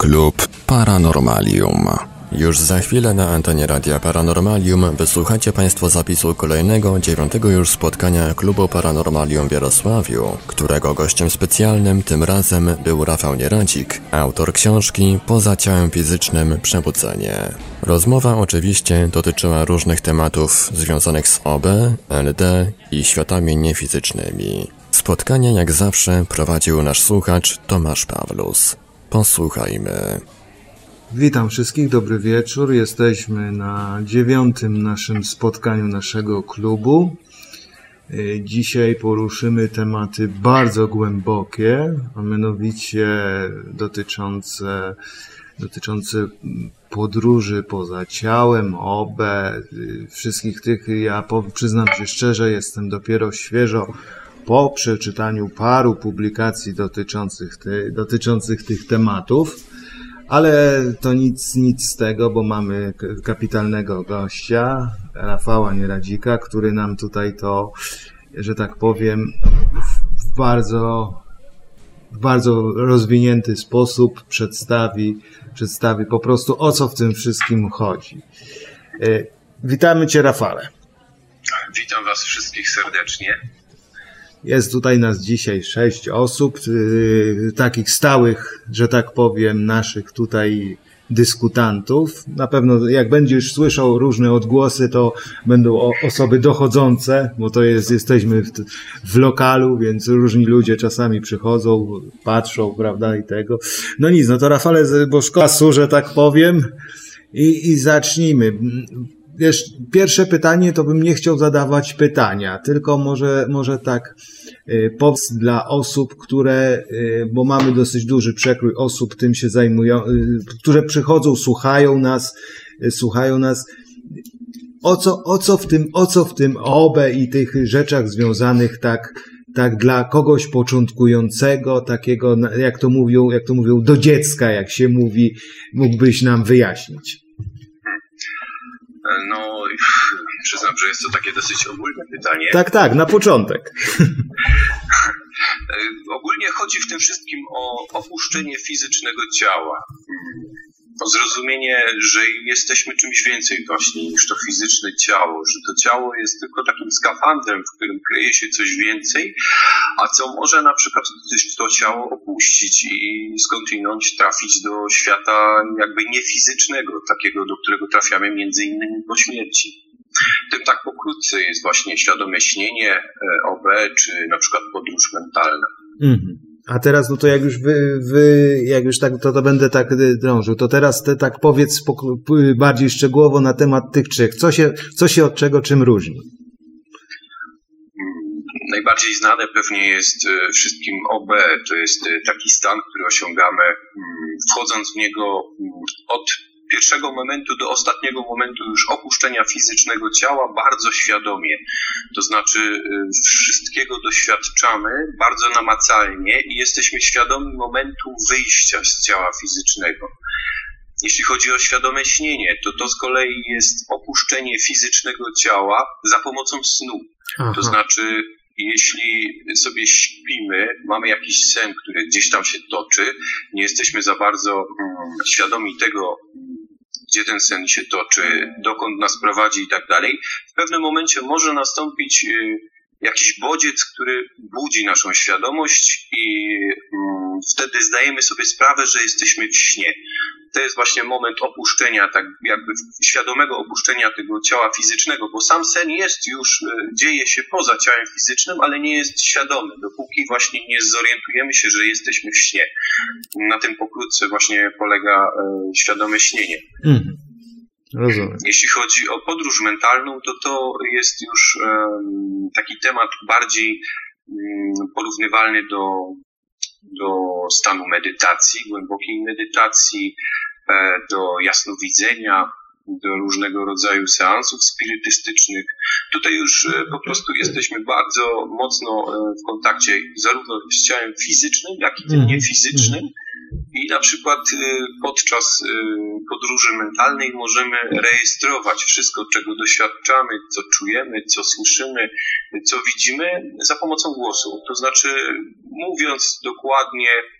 Klub Paranormalium. Już za chwilę na antenie Radia Paranormalium wysłuchacie Państwo zapisu kolejnego, 9. już spotkania Klubu Paranormalium w Jarosławiu, którego gościem specjalnym tym razem był Rafał Nieradzik, autor książki Poza ciałem fizycznym przebudzenie. Rozmowa oczywiście dotyczyła różnych tematów związanych z OB, LD i światami niefizycznymi. Spotkanie jak zawsze prowadził nasz słuchacz Tomasz Pawlus. Posłuchajmy. Witam wszystkich, dobry wieczór. Jesteśmy na 9. naszym spotkaniu naszego klubu. Dzisiaj poruszymy tematy bardzo głębokie, a mianowicie dotyczące podróży poza ciałem, OB, wszystkich tych. Ja przyznam się szczerze, jestem dopiero świeżo po przeczytaniu paru publikacji dotyczących tych tematów. Ale to nic z tego, bo mamy kapitalnego gościa, Rafała Nieradzika, który nam tutaj to, że tak powiem, w bardzo rozwinięty sposób przedstawi po prostu, o co w tym wszystkim chodzi. Witamy Cię, Rafale. Witam Was wszystkich serdecznie. Jest tutaj nas dzisiaj 6 osób, takich stałych, że tak powiem, naszych tutaj dyskutantów. Na pewno jak będziesz słyszał różne odgłosy, to będą osoby dochodzące, bo to jesteśmy w lokalu, więc różni ludzie czasami przychodzą, patrzą, prawda, i tego. No nic, no to Rafale, bo szkoła że tak powiem, i zacznijmy. Wiesz, pierwsze pytanie to bym nie chciał zadawać pytania, tylko może tak powiedz dla osób, bo mamy dosyć duży przekrój osób, tym się zajmują, które przychodzą, słuchają nas, o co w tym OB i tych rzeczach związanych tak dla kogoś początkującego, takiego, jak to mówią, do dziecka, jak się mówi, mógłbyś nam wyjaśnić? No, przyznam, że jest to takie dosyć ogólne pytanie. Tak, na początek. Ogólnie chodzi w tym wszystkim o opuszczenie fizycznego ciała. O zrozumienie, że jesteśmy czymś więcej właśnie niż to fizyczne ciało, że to ciało jest tylko takim skafandrem, w którym kryje się coś więcej, a co może na przykład to ciało opuścić i skądinąd trafić do świata jakby niefizycznego, takiego, do którego trafiamy między innymi po śmierci. Tym tak pokrótce jest właśnie świadome śnienie, OB, czy na przykład podróż mentalna. A teraz, no to jak już tak, to będę tak drążył, to teraz tak powiedz bardziej szczegółowo na temat tych trzech. Co się od czego czym różni? Najbardziej znane pewnie jest wszystkim OB. To jest taki stan, który osiągamy wchodząc w niego od pierwszego momentu do ostatniego momentu już opuszczenia fizycznego ciała bardzo świadomie. To znaczy wszystkiego doświadczamy bardzo namacalnie i jesteśmy świadomi momentu wyjścia z ciała fizycznego. Jeśli chodzi o świadome śnienie, to z kolei jest opuszczenie fizycznego ciała za pomocą snu. Aha. To znaczy, jeśli sobie śpimy, mamy jakiś sen, który gdzieś tam się toczy, nie jesteśmy za bardzo świadomi tego, gdzie ten sen się toczy, dokąd nas prowadzi i tak dalej, w pewnym momencie może nastąpić jakiś bodziec, który budzi naszą świadomość i wtedy zdajemy sobie sprawę, że jesteśmy w śnie. To jest właśnie moment opuszczenia, tak jakby świadomego opuszczenia tego ciała fizycznego, bo sam sen jest już, dzieje się poza ciałem fizycznym, ale nie jest świadomy, dopóki właśnie nie zorientujemy się, że jesteśmy w śnie. Na tym pokrótce właśnie polega świadome śnienie. Rozumiem. Jeśli chodzi o podróż mentalną, to jest już taki temat bardziej porównywalny do stanu medytacji, głębokiej medytacji, do jasnowidzenia, do różnego rodzaju seansów spirytystycznych. Tutaj już po prostu jesteśmy bardzo mocno w kontakcie zarówno z ciałem fizycznym, jak i tym niefizycznym. I na przykład podczas podróży mentalnej możemy rejestrować wszystko, czego doświadczamy, co czujemy, co słyszymy, co widzimy za pomocą głosu. To znaczy, mówiąc dokładnie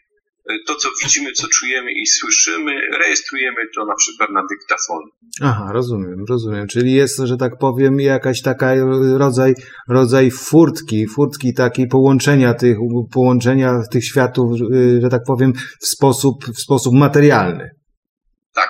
to, co widzimy, co czujemy i słyszymy, rejestrujemy to na przykład na dyktafonie. Aha, rozumiem. Czyli jest, że tak powiem, jakaś taka rodzaj furtki takiej połączenia tych światów, że tak powiem, w sposób materialny. Tak.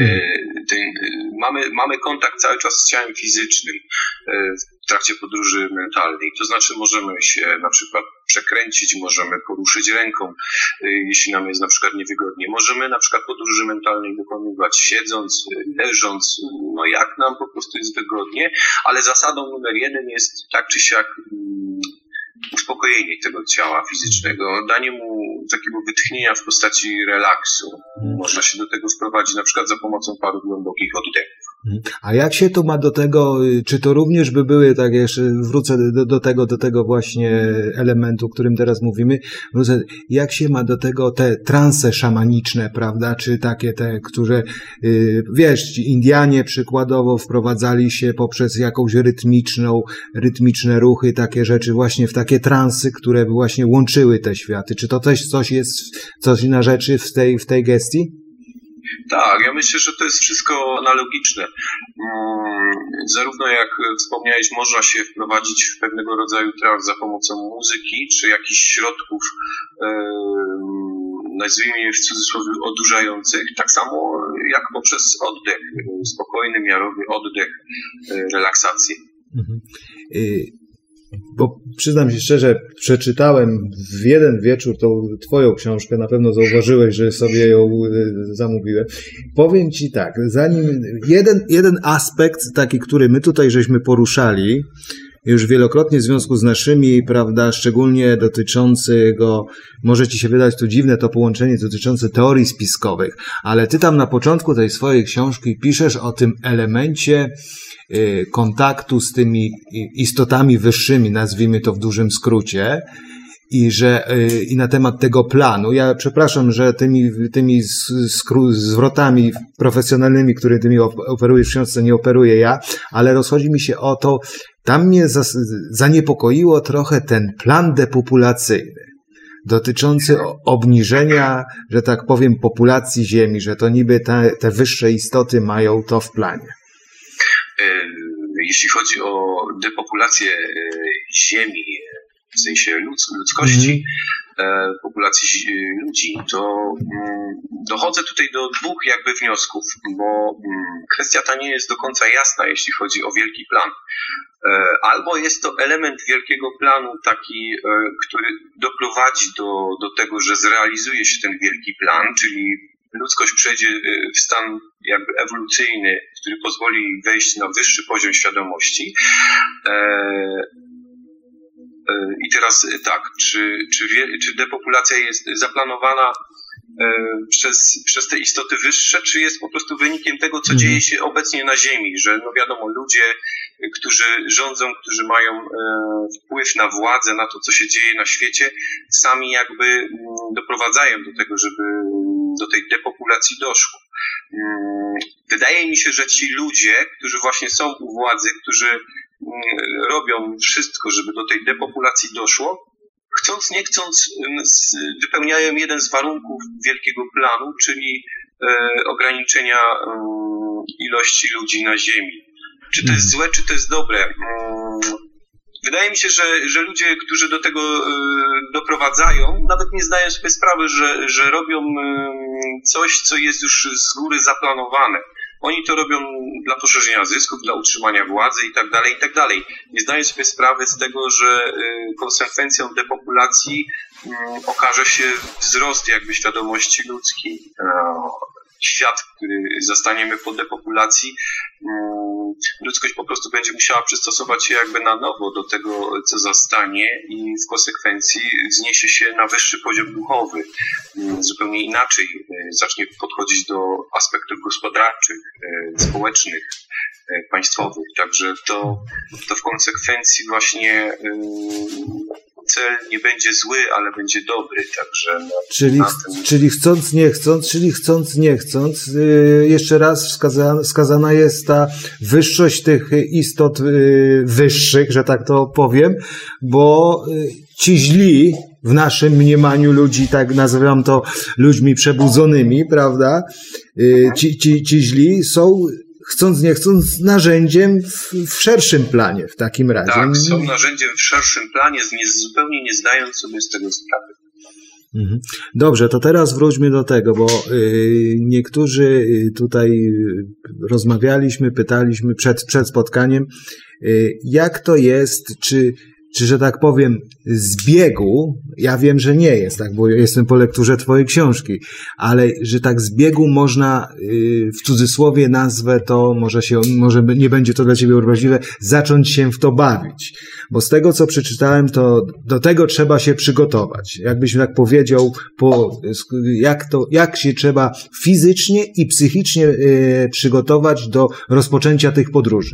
Mamy kontakt cały czas z ciałem fizycznym w trakcie podróży mentalnej. To znaczy możemy się na przykład przekręcić, możemy poruszyć ręką, jeśli nam jest na przykład niewygodnie. Możemy na przykład podróży mentalnej dokonywać siedząc, leżąc, no jak nam po prostu jest wygodnie, ale zasadą numer 1 jest tak czy siak uspokojenie tego ciała fizycznego, danie mu takiego wytchnienia w postaci relaksu. Można się do tego wprowadzić na przykład za pomocą paru głębokich oddechów. A jak się to ma do tego, czy to również by były, tak jeszcze wrócę do tego właśnie elementu, o którym teraz mówimy, jak się ma do tego te transe szamaniczne, prawda, czy takie te, które, wiesz, ci Indianie przykładowo wprowadzali się poprzez jakąś rytmiczne ruchy, takie rzeczy właśnie w takie transy, które właśnie łączyły te światy. Czy to też coś na rzeczy w tej gestii? Tak, ja myślę, że to jest wszystko analogiczne. Zarówno jak wspomniałeś, można się wprowadzić w pewnego rodzaju trans za pomocą muzyki, czy jakichś środków, nazwijmy je w cudzysłowie, odurzających, tak samo jak poprzez oddech, spokojny, miarowy oddech, relaksację. Bo przyznam się szczerze, przeczytałem w jeden wieczór tą twoją książkę, na pewno zauważyłeś, że sobie ją zamówiłem. Powiem ci tak, zanim jeden aspekt taki, który my tutaj żeśmy poruszali, już wielokrotnie w związku z naszymi, prawda, szczególnie dotyczącego, może ci się wydać tu dziwne to połączenie dotyczące teorii spiskowych, ale ty tam na początku tej swojej książki piszesz o tym elemencie kontaktu z tymi istotami wyższymi, nazwijmy to w dużym skrócie, i na temat tego planu. Ja przepraszam, że tymi zwrotami profesjonalnymi, które ty mi operujesz w książce, nie operuję ja, ale rozchodzi mi się o to, tam mnie zaniepokoiło trochę ten plan depopulacyjny dotyczący obniżenia, że tak powiem, populacji Ziemi, że to niby te wyższe istoty mają to w planie. Jeśli chodzi o depopulację Ziemi, w sensie ludzkości, populacji ludzi, to dochodzę tutaj do dwóch jakby wniosków, bo kwestia ta nie jest do końca jasna, jeśli chodzi o wielki plan. Albo jest to element wielkiego planu taki, który doprowadzi do tego, że zrealizuje się ten wielki plan, czyli ludzkość przejdzie w stan jakby ewolucyjny, który pozwoli wejść na wyższy poziom świadomości. I teraz tak, czy depopulacja jest zaplanowana przez te istoty wyższe, czy jest po prostu wynikiem tego, co dzieje się obecnie na Ziemi, że no wiadomo, ludzie, którzy rządzą, którzy mają wpływ na władzę, na to, co się dzieje na świecie, sami jakby doprowadzają do tego, żeby do tej depopulacji doszło. Wydaje mi się, że ci ludzie, którzy właśnie są u władzy, którzy robią wszystko, żeby do tej depopulacji doszło, chcąc nie chcąc wypełniają jeden z warunków wielkiego planu, czyli ograniczenia ilości ludzi na Ziemi. Czy to jest złe, czy to jest dobre? Wydaje mi się, że ludzie, którzy do tego doprowadzają, nawet nie zdają sobie sprawy, że robią coś, co jest już z góry zaplanowane. Oni to robią dla poszerzenia zysków, dla utrzymania władzy i tak dalej, i tak dalej. Nie zdają sobie sprawy z tego, że konsekwencją depopulacji okaże się wzrost jakby świadomości ludzkiej. Świat, który zastaniemy po depopulacji, ludzkość po prostu będzie musiała przystosować się jakby na nowo do tego, co zastanie i w konsekwencji wzniesie się na wyższy poziom duchowy. Zupełnie inaczej zacznie podchodzić do aspektów gospodarczych, społecznych, państwowych. Także to w konsekwencji właśnie cel nie będzie zły, ale będzie dobry, także... Czyli chcąc nie chcąc, jeszcze raz wskazana jest ta wyższość tych istot wyższych, że tak to powiem, bo ci źli w naszym mniemaniu ludzi, tak nazywam to ludźmi przebudzonymi, prawda? Ci źli są, chcąc nie chcąc, narzędziem w szerszym planie w takim razie. Tak, są narzędziem w szerszym planie, zupełnie nie zdając sobie z tego sprawy. Dobrze, to teraz wróćmy do tego, bo niektórzy tutaj rozmawialiśmy, pytaliśmy przed spotkaniem, jak to jest, czy że tak powiem, zbiegu, ja wiem, że nie jest, tak, bo jestem po lekturze twojej książki, ale że tak zbiegu można, w cudzysłowie nazwę to, może nie będzie to dla ciebie obraźliwe, zacząć się w to bawić. Bo z tego, co przeczytałem, to do tego trzeba się przygotować. Jakbyś tak powiedział, jak się trzeba fizycznie i psychicznie przygotować do rozpoczęcia tych podróży.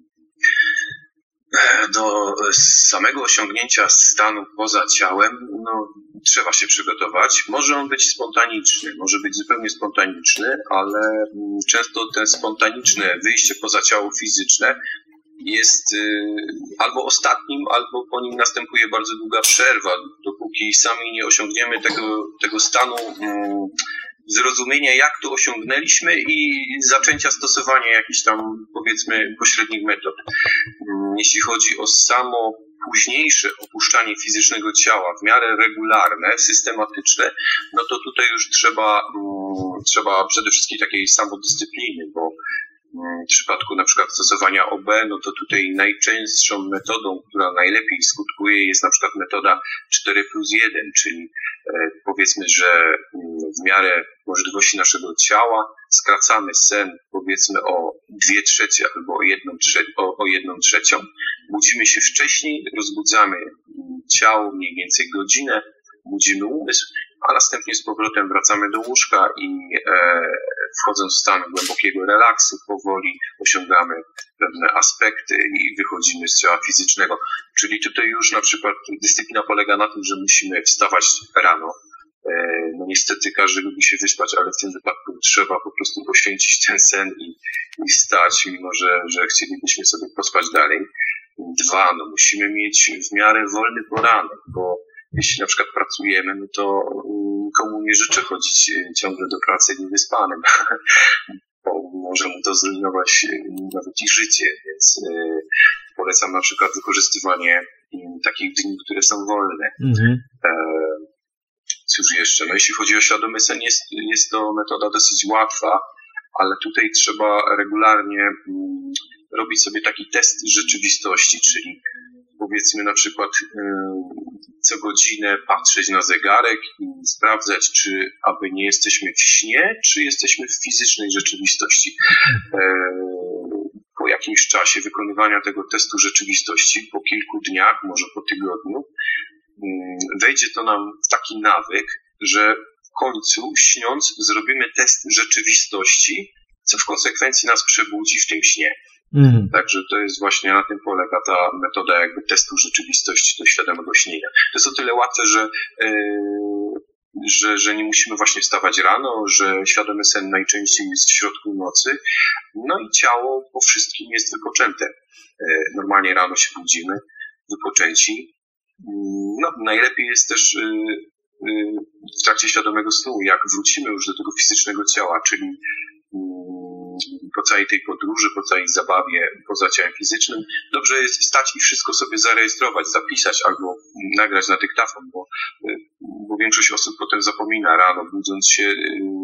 Do samego osiągnięcia stanu poza ciałem, trzeba się przygotować. Może on być spontaniczny, może być zupełnie spontaniczny, ale często te spontaniczne wyjście poza ciało fizyczne jest albo ostatnim, albo po nim następuje bardzo długa przerwa, dopóki sami nie osiągniemy tego stanu zrozumienia, jak to osiągnęliśmy i zaczęcia stosowania jakichś tam, powiedzmy, pośrednich metod. Jeśli chodzi o samo późniejsze opuszczanie fizycznego ciała, w miarę regularne, systematyczne, to tutaj już trzeba przede wszystkim takiej samodyscypliny, bo w przypadku na przykład stosowania OB, to tutaj najczęstszą metodą, która najlepiej skutkuje, jest na przykład metoda 4+1, czyli powiedzmy, że w miarę możliwości naszego ciała skracamy sen powiedzmy o 2/3 albo o 1/3. Budzimy się wcześniej, rozbudzamy ciało mniej więcej godzinę, budzimy umysł, a następnie z powrotem wracamy do łóżka i wchodząc w stan głębokiego relaksu, powoli osiągamy pewne aspekty i wychodzimy z ciała fizycznego. Czyli tutaj już na przykład dyscyplina polega na tym, że musimy wstawać rano. Niestety każdy lubi się wyspać, ale w tym wypadku trzeba po prostu poświęcić ten sen i wstać, mimo że chcielibyśmy sobie pospać dalej. 2, musimy mieć w miarę wolny poranek, bo jeśli na przykład pracujemy, to nikomu nie życzę chodzić ciągle do pracy niewyspanym, bo może mu to zrujnować nawet i życie, więc polecam na przykład wykorzystywanie takich dni, które są wolne. Cóż jeszcze? Jeśli chodzi o świadomy sen, jest to metoda dosyć łatwa, ale tutaj trzeba regularnie robić sobie taki test rzeczywistości, czyli powiedzmy na przykład co godzinę patrzeć na zegarek i sprawdzać, czy aby nie jesteśmy w śnie, czy jesteśmy w fizycznej rzeczywistości. Po jakimś czasie wykonywania tego testu rzeczywistości, po kilku dniach, może po tygodniu, wejdzie to nam w taki nawyk, że w końcu śniąc zrobimy test rzeczywistości, co w konsekwencji nas przebudzi w tym śnie. Także to jest właśnie na tym polega ta metoda jakby testu rzeczywistości do świadomego śnienia. To jest o tyle łatwe, że nie musimy właśnie wstawać rano, że świadomy sen najczęściej jest w środku nocy, i ciało po wszystkim jest wypoczęte. Normalnie rano się budzimy, wypoczęci. Najlepiej jest też w trakcie świadomego snu, jak wrócimy już do tego fizycznego ciała, czyli po całej tej podróży, po całej zabawie poza ciałem fizycznym, dobrze jest wstać i wszystko sobie zarejestrować, zapisać albo nagrać na dyktafon, bo większość osób potem zapomina rano, budząc się,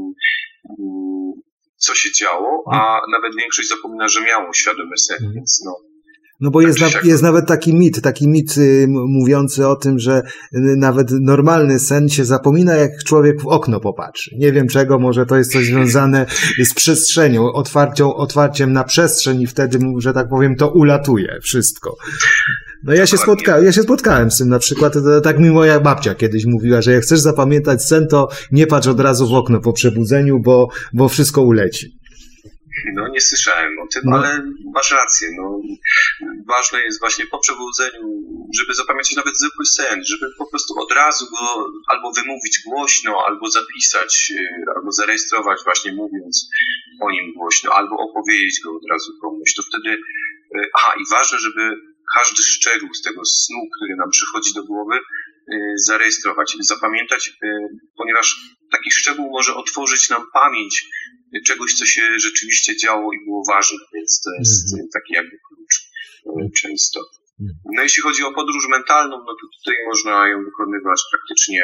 co się działo, a nawet większość zapomina, że miało świadomy sen, więc bo jest nawet taki mit mówiący o tym, że nawet normalny sen się zapomina, jak człowiek w okno popatrzy. Nie wiem czego, może to jest coś związane z przestrzenią, otwarciem na przestrzeń i wtedy, że tak powiem, to ulatuje wszystko. Ja się spotkałem z tym na przykład, tak mi moja babcia kiedyś mówiła, że jak chcesz zapamiętać sen, to nie patrz od razu w okno po przebudzeniu, bo wszystko uleci. Nie słyszałem o tym, ale masz rację. Ważne jest właśnie po przebudzeniu, żeby zapamiętać nawet zwykły sen, żeby po prostu od razu go albo wymówić głośno, albo zapisać, albo zarejestrować właśnie mówiąc o nim głośno, albo opowiedzieć go od razu komuś. To wtedy, i ważne, żeby każdy szczegół z tego snu, który nam przychodzi do głowy, zarejestrować, zapamiętać, ponieważ taki szczegół może otworzyć nam pamięć czegoś, co się rzeczywiście działo i było ważne, więc to jest taki jakby klucz często. No jeśli chodzi o podróż mentalną, no to tutaj można ją wykonywać praktycznie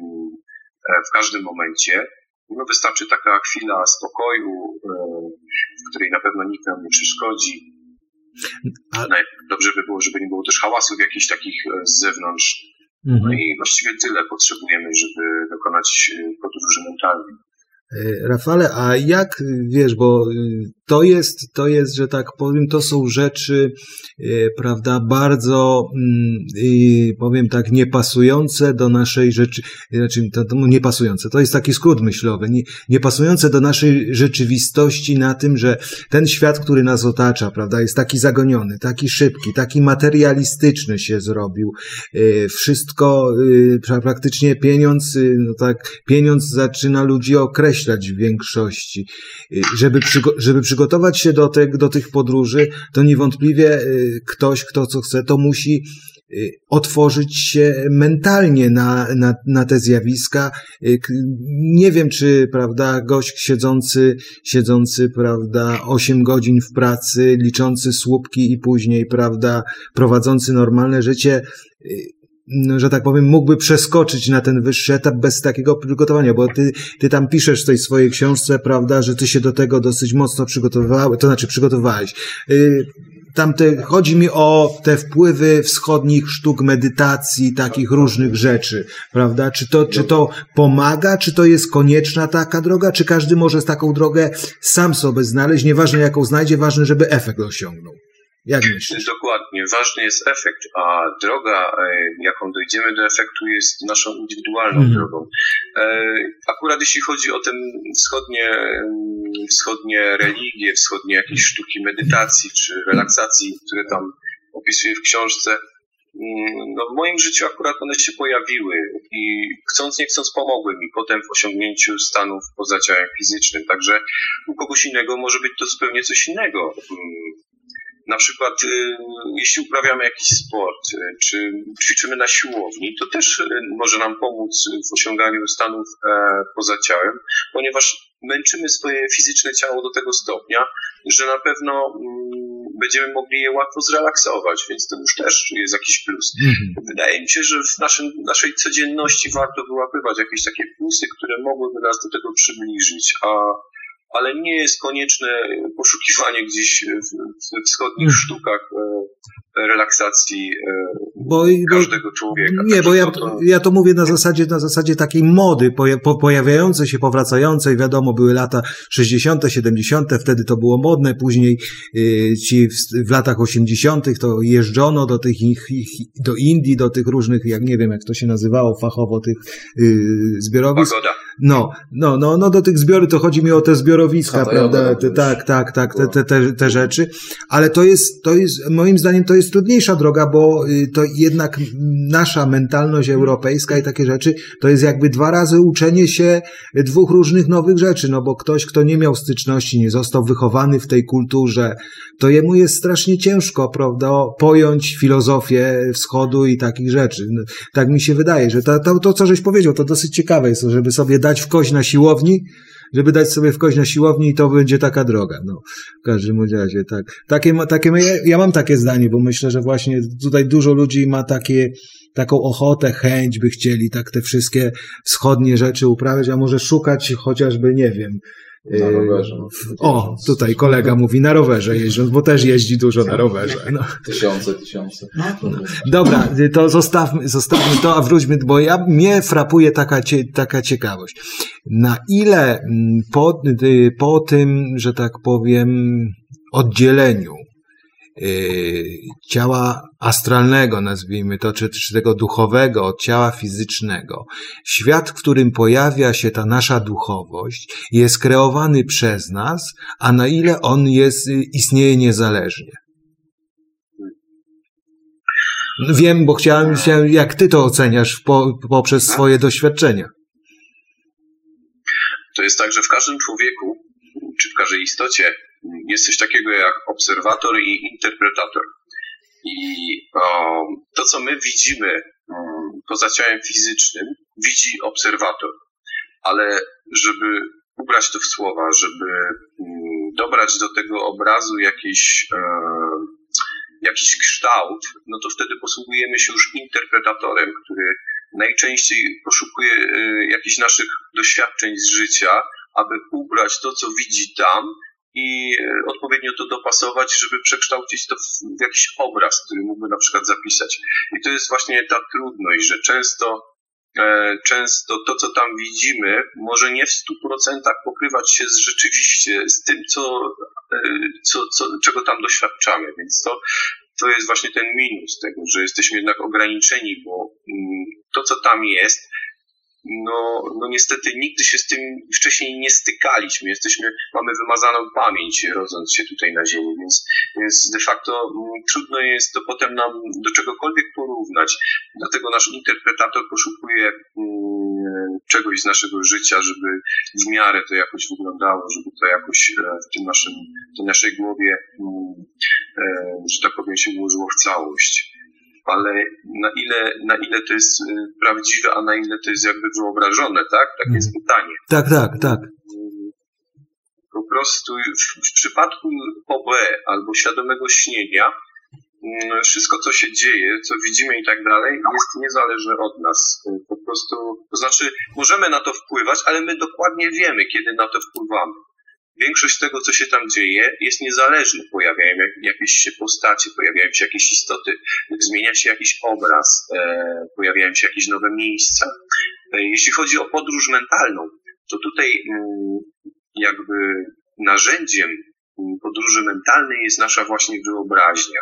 w każdym momencie. No wystarczy taka chwila spokoju, w której na pewno nikt nam nie przeszkodzi. No, dobrze by było, żeby nie było też hałasów jakichś takich z zewnątrz. No i właściwie tyle potrzebujemy, żeby dokonać podróży mentalnej. Rafale, a jak, wiesz, bo to jest, że tak powiem, to są rzeczy, prawda, bardzo, powiem tak, niepasujące do naszej niepasujące, to jest taki skrót myślowy, niepasujące do naszej rzeczywistości na tym, że ten świat, który nas otacza, prawda, jest taki zagoniony, taki szybki, taki materialistyczny się zrobił, wszystko, praktycznie pieniądz zaczyna ludzi określać w większości. Żeby przygotować się do tych podróży, to niewątpliwie ktoś, kto co chce, to musi otworzyć się mentalnie na te zjawiska. Nie wiem, czy, prawda, gość siedzący, prawda, 8 godzin w pracy, liczący słupki i później, prawda, prowadzący normalne życie, że tak powiem, mógłby przeskoczyć na ten wyższy etap bez takiego przygotowania, bo ty tam piszesz w tej swojej książce, prawda, że ty się do tego dosyć mocno przygotowywałeś. Chodzi mi o te wpływy wschodnich sztuk medytacji, takich różnych rzeczy, prawda? Czy to pomaga, czy to jest konieczna taka droga, czy każdy może taką drogę sam sobie znaleźć, nieważne jaką znajdzie, ważne, żeby efekt osiągnął. Jak myślisz? Dokładnie. Ważny jest efekt, a droga, jaką dojdziemy do efektu, jest naszą indywidualną drogą. Akurat jeśli chodzi o te wschodnie religie, wschodnie jakieś sztuki medytacji czy relaksacji, które tam opisuję w książce, no w moim życiu akurat one się pojawiły i chcąc nie chcąc pomogły mi potem w osiągnięciu stanów poza ciałem fizycznym. Także u kogoś innego może być to zupełnie coś innego. Na przykład jeśli uprawiamy jakiś sport, czy ćwiczymy na siłowni, to też może nam pomóc w osiąganiu stanów poza ciałem, ponieważ męczymy swoje fizyczne ciało do tego stopnia, że na pewno będziemy mogli je łatwo zrelaksować, więc to już też jest jakiś plus. Wydaje mi się, że w naszej codzienności warto wyłapywać jakieś takie plusy, które mogłyby nas do tego przybliżyć, ale nie jest konieczne poszukiwanie gdzieś w wschodnich sztukach relaksacji każdego człowieka. Nie, bo ja to mówię na zasadzie takiej mody pojawiającej się, powracającej, wiadomo, były lata 60., 70., wtedy to było modne, później w latach 80. to jeżdżono do Indii, do tych różnych, jak nie wiem, jak to się nazywało fachowo, tych zbiorowisk. Pagoda. No, do tych zbiorów, to chodzi mi o te zbiorowiska, prawda, te rzeczy, ale to jest, moim zdaniem, to jest trudniejsza droga, bo to jednak nasza mentalność europejska i takie rzeczy, to jest jakby 2 razy uczenie się 2 różnych nowych rzeczy, no bo ktoś, kto nie miał styczności, nie został wychowany w tej kulturze, to jemu jest strasznie ciężko, prawda, pojąć filozofię wschodu i takich rzeczy. No, tak mi się wydaje, że to, co żeś powiedział, to dosyć ciekawe jest, żeby sobie dać w kość na siłowni, i to będzie taka droga. No, w każdym razie, tak. Ja mam takie zdanie, bo myślę, że właśnie tutaj dużo ludzi ma taką ochotę, chęć, by chcieli tak te wszystkie wschodnie rzeczy uprawiać, a może szukać chociażby, nie wiem, na rowerze. Tutaj kolega mówi na rowerze jeżdżąc, bo też jeździ dużo na rowerze. No. Tysiące. Dobra, to zostawmy to, a wróćmy, bo mnie frapuje taka ciekawość. Na ile po tym, że tak powiem, oddzieleniu ciała astralnego, nazwijmy to, czy tego duchowego od ciała fizycznego, świat, w którym pojawia się ta nasza duchowość, jest kreowany przez nas, a na ile on istnieje niezależnie? Wiem, bo chciałem, jak ty to oceniasz poprzez swoje doświadczenia. To jest tak, że w każdym człowieku, czy w każdej istocie jest coś takiego jak obserwator i interpretator. I to, co my widzimy poza ciałem fizycznym widzi obserwator. Ale żeby ubrać to w słowa, żeby dobrać do tego obrazu jakiś kształt, no to wtedy posługujemy się już interpretatorem, który najczęściej poszukuje jakichś naszych doświadczeń z życia, aby ubrać to, co widzi tam i odpowiednio to dopasować, żeby przekształcić to w jakiś obraz, który mógłby na przykład zapisać. I to jest właśnie ta trudność, że często to, co tam widzimy, może nie w 100% pokrywać się rzeczywiście z tym, czego tam doświadczamy. Więc to jest właśnie ten minus tego, że jesteśmy jednak ograniczeni, bo to, co tam jest, no niestety nigdy się z tym wcześniej nie stykaliśmy. Mamy wymazaną pamięć, rodząc się tutaj na Ziemi, więc de facto trudno jest to potem nam do czegokolwiek porównać. Dlatego nasz interpretator poszukuje czegoś z naszego życia, żeby w miarę to jakoś wyglądało, żeby to jakoś w tej naszej głowie, że tak powiem, się ułożyło w całość. Ale na ile to jest prawdziwe, a na ile to jest jakby wyobrażone, tak? Takie jest pytanie. Tak. Po prostu w przypadku OB albo świadomego śnienia, wszystko, co się dzieje, co widzimy i tak dalej, jest niezależne od nas. Po prostu, to znaczy, możemy na to wpływać, ale my dokładnie wiemy, kiedy na to wpływamy. Większość tego, co się tam dzieje, jest niezależne. Pojawiają jakieś się postacie, pojawiają się jakieś istoty, zmienia się jakiś obraz, pojawiają się jakieś nowe miejsca. Jeśli chodzi o podróż mentalną, to tutaj jakby narzędziem podróży mentalnej jest nasza właśnie wyobraźnia.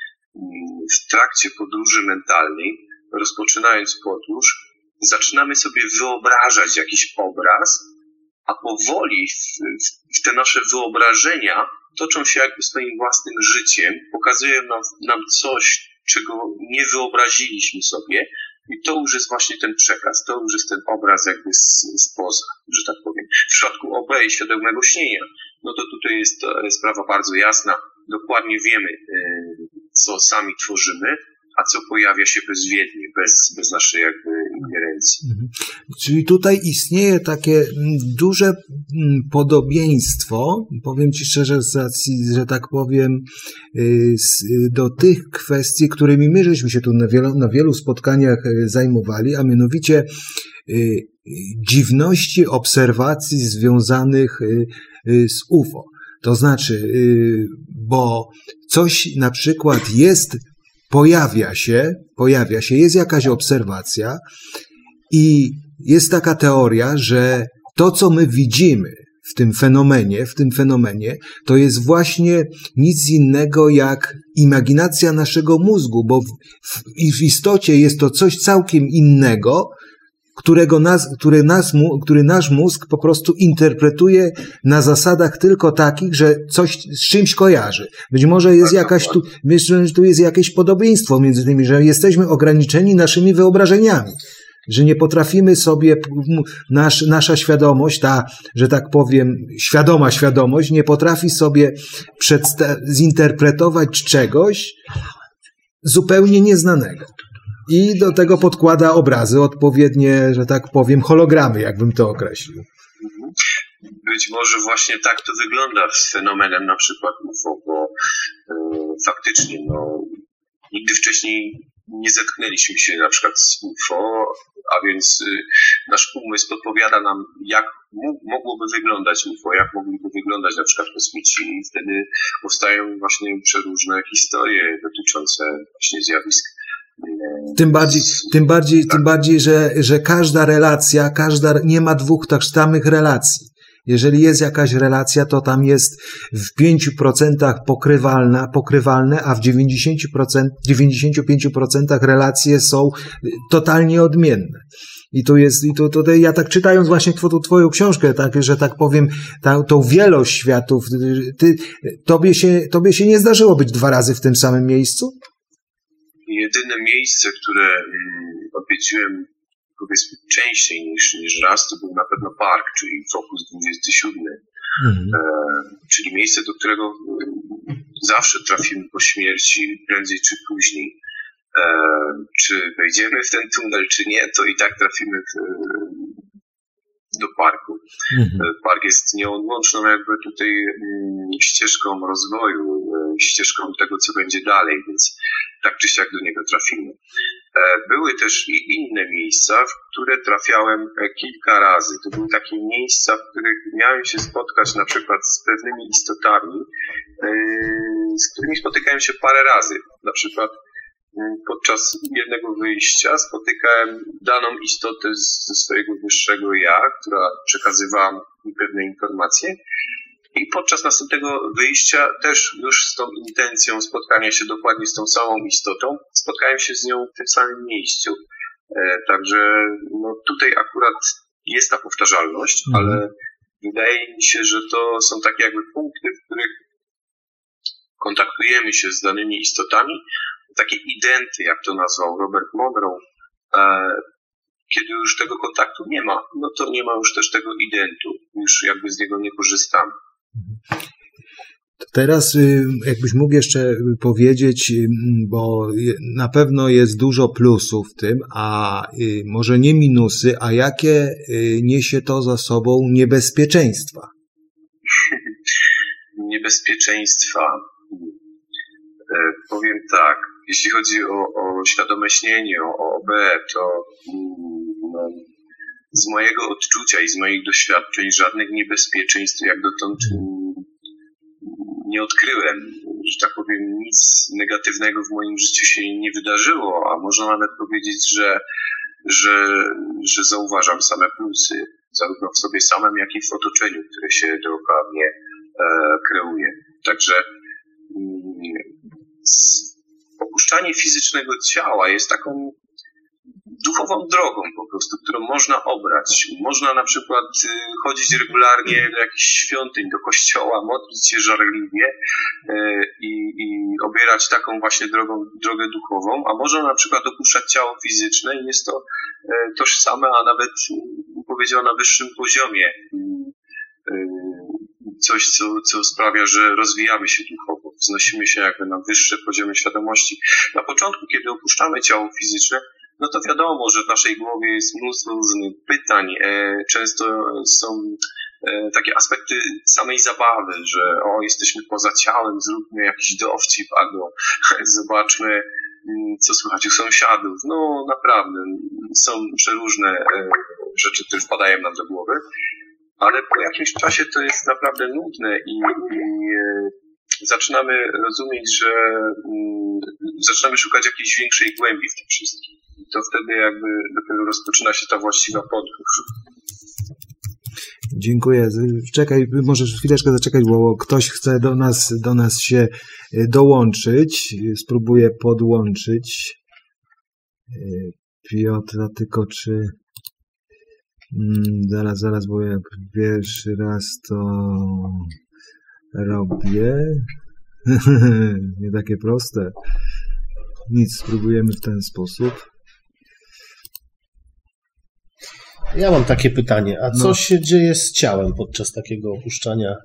W trakcie podróży mentalnej, rozpoczynając podróż, zaczynamy sobie wyobrażać jakiś obraz, a powoli w te nasze wyobrażenia toczą się jakby swoim własnym życiem, pokazują nam coś, czego nie wyobraziliśmy sobie, i to już jest właśnie ten przekaz, to już jest ten obraz jakby spoza, że tak powiem. W przypadku OB i świadomego śnienia, no to tutaj jest sprawa bardzo jasna, dokładnie wiemy, co sami tworzymy, a co pojawia się bezwiednie, bez naszej jakby ingerencji. Czyli tutaj istnieje takie duże podobieństwo, powiem Ci szczerze, z racji, że tak powiem, do tych kwestii, którymi my żeśmy się tu na wielu spotkaniach zajmowali, a mianowicie dziwności obserwacji związanych z UFO. To znaczy, bo coś na przykład pojawia się, jest jakaś obserwacja i jest taka teoria, że to, co my widzimy w tym fenomenie, to jest właśnie nic innego jak imaginacja naszego mózgu, bo w istocie jest to coś całkiem innego, który nasz mózg po prostu interpretuje na zasadach tylko takich, że coś z czymś kojarzy. Być może jest tu jest jakieś podobieństwo między tymi, że jesteśmy ograniczeni naszymi wyobrażeniami, że nie potrafimy sobie, nasza świadomość, ta, że tak powiem, świadoma świadomość, nie potrafi sobie zinterpretować czegoś zupełnie nieznanego. I do tego podkłada obrazy, odpowiednie, że tak powiem, hologramy, jakbym to określił. Być może właśnie tak to wygląda z fenomenem na przykład UFO, bo faktycznie nigdy wcześniej nie zetknęliśmy się na przykład z UFO, a więc nasz umysł podpowiada nam, jak mogłoby wyglądać UFO, jak mogliby wyglądać na przykład kosmici, i wtedy powstają właśnie przeróżne historie dotyczące właśnie zjawisk. Tym bardziej, że każda relacja, nie ma dwóch tak samych relacji. Jeżeli jest jakaś relacja, to tam jest w 5% pokrywalne, a w 95% relacje są totalnie odmienne. I tutaj ja tak czytając właśnie twoją książkę, tak, że tak powiem, tą wielość światów, tobie się nie zdarzyło być 2 razy w tym samym miejscu? Jedyne miejsce, które odwiedziłem, powiedzmy, częściej niż raz, to był na pewno park, czyli Focus 27. Czyli miejsce, do którego zawsze trafimy po śmierci, prędzej czy później. czy wejdziemy w ten tunel, czy nie, to i tak trafimy do parku. Park jest nieodłączną jakby tutaj ścieżką rozwoju, ścieżką tego, co będzie dalej, więc tak czy siak do niego trafimy. Były też i inne miejsca, w które trafiałem kilka razy. To były takie miejsca, w których miałem się spotkać na przykład z pewnymi istotami, z którymi spotykałem się parę razy. Na przykład podczas jednego wyjścia spotykałem daną istotę ze swojego wyższego ja, która przekazywała mi pewne informacje. I podczas następnego wyjścia też już z tą intencją spotkania się dokładnie z tą samą istotą, spotkałem się z nią w tym samym miejscu. Także no, tutaj akurat jest ta powtarzalność, ale wydaje mi się, że to są takie jakby punkty, w których kontaktujemy się z danymi istotami, takie identy, jak to nazwał Robert Monroe. Kiedy już tego kontaktu nie ma, no to nie ma już też tego identu, już jakby z niego nie korzystamy. Teraz jakbyś mógł jeszcze powiedzieć, bo na pewno jest dużo plusów w tym, a może nie minusy, a jakie niesie to za sobą niebezpieczeństwa? Niebezpieczeństwa. Powiem tak, jeśli chodzi o świadome śnienie, o OB, to no, z mojego odczucia i z moich doświadczeń żadnych niebezpieczeństw jak dotąd nie odkryłem. Że tak powiem, nic negatywnego w moim życiu się nie wydarzyło, a można nawet powiedzieć, że zauważam same plusy, zarówno w sobie samym, jak i w otoczeniu, które się dookoła mnie kreuje. Także opuszczanie fizycznego ciała jest taką duchową drogą po prostu, którą można obrać. Można na przykład chodzić regularnie do jakichś świątyń, do kościoła, modlić się żarliwie i obierać taką właśnie drogę duchową, a można na przykład opuszczać ciało fizyczne i jest to tożsame, a nawet powiedział na wyższym poziomie. Coś, co sprawia, że rozwijamy się duchowo, wznosimy się jakby na wyższe poziomy świadomości. Na początku, kiedy opuszczamy ciało fizyczne, no to wiadomo, że w naszej głowie jest mnóstwo różnych pytań. Często są takie aspekty samej zabawy, że jesteśmy poza ciałem, zróbmy jakiś dowcip, albo zobaczmy, co słychać u sąsiadów. No naprawdę, są przeróżne rzeczy, które wpadają nam do głowy. Ale po jakimś czasie to jest naprawdę nudne i zaczynamy rozumieć, że zaczynamy szukać jakiejś większej głębi w tym wszystkim. I to wtedy jakby dopiero rozpoczyna się ta właściwa podróż. Dziękuję. Czekaj, możesz chwileczkę zaczekać, bo ktoś chce do nas się dołączyć. Spróbuję podłączyć Piotra, tylko czy... Zaraz, bo ja pierwszy raz to robię. Nie takie proste. Nic, spróbujemy w ten sposób. Ja mam takie pytanie. A co się dzieje z ciałem podczas takiego opuszczania?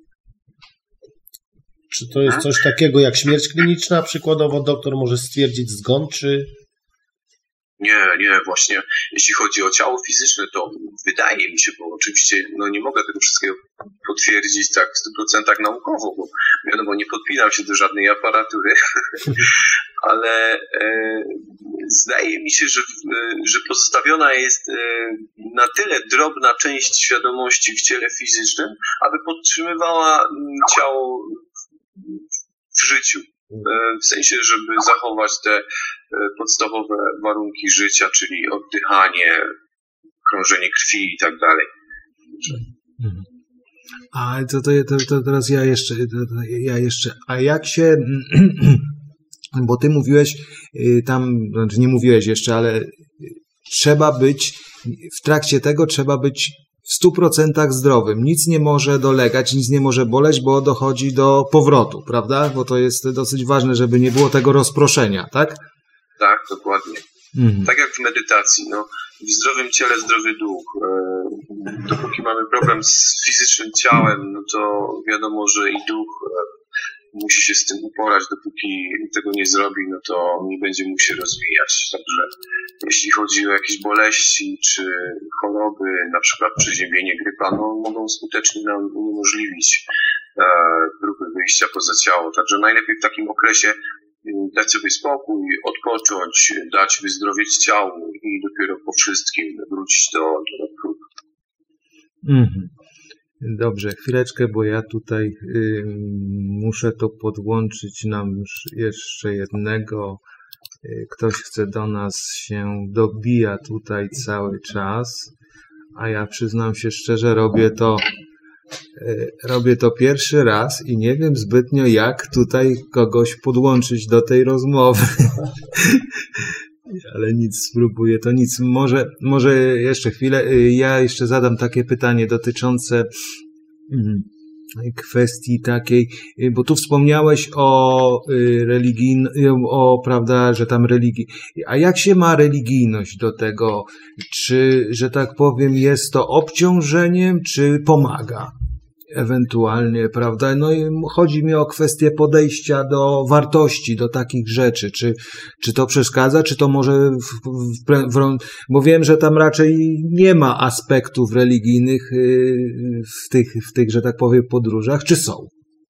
Czy to jest coś takiego jak śmierć kliniczna? Przykładowo doktor może stwierdzić zgon, czy... Nie, właśnie jeśli chodzi o ciało fizyczne, to wydaje mi się, bo oczywiście nie mogę tego wszystkiego potwierdzić tak w 100% naukowo, bo wiadomo, nie podpinam się do żadnej aparatury, ale zdaje mi się, że pozostawiona jest na tyle drobna część świadomości w ciele fizycznym, aby podtrzymywała ciało w życiu. W sensie, żeby zachować te podstawowe warunki życia, czyli oddychanie, krążenie krwi i tak dalej. A to teraz ja jeszcze. A jak się, bo ty mówiłeś tam, znaczy nie mówiłeś jeszcze, ale w trakcie tego trzeba być w 100% zdrowym. Nic nie może dolegać, nic nie może boleć, bo dochodzi do powrotu, prawda? Bo to jest dosyć ważne, żeby nie było tego rozproszenia, tak? Tak, dokładnie. Tak jak w medytacji. W zdrowym ciele zdrowy duch. Dopóki mamy problem z fizycznym ciałem, no to wiadomo, że i duch musi się z tym uporać, dopóki tego nie zrobi, no to nie będzie mógł się rozwijać. Także jeśli chodzi o jakieś boleści czy choroby, na przykład przeziębienie, grypa, no mogą skutecznie nam uniemożliwić próby wyjścia poza ciało. Także najlepiej w takim okresie dać sobie spokój, odpocząć, dać wyzdrowieć ciału i dopiero po wszystkim wrócić do prób. Mhm. Dobrze, chwileczkę, bo ja tutaj muszę to podłączyć nam jeszcze jednego. Ktoś chce do nas się dobija tutaj cały czas, a ja przyznam się szczerze, robię to pierwszy raz i nie wiem zbytnio, jak tutaj kogoś podłączyć do tej rozmowy. Ale nic, spróbuję, to nic. Może jeszcze chwilę. Ja jeszcze zadam takie pytanie dotyczące kwestii takiej, bo tu wspomniałeś prawda, że tam religii. A jak się ma religijność do tego? Czy, że tak powiem, jest to obciążeniem, czy pomaga? Ewentualnie, prawda? No i chodzi mi o kwestię podejścia do wartości, do takich rzeczy. Czy to przeszkadza, czy to może bo wiem, że tam raczej nie ma aspektów religijnych w tych, że tak powiem, podróżach, czy są?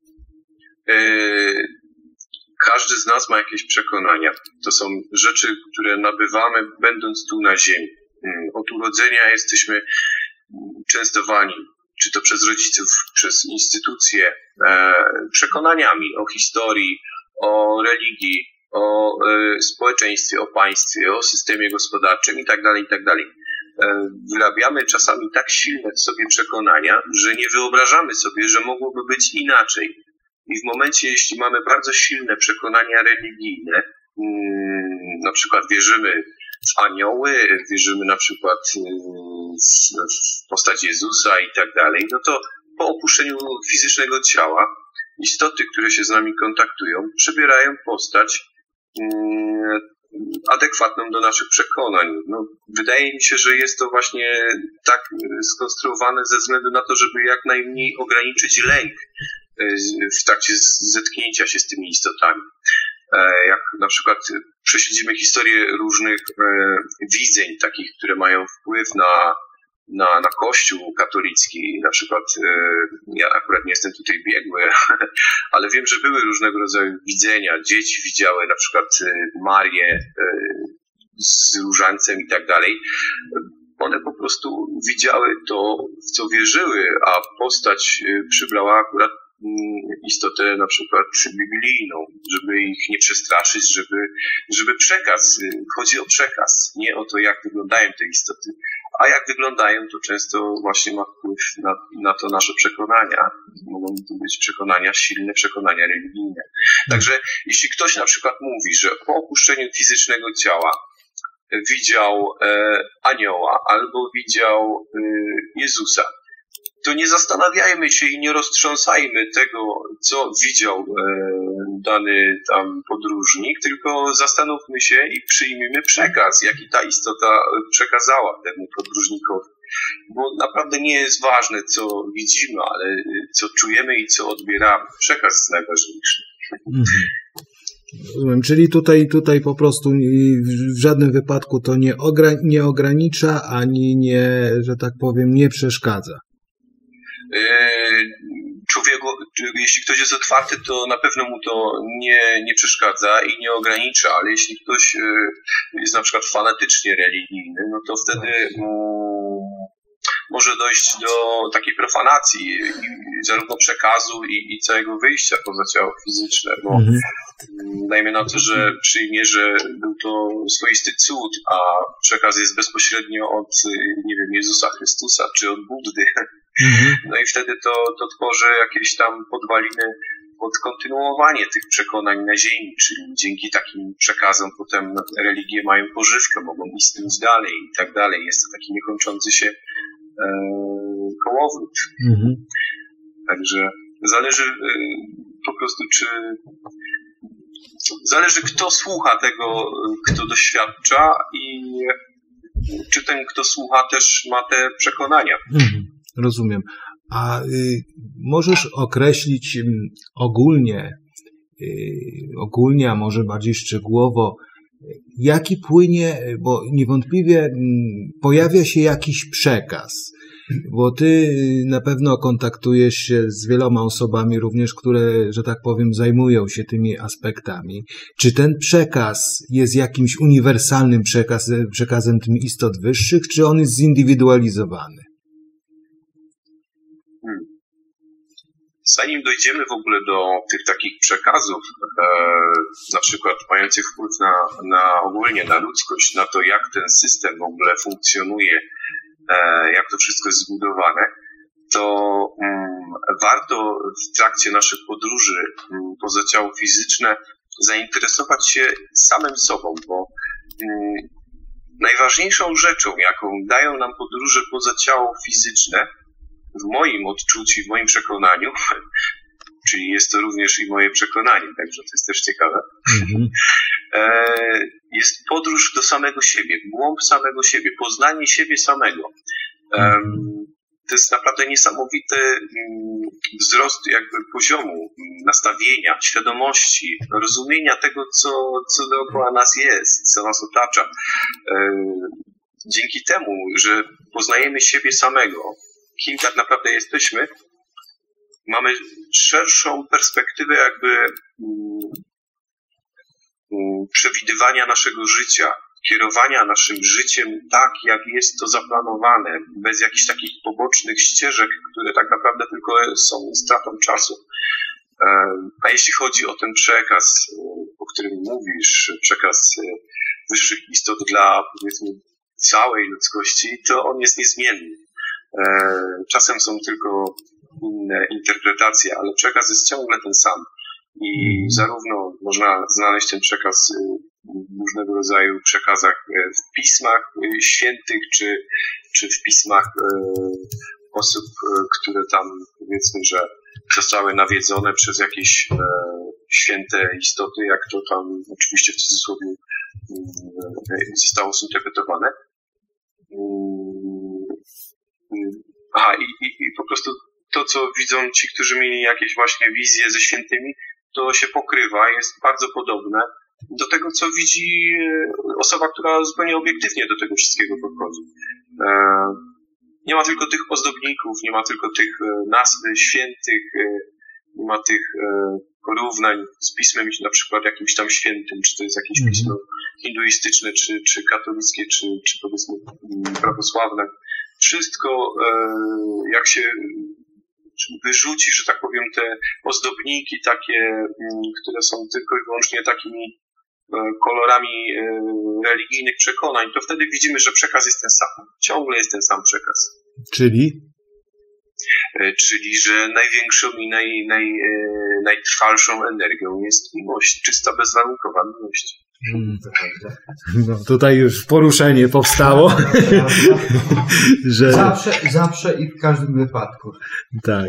Każdy z nas ma jakieś przekonania. To są rzeczy, które nabywamy, będąc tu na ziemi. Od urodzenia jesteśmy częstowani, czy to przez rodziców, przez instytucje, przekonaniami o historii, o religii, o społeczeństwie, o państwie, o systemie gospodarczym itd. Wyrabiamy czasami tak silne w sobie przekonania, że nie wyobrażamy sobie, że mogłoby być inaczej. I w momencie, jeśli mamy bardzo silne przekonania religijne, na przykład wierzymy w anioły, wierzymy na przykład w postać Jezusa i tak dalej, no to po opuszczeniu fizycznego ciała istoty, które się z nami kontaktują, przybierają postać adekwatną do naszych przekonań. No, wydaje mi się, że jest to właśnie tak skonstruowane ze względu na to, żeby jak najmniej ograniczyć lęk w trakcie zetknięcia się z tymi istotami. Jak na przykład prześledzimy historię różnych widzeń, takich, które mają wpływ na Kościół katolicki. Na przykład, ja akurat nie jestem tutaj biegły, ale wiem, że były różnego rodzaju widzenia. Dzieci widziały na przykład Marię z różańcem i tak dalej. One po prostu widziały to, w co wierzyły, a postać przybrała akurat istotę na przykład biblijną, żeby ich nie przestraszyć, żeby przekaz, chodzi o przekaz, nie o to, jak wyglądają te istoty, a jak wyglądają, to często właśnie ma wpływ na to nasze przekonania. Mogą to być przekonania, silne przekonania religijne. Także jeśli ktoś na przykład mówi, że po opuszczeniu fizycznego ciała widział anioła albo widział Jezusa, to nie zastanawiajmy się i nie roztrząsajmy tego, co widział dany tam podróżnik, tylko zastanówmy się i przyjmijmy przekaz, jaki ta istota przekazała temu podróżnikowi. Bo naprawdę nie jest ważne, co widzimy, ale co czujemy i co odbieramy. Przekaz jest najważniejszy. Rozumiem. Czyli tutaj po prostu w żadnym wypadku to nie ogranicza, ani nie, że tak powiem, nie przeszkadza. Człowieku, jeśli ktoś jest otwarty, to na pewno mu to nie przeszkadza i nie ogranicza, ale jeśli ktoś jest na przykład fanatycznie religijny, no to wtedy może dojść do takiej profanacji zarówno przekazu i całego wyjścia poza ciało fizyczne, bo dajmy na to, że przyjmie, że był to swoisty cud, a przekaz jest bezpośrednio od, nie wiem, Jezusa Chrystusa czy od Buddy. No i wtedy to tworzy jakieś tam podwaliny pod kontynuowanie tych przekonań na ziemi, czyli dzięki takim przekazom potem religie mają pożywkę, mogą istnieć dalej i tak dalej. Jest to taki niekończący się kołowrót. Także zależy po prostu, zależy kto słucha tego, kto doświadcza i czy ten, kto słucha, też ma te przekonania. Rozumiem. A możesz określić ogólnie ogólnie, a może bardziej szczegółowo, jaki płynie, bo niewątpliwie pojawia się jakiś przekaz, bo ty na pewno kontaktujesz się z wieloma osobami również, które, że tak powiem, zajmują się tymi aspektami. Czy ten przekaz jest jakimś uniwersalnym przekazem tym istot wyższych, czy on jest zindywidualizowany? Zanim dojdziemy w ogóle do tych takich przekazów, na przykład mających wpływ ogólnie na ludzkość, na to, jak ten system w ogóle funkcjonuje, jak to wszystko jest zbudowane, to warto w trakcie naszych podróży poza ciało fizyczne zainteresować się samym sobą, bo najważniejszą rzeczą, jaką dają nam podróże poza ciało fizyczne, w moim odczuciu, w moim przekonaniu, czyli jest to również i moje przekonanie, także to jest też ciekawe, jest podróż do samego siebie, w głąb samego siebie, poznanie siebie samego. To jest naprawdę niesamowity wzrost jakby poziomu nastawienia, świadomości, rozumienia tego, co dookoła nas jest, co nas otacza. Dzięki temu, że poznajemy siebie samego, kim tak naprawdę jesteśmy, mamy szerszą perspektywę jakby przewidywania naszego życia, kierowania naszym życiem tak, jak jest to zaplanowane, bez jakichś takich pobocznych ścieżek, które tak naprawdę tylko są stratą czasu. A jeśli chodzi o ten przekaz, o którym mówisz, przekaz wyższych istot dla, powiedzmy, całej ludzkości, to on jest niezmienny. Czasem są tylko inne interpretacje, ale przekaz jest ciągle ten sam. I zarówno można znaleźć ten przekaz w różnego rodzaju przekazach w pismach świętych, czy w pismach osób, które tam, powiedzmy, że zostały nawiedzone przez jakieś święte istoty, jak to tam oczywiście w cudzysłowie zostało zinterpretowane. I po prostu to, co widzą ci, którzy mieli jakieś właśnie wizje ze świętymi, to się pokrywa, jest bardzo podobne do tego, co widzi osoba, która zupełnie obiektywnie do tego wszystkiego podchodzi. Nie ma tylko tych ozdobników, nie ma tylko tych nazw świętych, nie ma tych porównań z pismem na przykład jakimś tam świętym, czy to jest jakieś pismo hinduistyczne, czy katolickie, czy powiedzmy prawosławne. Wszystko, jak się wyrzuci, że tak powiem, te ozdobniki takie, które są tylko i wyłącznie takimi kolorami religijnych przekonań, to wtedy widzimy, że przekaz jest ten sam. Ciągle jest ten sam przekaz. Czyli? Czyli, że największą i najtrwalszą energią jest miłość, czysta, bezwarunkowa miłość. No, tutaj już poruszenie powstało. Że... Zawsze i w każdym wypadku. Tak.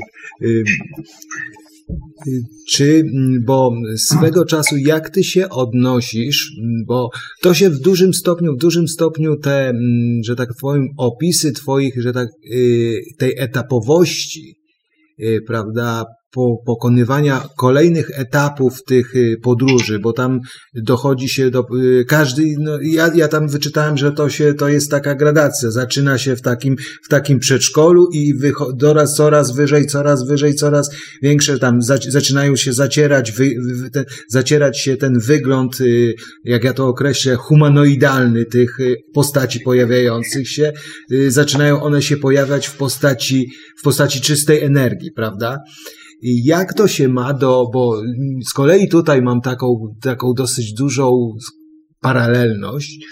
Bo swego czasu jak ty się odnosisz, bo to się w dużym stopniu te, że tak powiem, opisy twoich, że tak, tej etapowości, prawda, pokonywania kolejnych etapów tych podróży, bo tam dochodzi się do każdy, no ja tam wyczytałem, że to jest taka gradacja, zaczyna się w takim przedszkolu i coraz wyżej, coraz większe tam zaczynają się zacierać się ten wygląd, jak ja to określę, humanoidalny tych postaci pojawiających się, zaczynają one się pojawiać w postaci czystej energii, prawda? Jak to się ma bo z kolei tutaj mam taką dosyć dużą paralelność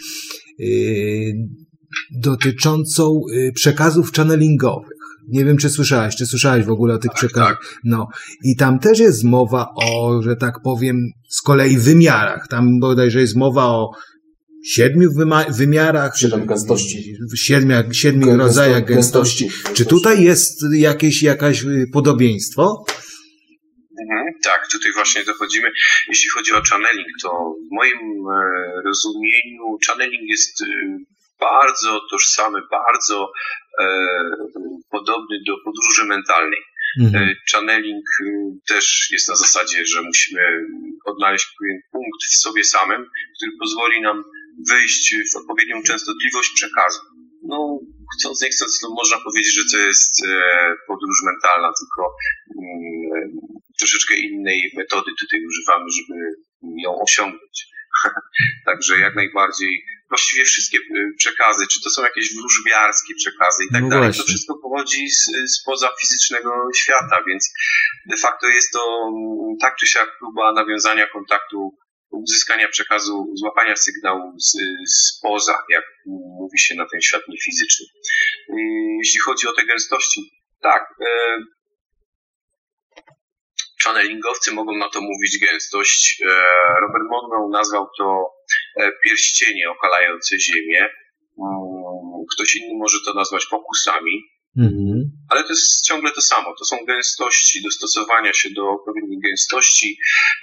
dotyczącą przekazów channelingowych. Nie wiem, czy słyszałeś w ogóle o tych przekazach. Tak. No. I tam też jest mowa o, że tak powiem, z kolei wymiarach. Tam bodajże jest mowa o 7 wymiarach. 7 gęstości. 7 rodzajach gęstości. Czy tutaj jest jakaś podobieństwo? Tak, tutaj właśnie dochodzimy. Jeśli chodzi o channeling, to w moim rozumieniu channeling jest bardzo tożsamy, bardzo podobny do podróży mentalnej. Channeling też jest na zasadzie, że musimy odnaleźć pewien punkt w sobie samym, który pozwoli nam wejść w odpowiednią częstotliwość przekazu. No, chcąc nie chcąc, no można powiedzieć, że to jest podróż mentalna, tylko troszeczkę innej metody tutaj używamy, żeby ją osiągnąć. Także jak najbardziej, właściwie wszystkie przekazy, czy to są jakieś wróżbiarskie przekazy i tak dalej, właśnie. to wszystko pochodzi spoza fizycznego świata, więc de facto jest to tak czy siak próba nawiązania kontaktu, uzyskania przekazu, złapania sygnału spoza, jak mówi się na ten świat niefizyczny. Jeśli chodzi o te gęstości, tak, channelingowcy mogą na to mówić gęstość. Robert Monroe nazwał to pierścienie okalające Ziemię. Ktoś inny może to nazwać pokusami. Ale to jest ciągle to samo. To są gęstości, dostosowania się do odpowiedniej gęstości.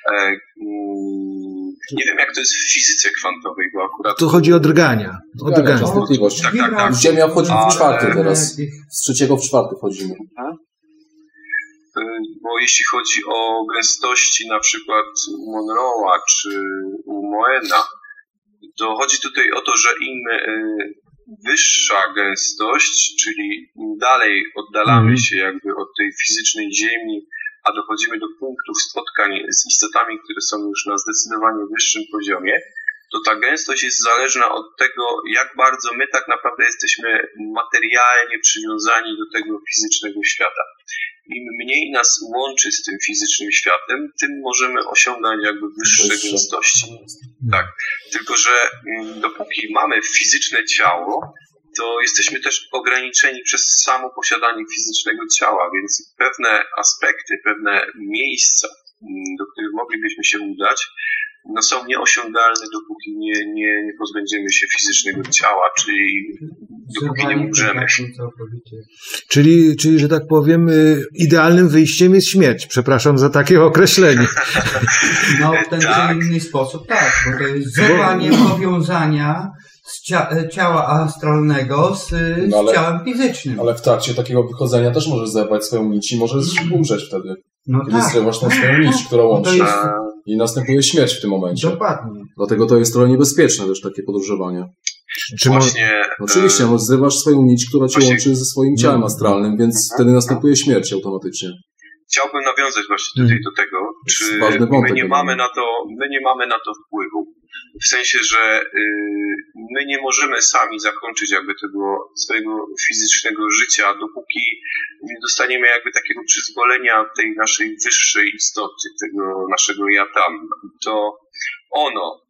Nie wiem, jak to jest w fizyce kwantowej, bo akurat... Tu chodzi o drgania. O drgania. Częstotliwość. Tak. Ziemia wchodzi w czwarty teraz. Z trzeciego w czwarty wchodzimy. Bo jeśli chodzi o gęstości na przykład u Monroe'a czy u Moena, to chodzi tutaj o to, że im wyższa gęstość, czyli im dalej oddalamy się jakby od tej fizycznej Ziemi, a dochodzimy do punktów spotkań z istotami, które są już na zdecydowanie wyższym poziomie, to ta gęstość jest zależna od tego, jak bardzo my tak naprawdę jesteśmy materialnie przywiązani do tego fizycznego świata. Im mniej nas łączy z tym fizycznym światem, tym możemy osiągać jakby wyższe gęstości. Tak. Tylko że dopóki mamy fizyczne ciało, to jesteśmy też ograniczeni przez samo posiadanie fizycznego ciała, więc pewne aspekty, pewne miejsca, do których moglibyśmy się udać, no są nieosiągalne, dopóki nie pozbędziemy się fizycznego ciała, czyli dopóki nie umrzemy. Czyli, że tak powiem, idealnym wyjściem jest śmierć. Przepraszam za takie określenie. No, w ten czy inny sposób, tak, bo to jest zerwanie powiązania z ciała astralnego z ciałem fizycznym. Ale w trakcie takiego wychodzenia też możesz zerwać swoją nić i możesz umrzeć wtedy. No kiedy tak. zrywasz tą swoją nić, która łączy. To jest... I następuje śmierć w tym momencie. Dokładnie. Dlatego to jest trochę niebezpieczne też takie podróżowanie. Właśnie, Oczywiście, no, zrywasz swoją nić, która cię łączy ze swoim ciałem astralnym, więc wtedy następuje śmierć automatycznie. Chciałbym nawiązać właśnie tutaj do tego, czy my nie mamy na to wpływu. W sensie, że my nie możemy sami zakończyć jakby tego swojego fizycznego życia, dopóki nie dostaniemy jakby takiego przyzwolenia tej naszej wyższej istoty, tego naszego ja tam. To ono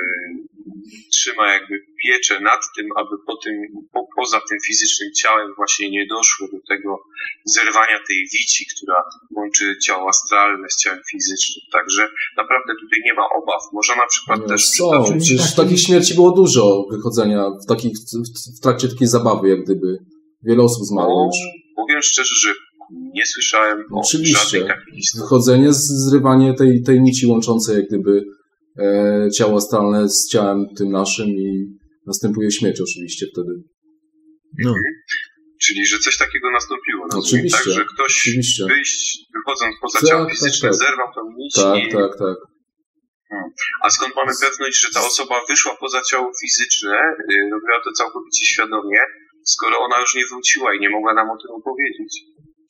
trzyma jakby pieczę nad tym, aby poza tym fizycznym ciałem właśnie nie doszło do tego zerwania tej wici, która łączy ciało astralne z ciałem fizycznym. Także naprawdę tutaj nie ma obaw. Można na przykład też... Przecież takich śmierci było dużo wychodzenia w trakcie takiej zabawy, jak gdyby. Wiele osób zmarło już. Powiem szczerze, że nie słyszałem o żadnej takiej historii. Wychodzenie, zrywanie tej nici łączącej jak gdyby ciało astralne z ciałem tym naszym i następuje śmierć oczywiście wtedy. No. Czyli, że coś takiego nastąpiło. Oczywiście. Tak, że ktoś wychodząc poza ciało fizyczne, zerwał tą nić Tak. A skąd mamy pewność, że ta osoba wyszła poza ciało fizyczne, robiła to całkowicie świadomie, skoro ona już nie wróciła i nie mogła nam o tym opowiedzieć?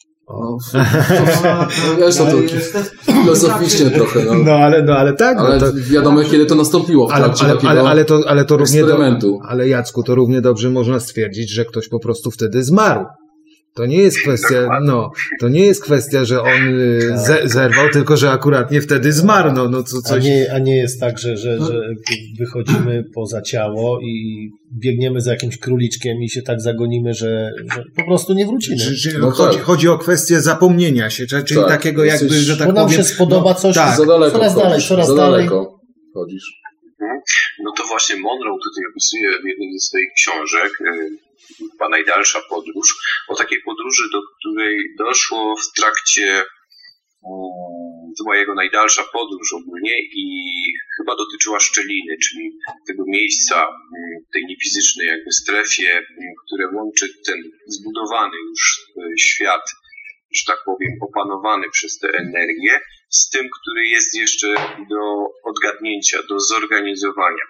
Wiesz, to filozoficznie trochę. Ale tak. Ale to... wiadomo, kiedy to nastąpiło w trakcie takiego ale to równie eksperymentu. Ale Jacku, to równie dobrze można stwierdzić, że ktoś po prostu wtedy zmarł. To nie jest kwestia, to nie jest kwestia, że on zerwał, tylko że akuratnie wtedy zmarł. A nie jest tak, że wychodzimy poza ciało i biegniemy za jakimś króliczkiem i się tak zagonimy, że po prostu nie wrócimy. Chodzi o kwestię zapomnienia się, czyli takiego jakby, że tak powiem... Bo nam się spodoba coś, za daleko coraz dalej. Chodzisz. No to właśnie Monroe tutaj opisuje w jednej ze swoich książek, chyba Najdalsza podróż, o takiej podróży, do której doszło w trakcie, to była jego najdalsza podróż ogólnie i chyba dotyczyła szczeliny, czyli tego miejsca, tej niefizycznej jakby strefie, które łączy ten zbudowany już świat że tak powiem, opanowany przez tę energię, z tym, który jest jeszcze do odgadnięcia, do zorganizowania.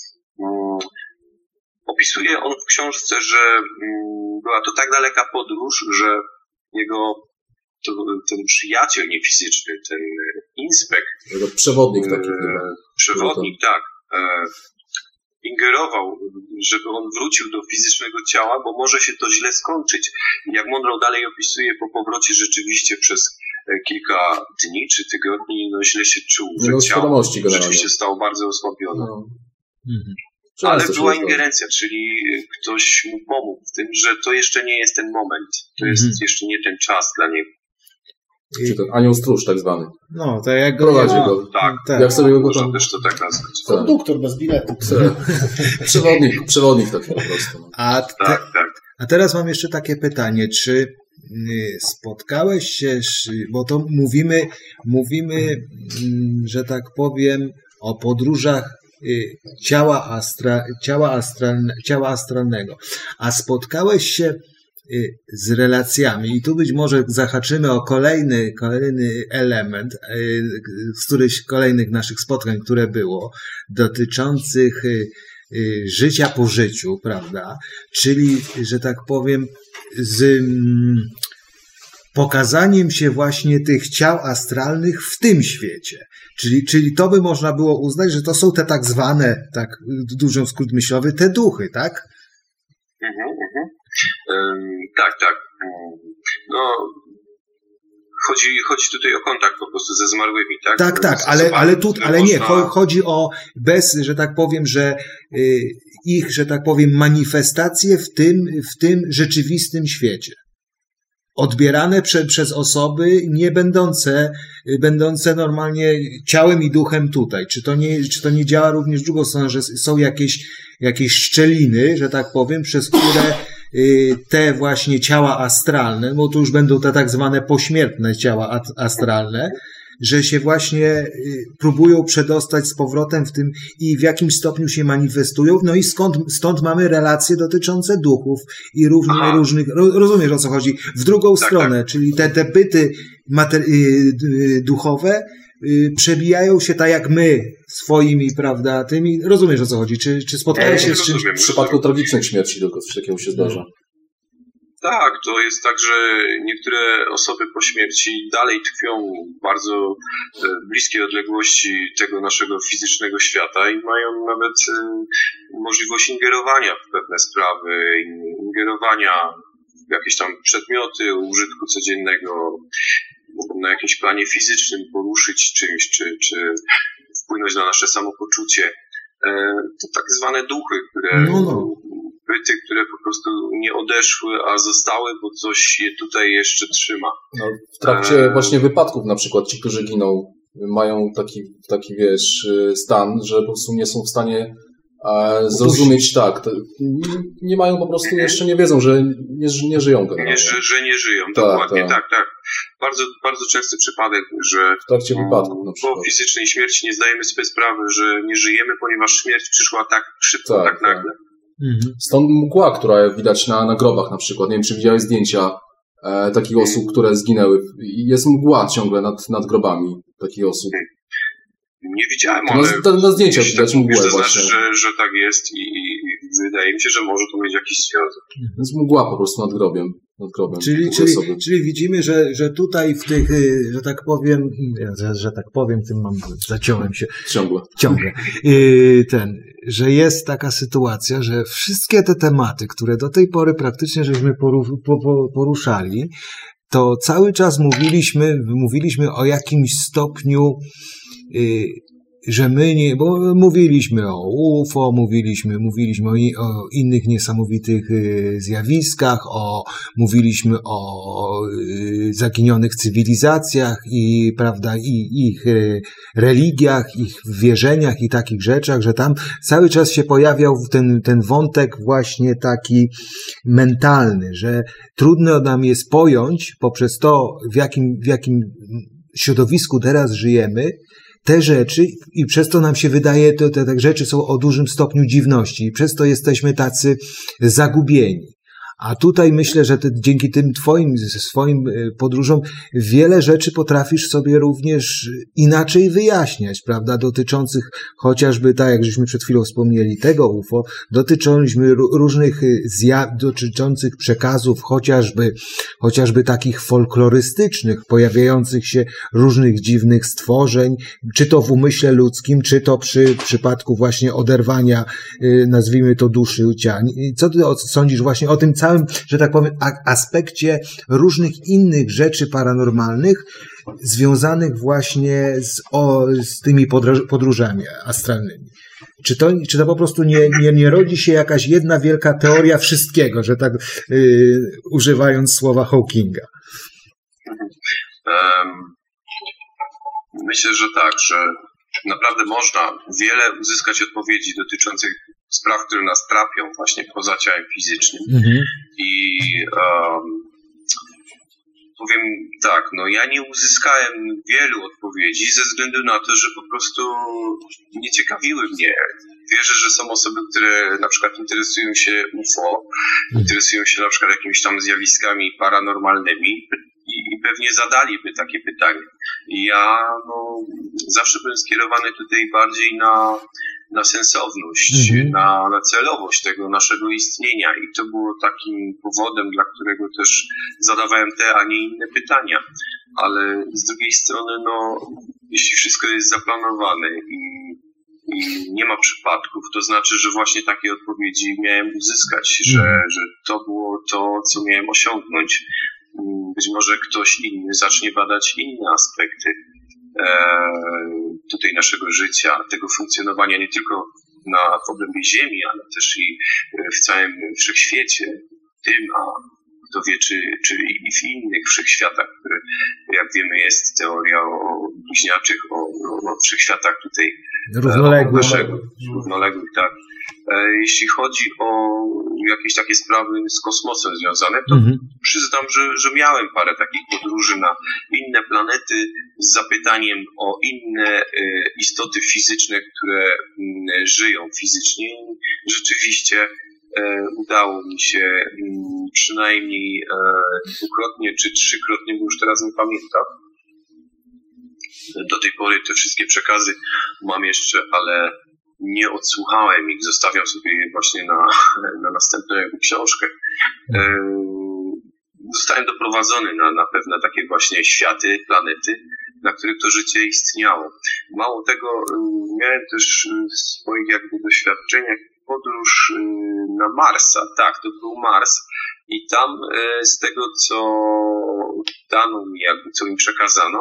Opisuje on w książce, że była to tak daleka podróż, że ten przyjaciel niefizyczny, ten inspekt, przewodnik taki. Przewodnik, tak. Ingerował, żeby on wrócił do fizycznego ciała, bo może się to źle skończyć. Jak Monroe dalej opisuje, po powrocie rzeczywiście przez kilka dni czy tygodni źle się czuł, że ciało rzeczywiście stało bardzo osłabione. Ale była ingerencja, czyli ktoś mu pomógł w tym, że to jeszcze nie jest ten moment, to jest jeszcze nie ten czas dla niego. Czy ten anioł stróż tak zwany. No, tak jak go prowadzi go. Tak. Jak sobie go można też to tak nazwać. Konduktor bez biletu. Przewodnik taki po prostu. A teraz mam jeszcze takie pytanie, czy spotkałeś się, bo to mówimy, że tak powiem, o podróżach ciała astralnego, a spotkałeś się z relacjami i tu być może zahaczymy o kolejny element z którychś kolejnych naszych spotkań, które było, dotyczących życia po życiu, prawda? Czyli, że tak powiem, z pokazaniem się właśnie tych ciał astralnych w tym świecie. Czyli to by można było uznać, że to są te tak zwane, tak duży skrót myślowy, te duchy, tak? Tak. No, chodzi tutaj o kontakt po prostu ze zmarłymi, tak? Tak, ale nie, chodzi o że tak powiem, że ich, że tak powiem, manifestacje w tym rzeczywistym świecie. Odbierane przez osoby nie będące normalnie ciałem i duchem tutaj. Czy to nie działa również w drugą stronę, że są jakieś szczeliny, że tak powiem, przez które te właśnie ciała astralne, bo to już będą te tak zwane pośmiertne ciała astralne, że się właśnie próbują przedostać z powrotem w tym i w jakimś stopniu się manifestują, no i stąd mamy relacje dotyczące duchów i różnych, rozumiesz o co chodzi, w drugą stronę, czyli te byty duchowe przebijają się tak jak my swoimi, prawda, tymi, rozumiesz o co chodzi, czy spotkałeś się z czymś? W przypadku tragicznych śmierci tylko coś takiego się zdarza. Tak, to jest tak, że niektóre osoby po śmierci dalej tkwią w bardzo bliskiej odległości tego naszego fizycznego świata i mają nawet możliwość ingerowania w pewne sprawy, ingerowania w jakieś tam przedmioty użytku codziennego, mogą na jakimś planie fizycznym poruszyć czymś, czy wpłynąć na nasze samopoczucie. To tak zwane duchy, byty, które po prostu nie odeszły, a zostały, bo coś je tutaj jeszcze trzyma. No, w trakcie właśnie wypadków na przykład ci, którzy giną, mają taki wiesz, stan, że po prostu nie są w stanie zrozumieć, nie mają po prostu, jeszcze nie wiedzą, że nie żyją generalnie. Że nie żyją, dokładnie, tak. Bardzo, bardzo częsty przypadek, że w trakcie wypadków na przykład. Po fizycznej śmierci nie zdajemy sobie sprawy, że nie żyjemy, ponieważ śmierć przyszła tak szybko, tak nagle. Stąd mgła, która widać na grobach na przykład. Nie wiem, czy widziałeś zdjęcia takich osób, które zginęły. Jest mgła ciągle nad grobami takich osób. Nie widziałem, ale na zdjęciach widać mgłę to właśnie. Znaczy, że tak jest i wydaje mi się, że może to mieć jakiś związek. Jest mgła po prostu nad grobem. Czyli widzimy, że tutaj w tych, że tak powiem, tym zaciąłem się. Ciągle. Że jest taka sytuacja, że wszystkie te tematy, które do tej pory praktycznie żeśmy poruszali, to cały czas mówiliśmy o jakimś stopniu, że my nie, bo mówiliśmy o UFO, mówiliśmy o innych niesamowitych zjawiskach, mówiliśmy o zaginionych cywilizacjach i, prawda, i ich religiach, ich wierzeniach i takich rzeczach, że tam cały czas się pojawiał ten wątek właśnie taki mentalny, że trudno nam jest pojąć poprzez to, w jakim środowisku teraz żyjemy, te rzeczy i przez to nam się wydaje, te rzeczy są o dużym stopniu dziwności i przez to jesteśmy tacy zagubieni. A tutaj myślę, że dzięki tym swoim podróżom wiele rzeczy potrafisz sobie również inaczej wyjaśniać, prawda, dotyczących chociażby, tak jak żeśmy przed chwilą wspomnieli, tego UFO, dotyczących różnych dotyczących przekazów, chociażby takich folklorystycznych, pojawiających się różnych dziwnych stworzeń, czy to w umyśle ludzkim, czy to przy przypadku właśnie oderwania, nazwijmy to, duszy ciała. Co ty sądzisz właśnie o tym całym, że tak powiem, aspekcie różnych innych rzeczy paranormalnych związanych właśnie z tymi podróżami astralnymi? Czy to po prostu nie rodzi się jakaś jedna wielka teoria wszystkiego, że tak używając słowa Hawkinga? Myślę, że tak, że naprawdę można wiele uzyskać odpowiedzi dotyczących spraw, które nas trapią właśnie poza ciałem fizycznym. I powiem tak, ja nie uzyskałem wielu odpowiedzi ze względu na to, że po prostu nie ciekawiły mnie. Wierzę, że są osoby, które na przykład interesują się UFO, interesują się na przykład jakimiś tam zjawiskami paranormalnymi i pewnie zadaliby takie pytanie. I ja zawsze byłem skierowany tutaj bardziej na sensowność, na celowość tego naszego istnienia i to było takim powodem, dla którego też zadawałem te, a nie inne pytania. Ale z drugiej strony, jeśli wszystko jest zaplanowane i nie ma przypadków, to znaczy, że właśnie takie odpowiedzi miałem uzyskać, że to było to, co miałem osiągnąć. Być może ktoś inny zacznie badać inne aspekty tutaj naszego życia, tego funkcjonowania nie tylko w obrębie Ziemi, ale też i w całym wszechświecie, a kto wie, czy i w innych wszechświatach, które, jak wiemy, jest teoria o bliźniaczych, o wszechświatach tutaj równoległych, tak. Jeśli chodzi o jakieś takie sprawy z kosmosem związane, to przyznam, że miałem parę takich podróży na inne planety z zapytaniem o inne istoty fizyczne, które żyją fizycznie. Rzeczywiście udało mi się przynajmniej dwukrotnie czy trzykrotnie, bo już teraz nie pamiętam. Do tej pory te wszystkie przekazy mam jeszcze, ale nie odsłuchałem ich, zostawiam sobie je właśnie na następną książkę. Zostałem doprowadzony na pewne takie właśnie światy, planety, na których to życie istniało. Mało tego, miałem też w swoich doświadczeniach podróż na Marsa. Tak, to był Mars i tam z tego, co dano mi, co mi przekazano,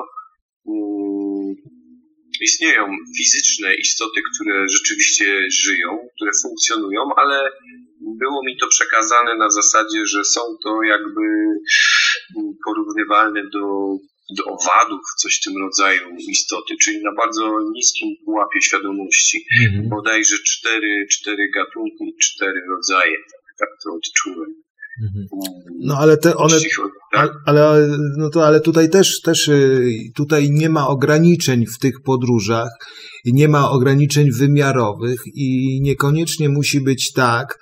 istnieją fizyczne istoty, które rzeczywiście żyją, które funkcjonują, ale było mi to przekazane na zasadzie, że są to jakby porównywalne do owadów, coś w tym rodzaju istoty, czyli na bardzo niskim pułapie świadomości. Bodajże 4 gatunki, 4 rodzaje, tak to odczułem. Ale tutaj też tutaj nie ma ograniczeń w tych podróżach, nie ma ograniczeń wymiarowych i niekoniecznie musi być tak,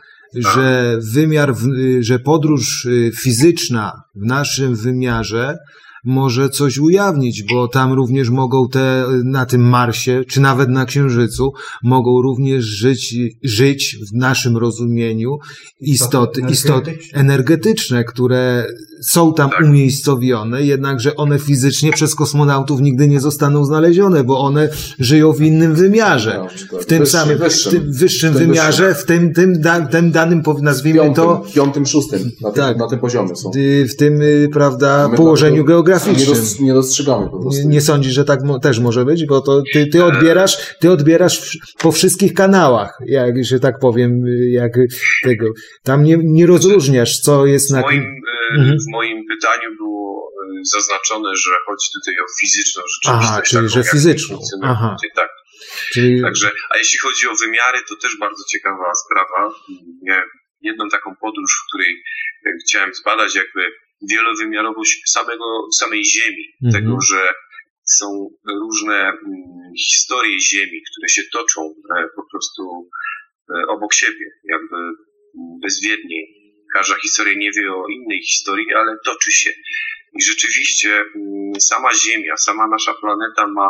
że podróż fizyczna w naszym wymiarze może coś ujawnić, bo tam również mogą na tym Marsie, czy nawet na Księżycu, mogą również żyć w naszym rozumieniu istoty energetyczne, które są tam umiejscowione, jednakże one fizycznie przez kosmonautów nigdy nie zostaną znalezione, bo one żyją w innym wymiarze. W tym samym, wyższym wymiarze, w tym danym, nazwijmy to... Piątym, szóstym, na tym poziomie są. W tym, prawda, położeniu geograficznym. Nie dostrzegamy po prostu. Nie sądzisz, że tak też może być? Bo to ty odbierasz po wszystkich kanałach, że tak powiem, jak tego. Tam nie rozróżniasz, co jest na... W moim pytaniu było zaznaczone, że chodzi tutaj o fizyczną rzeczywistość. Aha, czyli że fizyczną. Aha. Tak. Także, a jeśli chodzi o wymiary, to też bardzo ciekawa sprawa. Miałem jedną taką podróż, w której chciałem zbadać wielowymiarowość samej Ziemi. Tego, że są różne historie Ziemi, które się toczą po prostu obok siebie, bezwiednie. każda historia nie wie o innej historii, ale toczy się. I rzeczywiście sama Ziemia, sama nasza planeta ma,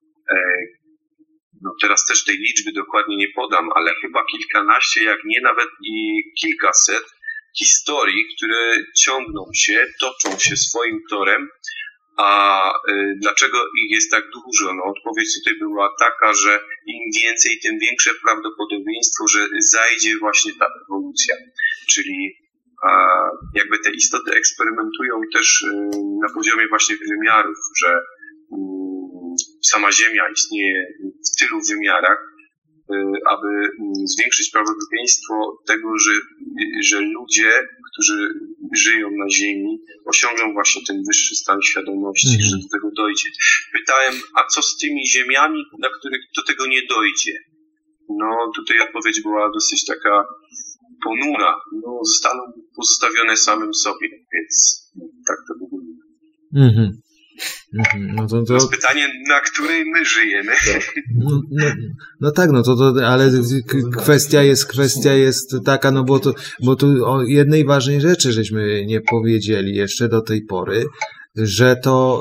no teraz też tej liczby dokładnie nie podam, ale chyba kilkanaście, jak nie nawet i kilkaset historii, które ciągną się, toczą się swoim torem. A dlaczego ich jest tak dużo? No odpowiedź tutaj była taka, że im więcej, tym większe prawdopodobieństwo, że zajdzie właśnie ta ewolucja. Czyli jakby te istoty eksperymentują też na poziomie właśnie wymiarów, że sama Ziemia istnieje w tylu wymiarach, aby zwiększyć prawdopodobieństwo tego, że ludzie, którzy żyją na Ziemi, osiągną właśnie ten wyższy stan świadomości, że do tego dojdzie. Pytałem, a co z tymi ziemiami, na których do tego nie dojdzie? No tutaj odpowiedź była dosyć taka ponura. No zostaną pozostawione samym sobie, więc tak to wygląda. No to jest pytanie, na której my żyjemy. No tak, no to ale kwestia jest taka, no bo tu o jednej ważnej rzeczy żeśmy nie powiedzieli jeszcze do tej pory, że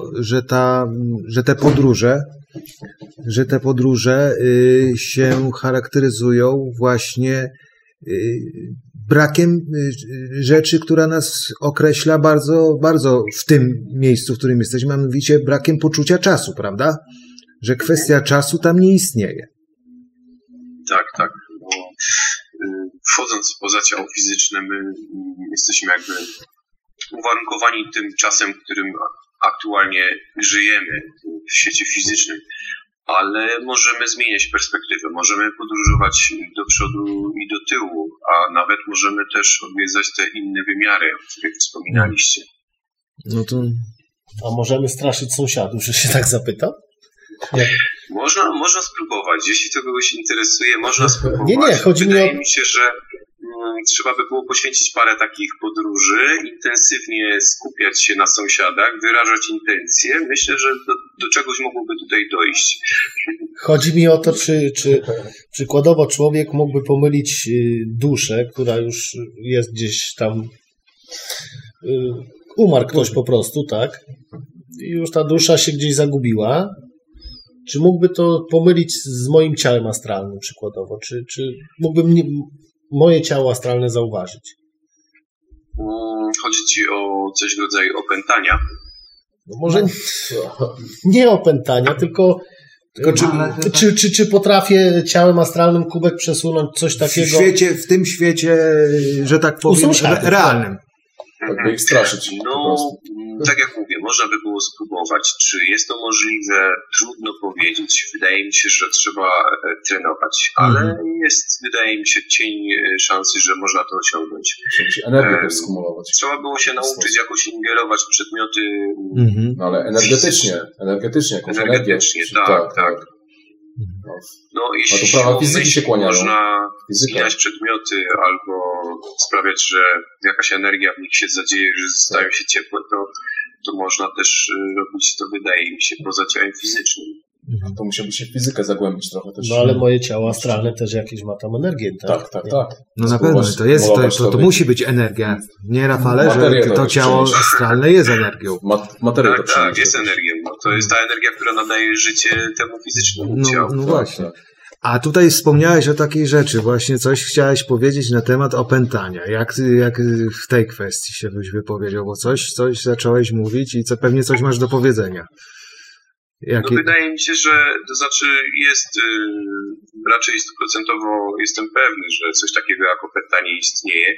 te podróże się charakteryzują właśnie brakiem rzeczy, która nas określa bardzo, bardzo w tym miejscu, w którym jesteśmy, a mianowicie brakiem poczucia czasu, prawda? Że kwestia czasu tam nie istnieje. Tak. Bo wchodząc poza ciało fizyczne, my jesteśmy jakby uwarunkowani tym czasem, w którym aktualnie żyjemy w świecie fizycznym. Ale możemy zmieniać perspektywę, możemy podróżować do przodu i do tyłu, a nawet możemy też odwiedzać te inne wymiary, o których wspominaliście. No to... A możemy straszyć sąsiadów, że się tak zapytam? Można spróbować, jeśli to kogoś interesuje, można spróbować. Nie, chodzi mi o... Wydaje mi się, że trzeba by było poświęcić parę takich podróży, intensywnie skupiać się na sąsiadach, wyrażać intencje. Myślę, że do czegoś mogłoby tutaj dojść. Chodzi mi o to, czy przykładowo człowiek mógłby pomylić duszę, która już jest gdzieś tam, umarł ktoś po prostu, tak? I już ta dusza się gdzieś zagubiła. Czy mógłby to pomylić z moim ciałem astralnym przykładowo? Czy mógłbym moje ciało astralne zauważyć? Chodzi ci o coś w rodzaju opętania? No może nie opętania, tylko czy potrafię ciałem astralnym kubek przesunąć coś takiego? W tym świecie, że tak powiem, realnym. Jakby ich straszyć. No, tak jak mówię, można by było spróbować. Czy jest to możliwe? Trudno powiedzieć. Wydaje mi się, że trzeba trenować, ale jest, wydaje mi się, cień szansy, że można to osiągnąć. Trzeba się energię skumulować. Trzeba było się nauczyć jakoś ingerować w przedmioty. No ale energetycznie, jakąś energię. Tak. No i to prawa fizyki się kłaniają. Można zmieniać przedmioty albo sprawiać, że jakaś energia w nich się zadzieje, że stają się ciepłe, to można też robić to, wydaje mi się, poza ciałem fizycznym. To musiałby się w fizykę zagłębić trochę też. No ale moje ciało astralne też jakieś ma tam energię, tak? Tak. No na pewno, to musi być energia. Nie, Rafale, że to ciało astralne jest energią. Materię tak, jest energią. No, to jest ta energia, która nadaje życie temu fizycznemu ciału. No właśnie. Tak. A tutaj wspomniałeś o takiej rzeczy, właśnie coś chciałeś powiedzieć na temat opętania. Jak w tej kwestii się byś wypowiedział, bo coś zacząłeś mówić i pewnie coś masz do powiedzenia. No wydaje mi się, że to znaczy jest raczej 100% jestem pewny, że coś takiego jak opętanie istnieje.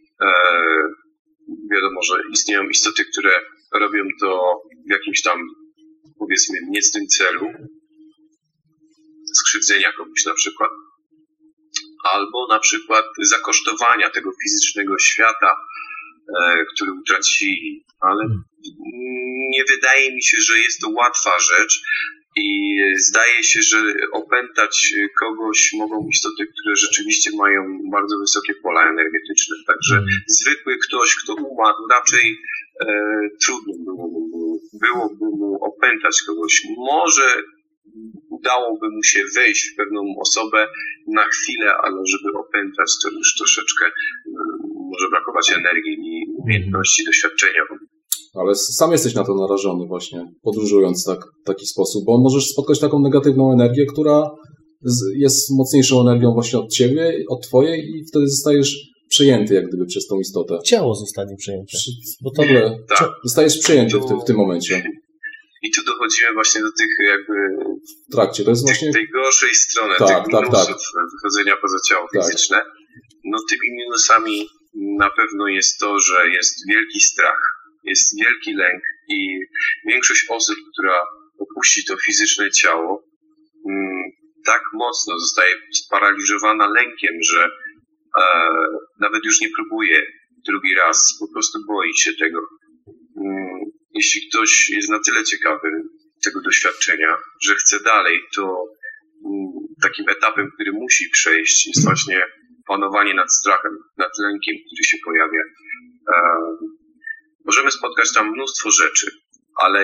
Wiadomo, że istnieją istoty, które robią to w jakimś tam, powiedzmy, niecnym celu. Skrzywdzenia kogoś na przykład. Albo na przykład zakosztowania tego fizycznego świata, który utracili. Ale nie wydaje mi się, że jest to łatwa rzecz i zdaje się, że opętać kogoś mogą istoty, które rzeczywiście mają bardzo wysokie pola energetyczne. Także zwykły ktoś, kto umarł, raczej trudno byłoby mu opętać kogoś. Może udałoby mu się wejść w pewną osobę na chwilę, ale żeby opętać, to już troszeczkę może brakować absorbować energię i umiejętności, doświadczenia. Ale sam jesteś na to narażony właśnie, podróżując w taki sposób, bo możesz spotkać taką negatywną energię, która jest mocniejszą energią właśnie od ciebie, od twojej i wtedy zostajesz przejęty jak gdyby przez tą istotę. Ciało zostanie przejęte. Bo zostajesz przejęty w tym momencie. I tu dochodzimy właśnie do tych jakby... W trakcie, to jest właśnie... tej gorszej strony, tych minusów wychodzenia poza ciało fizyczne. No tymi minusami na pewno jest to, że jest wielki strach, jest wielki lęk i większość osób, która opuści to fizyczne ciało, tak mocno zostaje sparaliżowana lękiem, że nawet już nie próbuje drugi raz, po prostu boi się tego. Jeśli ktoś jest na tyle ciekawy tego doświadczenia, że chce dalej, to takim etapem, który musi przejść, jest właśnie panowanie nad strachem, nad lękiem, który się pojawia. Możemy spotkać tam mnóstwo rzeczy, ale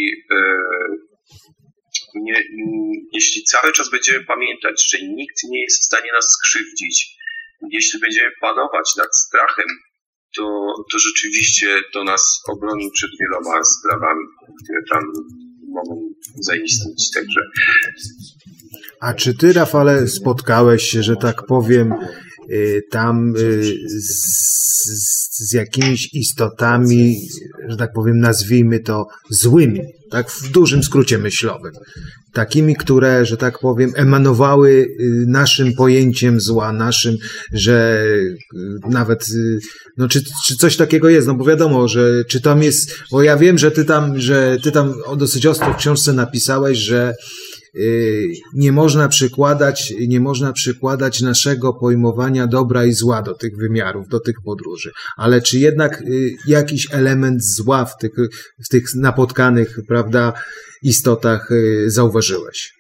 jeśli cały czas będziemy pamiętać, że nikt nie jest w stanie nas skrzywdzić, jeśli będziemy panować nad strachem, to rzeczywiście to nas obroni przed wieloma sprawami, które tam mogą zaistnieć. Także. A czy ty, Rafale, spotkałeś się, że tak powiem, tam z jakimiś istotami, że tak powiem, nazwijmy to złymi, tak w dużym skrócie myślowym, takimi, które, że tak powiem, emanowały naszym pojęciem zła, naszym, że nawet, no czy coś takiego jest, no bo wiadomo, że czy tam jest, bo ja wiem, że ty tam dosyć ostro w książce napisałeś, że nie można przykładać naszego pojmowania dobra i zła do tych wymiarów, do tych podróży. Ale czy jednak jakiś element zła w tych napotkanych, prawda, istotach zauważyłeś?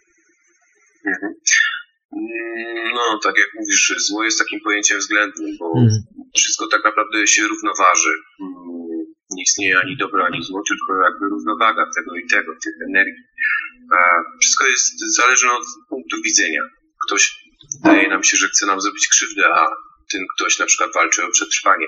No, tak jak mówisz, że zło jest takim pojęciem względnym, bo wszystko tak naprawdę się równoważy. Nie istnieje ani dobro, ani zło, tylko jakby równowaga tego i tego, tych energii. Wszystko jest zależne od punktu widzenia. Ktoś wydaje nam się, że chce nam zrobić krzywdę, a ten ktoś na przykład walczy o przetrwanie.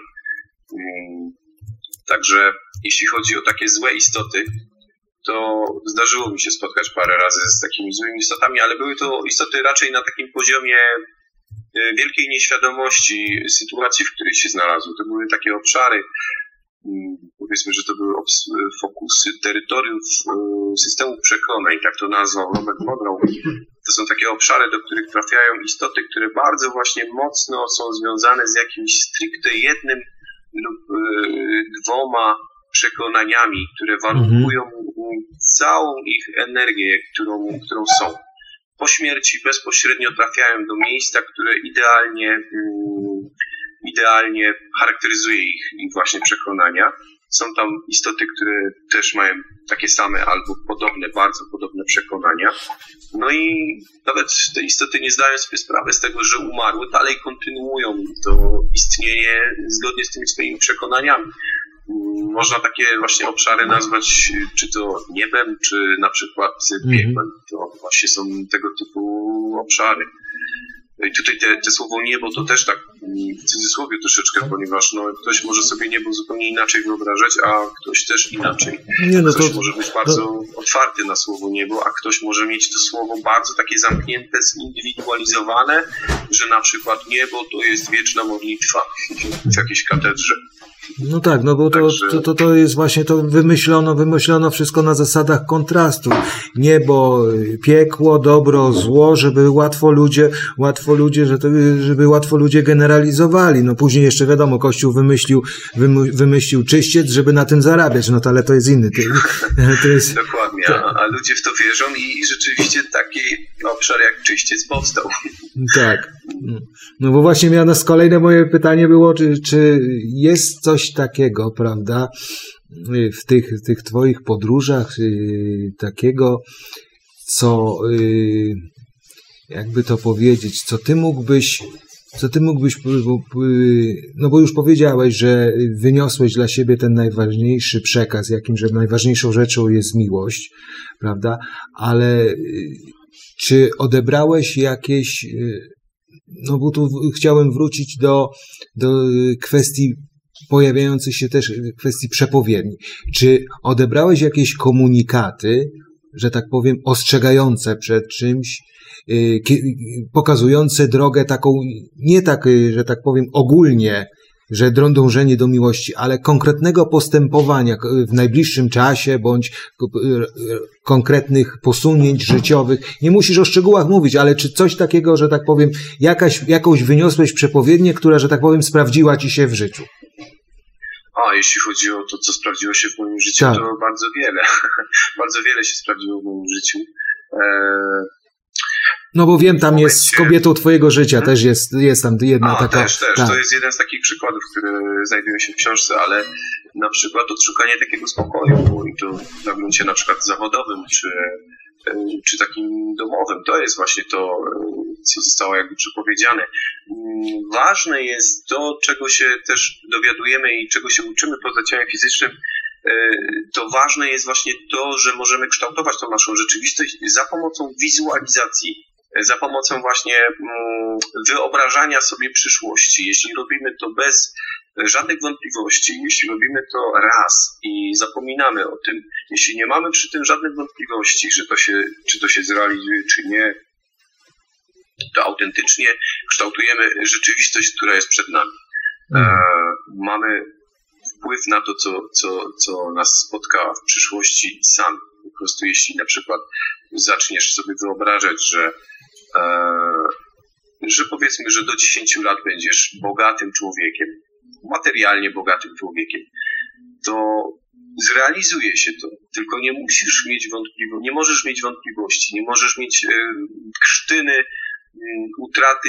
Także jeśli chodzi o takie złe istoty, to zdarzyło mi się spotkać parę razy z takimi złymi istotami, ale były to istoty raczej na takim poziomie wielkiej nieświadomości sytuacji, w której się znalazły. To były takie obszary, powiedzmy, że to były fokusy terytoriów systemu przekonań, tak to nazwał Robert Monroe. To są takie obszary, do których trafiają istoty, które bardzo właśnie mocno są związane z jakimś stricte jednym lub dwoma przekonaniami, które warunkują całą ich energię, którą są. Po śmierci bezpośrednio trafiają do miejsca, które idealnie charakteryzuje ich właśnie przekonania. Są tam istoty, które też mają takie same albo podobne, bardzo podobne przekonania. No i nawet te istoty nie zdają sobie sprawy z tego, że umarły, dalej kontynuują to istnienie zgodnie z tymi swoimi przekonaniami. Można takie właśnie obszary nazwać czy to niebem, czy na przykład piekłem. To właśnie są tego typu obszary. I tutaj te słowo niebo to też tak w cudzysłowie troszeczkę, ponieważ ktoś może sobie niebo zupełnie inaczej wyobrażać, a ktoś też inaczej. Ktoś może być bardzo otwarty na słowo niebo, a ktoś może mieć to słowo bardzo takie zamknięte, zindywidualizowane, że na przykład niebo to jest wieczna modlitwa w jakiejś katedrze. No tak, no bo to jest właśnie to wymyślono wszystko na zasadach kontrastu. Niebo, piekło, dobro, zło, żeby łatwo ludzie generalizowali. No później jeszcze wiadomo, Kościół wymyślił czyściec, żeby na tym zarabiać, no to ale to jest inny. To jest... Dokładnie, a ludzie w to wierzą i rzeczywiście taki obszar jak czyściec powstał. Tak. No bo właśnie kolejne moje pytanie było, czy jest coś takiego, prawda, w tych twoich podróżach, takiego, co, jakby to powiedzieć, co ty mógłbyś, no bo już powiedziałeś, że wyniosłeś dla siebie ten najważniejszy przekaz, że najważniejszą rzeczą jest miłość, prawda, ale czy odebrałeś jakieś, no bo tu chciałem wrócić do kwestii pojawiających się też w kwestii przepowiedni. Czy odebrałeś jakieś komunikaty, że tak powiem, ostrzegające przed czymś, pokazujące drogę taką, nie tak, że tak powiem, ogólnie, że dążenie do miłości, ale konkretnego postępowania w najbliższym czasie, bądź konkretnych posunięć życiowych. Nie musisz o szczegółach mówić, ale czy coś takiego, że tak powiem, jakąś wyniosłeś przepowiednię, która, że tak powiem, sprawdziła ci się w życiu? A, jeśli chodzi o to, co sprawdziło się w moim życiu, tak. To bardzo wiele. Bardzo wiele się sprawdziło w moim życiu. No bo wiem, tam jest z kobietą twojego życia, też jest tam jedna taka... Też. Tak. To jest jeden z takich przykładów, które znajdują się w książce, ale na przykład odszukanie takiego spokoju, i to na gruncie na przykład zawodowym, czy takim domowym, to jest właśnie to, co zostało jakby przepowiedziane. Ważne jest to, czego się też dowiadujemy i czego się uczymy poza ciałem fizycznym, to ważne jest właśnie to, że możemy kształtować tą naszą rzeczywistość za pomocą wizualizacji, za pomocą właśnie wyobrażania sobie przyszłości. Jeśli robimy to bez żadnych wątpliwości, jeśli robimy to raz i zapominamy o tym, jeśli nie mamy przy tym żadnych wątpliwości, czy to się zrealizuje, czy nie, to autentycznie kształtujemy rzeczywistość, która jest przed nami. Mamy wpływ na to, co nas spotka w przyszłości sami. Po prostu jeśli na przykład zaczniesz sobie wyobrażać, że powiedzmy, że do 10 lat będziesz bogatym człowiekiem, materialnie bogatym człowiekiem, to zrealizuje się to. Tylko nie musisz mieć nie możesz mieć wątpliwości, nie możesz mieć krztyny, utraty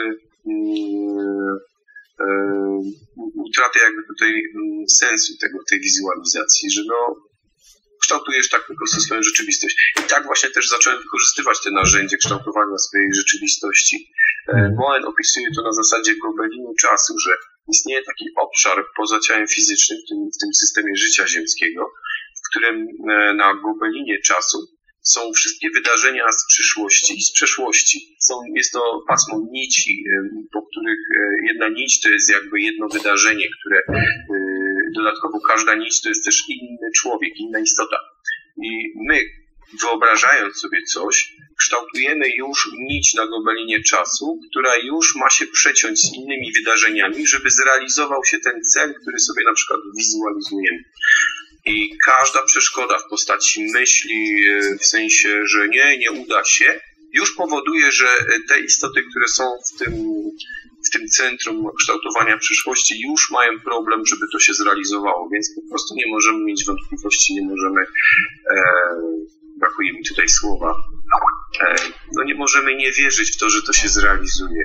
jakby tutaj sensu tej wizualizacji, że kształtujesz tak po prostu swoją rzeczywistość. I tak właśnie też zacząłem wykorzystywać te narzędzie kształtowania swojej rzeczywistości. Moen opisuje to na zasadzie gobelinu czasu, że istnieje taki obszar poza ciałem fizycznym, w tym systemie życia ziemskiego, w którym na gobelinie czasu są wszystkie wydarzenia z przyszłości i z przeszłości. Jest to pasmo nici, po których jedna nić to jest jakby jedno wydarzenie, które dodatkowo każda nić to jest też inny człowiek, inna istota. I my, wyobrażając sobie coś, kształtujemy już nić na gobelinie czasu, która już ma się przeciąć z innymi wydarzeniami, żeby zrealizował się ten cel, który sobie na przykład wizualizujemy. I każda przeszkoda w postaci myśli, w sensie, że nie uda się, już powoduje, że te istoty, które są w tym centrum kształtowania przyszłości, już mają problem, żeby to się zrealizowało, więc po prostu nie możemy mieć wątpliwości, nie możemy, brakuje mi tutaj słowa, nie możemy nie wierzyć w to, że to się zrealizuje.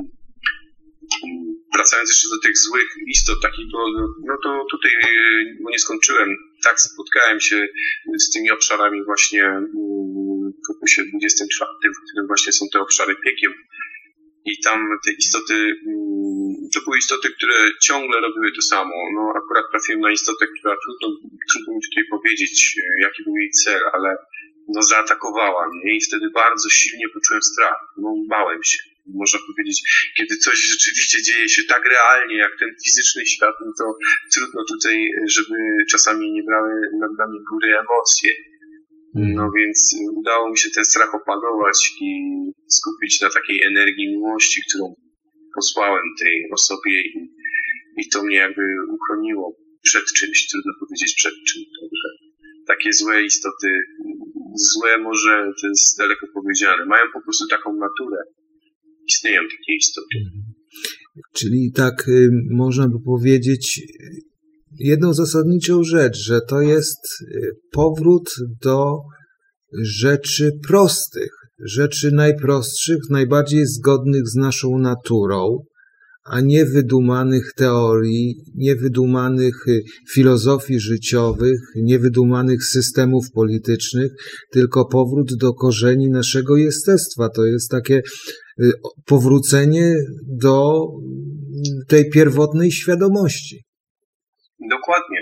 Wracając jeszcze do tych złych istot, to tutaj, bo nie skończyłem, tak spotkałem się z tymi obszarami właśnie w opusie 24, w którym właśnie są te obszary piekieł. I tam te istoty, to były istoty, które ciągle robiły to samo. Akurat trafiłem na istotę, która trudno mi tutaj powiedzieć, jaki był jej cel, ale zaatakowała mnie i wtedy bardzo silnie poczułem strach. Bałem się. Można powiedzieć, kiedy coś rzeczywiście dzieje się tak realnie, jak ten fizyczny świat, to trudno tutaj, żeby czasami nie brały nad nami góry emocje. Więc udało mi się ten strach opanować i skupić na takiej energii miłości, którą posłałem tej osobie i to mnie jakby uchroniło przed czymś, trudno powiedzieć przed czym. Także takie złe istoty, złe może to jest daleko powiedziane, mają po prostu taką naturę. Istnieją takie istoty. Czyli tak można by powiedzieć jedną zasadniczą rzecz, że to jest powrót do rzeczy prostych, rzeczy najprostszych, najbardziej zgodnych z naszą naturą, a nie wydumanych teorii, nie wydumanych filozofii życiowych, nie wydumanych systemów politycznych, tylko powrót do korzeni naszego jestestwa. To jest takie powrócenie do tej pierwotnej świadomości. Dokładnie.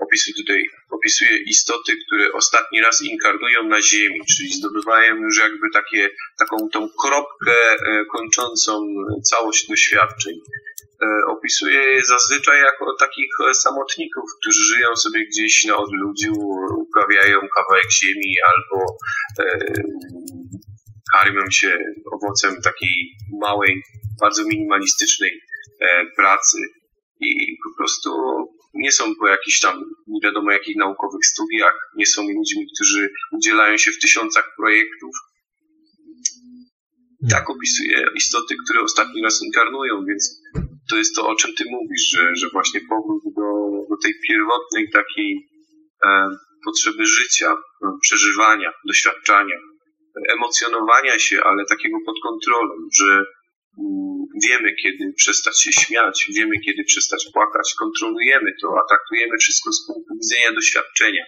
opisuje istoty, które ostatni raz inkarnują na Ziemi, czyli zdobywają już jakby taką tą kropkę kończącą całość doświadczeń. Opisuje je zazwyczaj jako takich samotników, którzy żyją sobie gdzieś na odludziu, uprawiają kawałek ziemi albo karmią się owocem takiej małej, bardzo minimalistycznej pracy i po prostu nie są po jakichś tam nie wiadomo jakich naukowych studiach, nie są ludźmi, którzy udzielają się w tysiącach projektów. Tak opisuje istoty, które ostatni raz inkarnują, więc to jest to, o czym ty mówisz, że właśnie powrót do tej pierwotnej takiej potrzeby życia, przeżywania, doświadczania, emocjonowania się, ale takiego pod kontrolą, że wiemy, kiedy przestać się śmiać, wiemy, kiedy przestać płakać, kontrolujemy to, a traktujemy wszystko z punktu widzenia doświadczenia.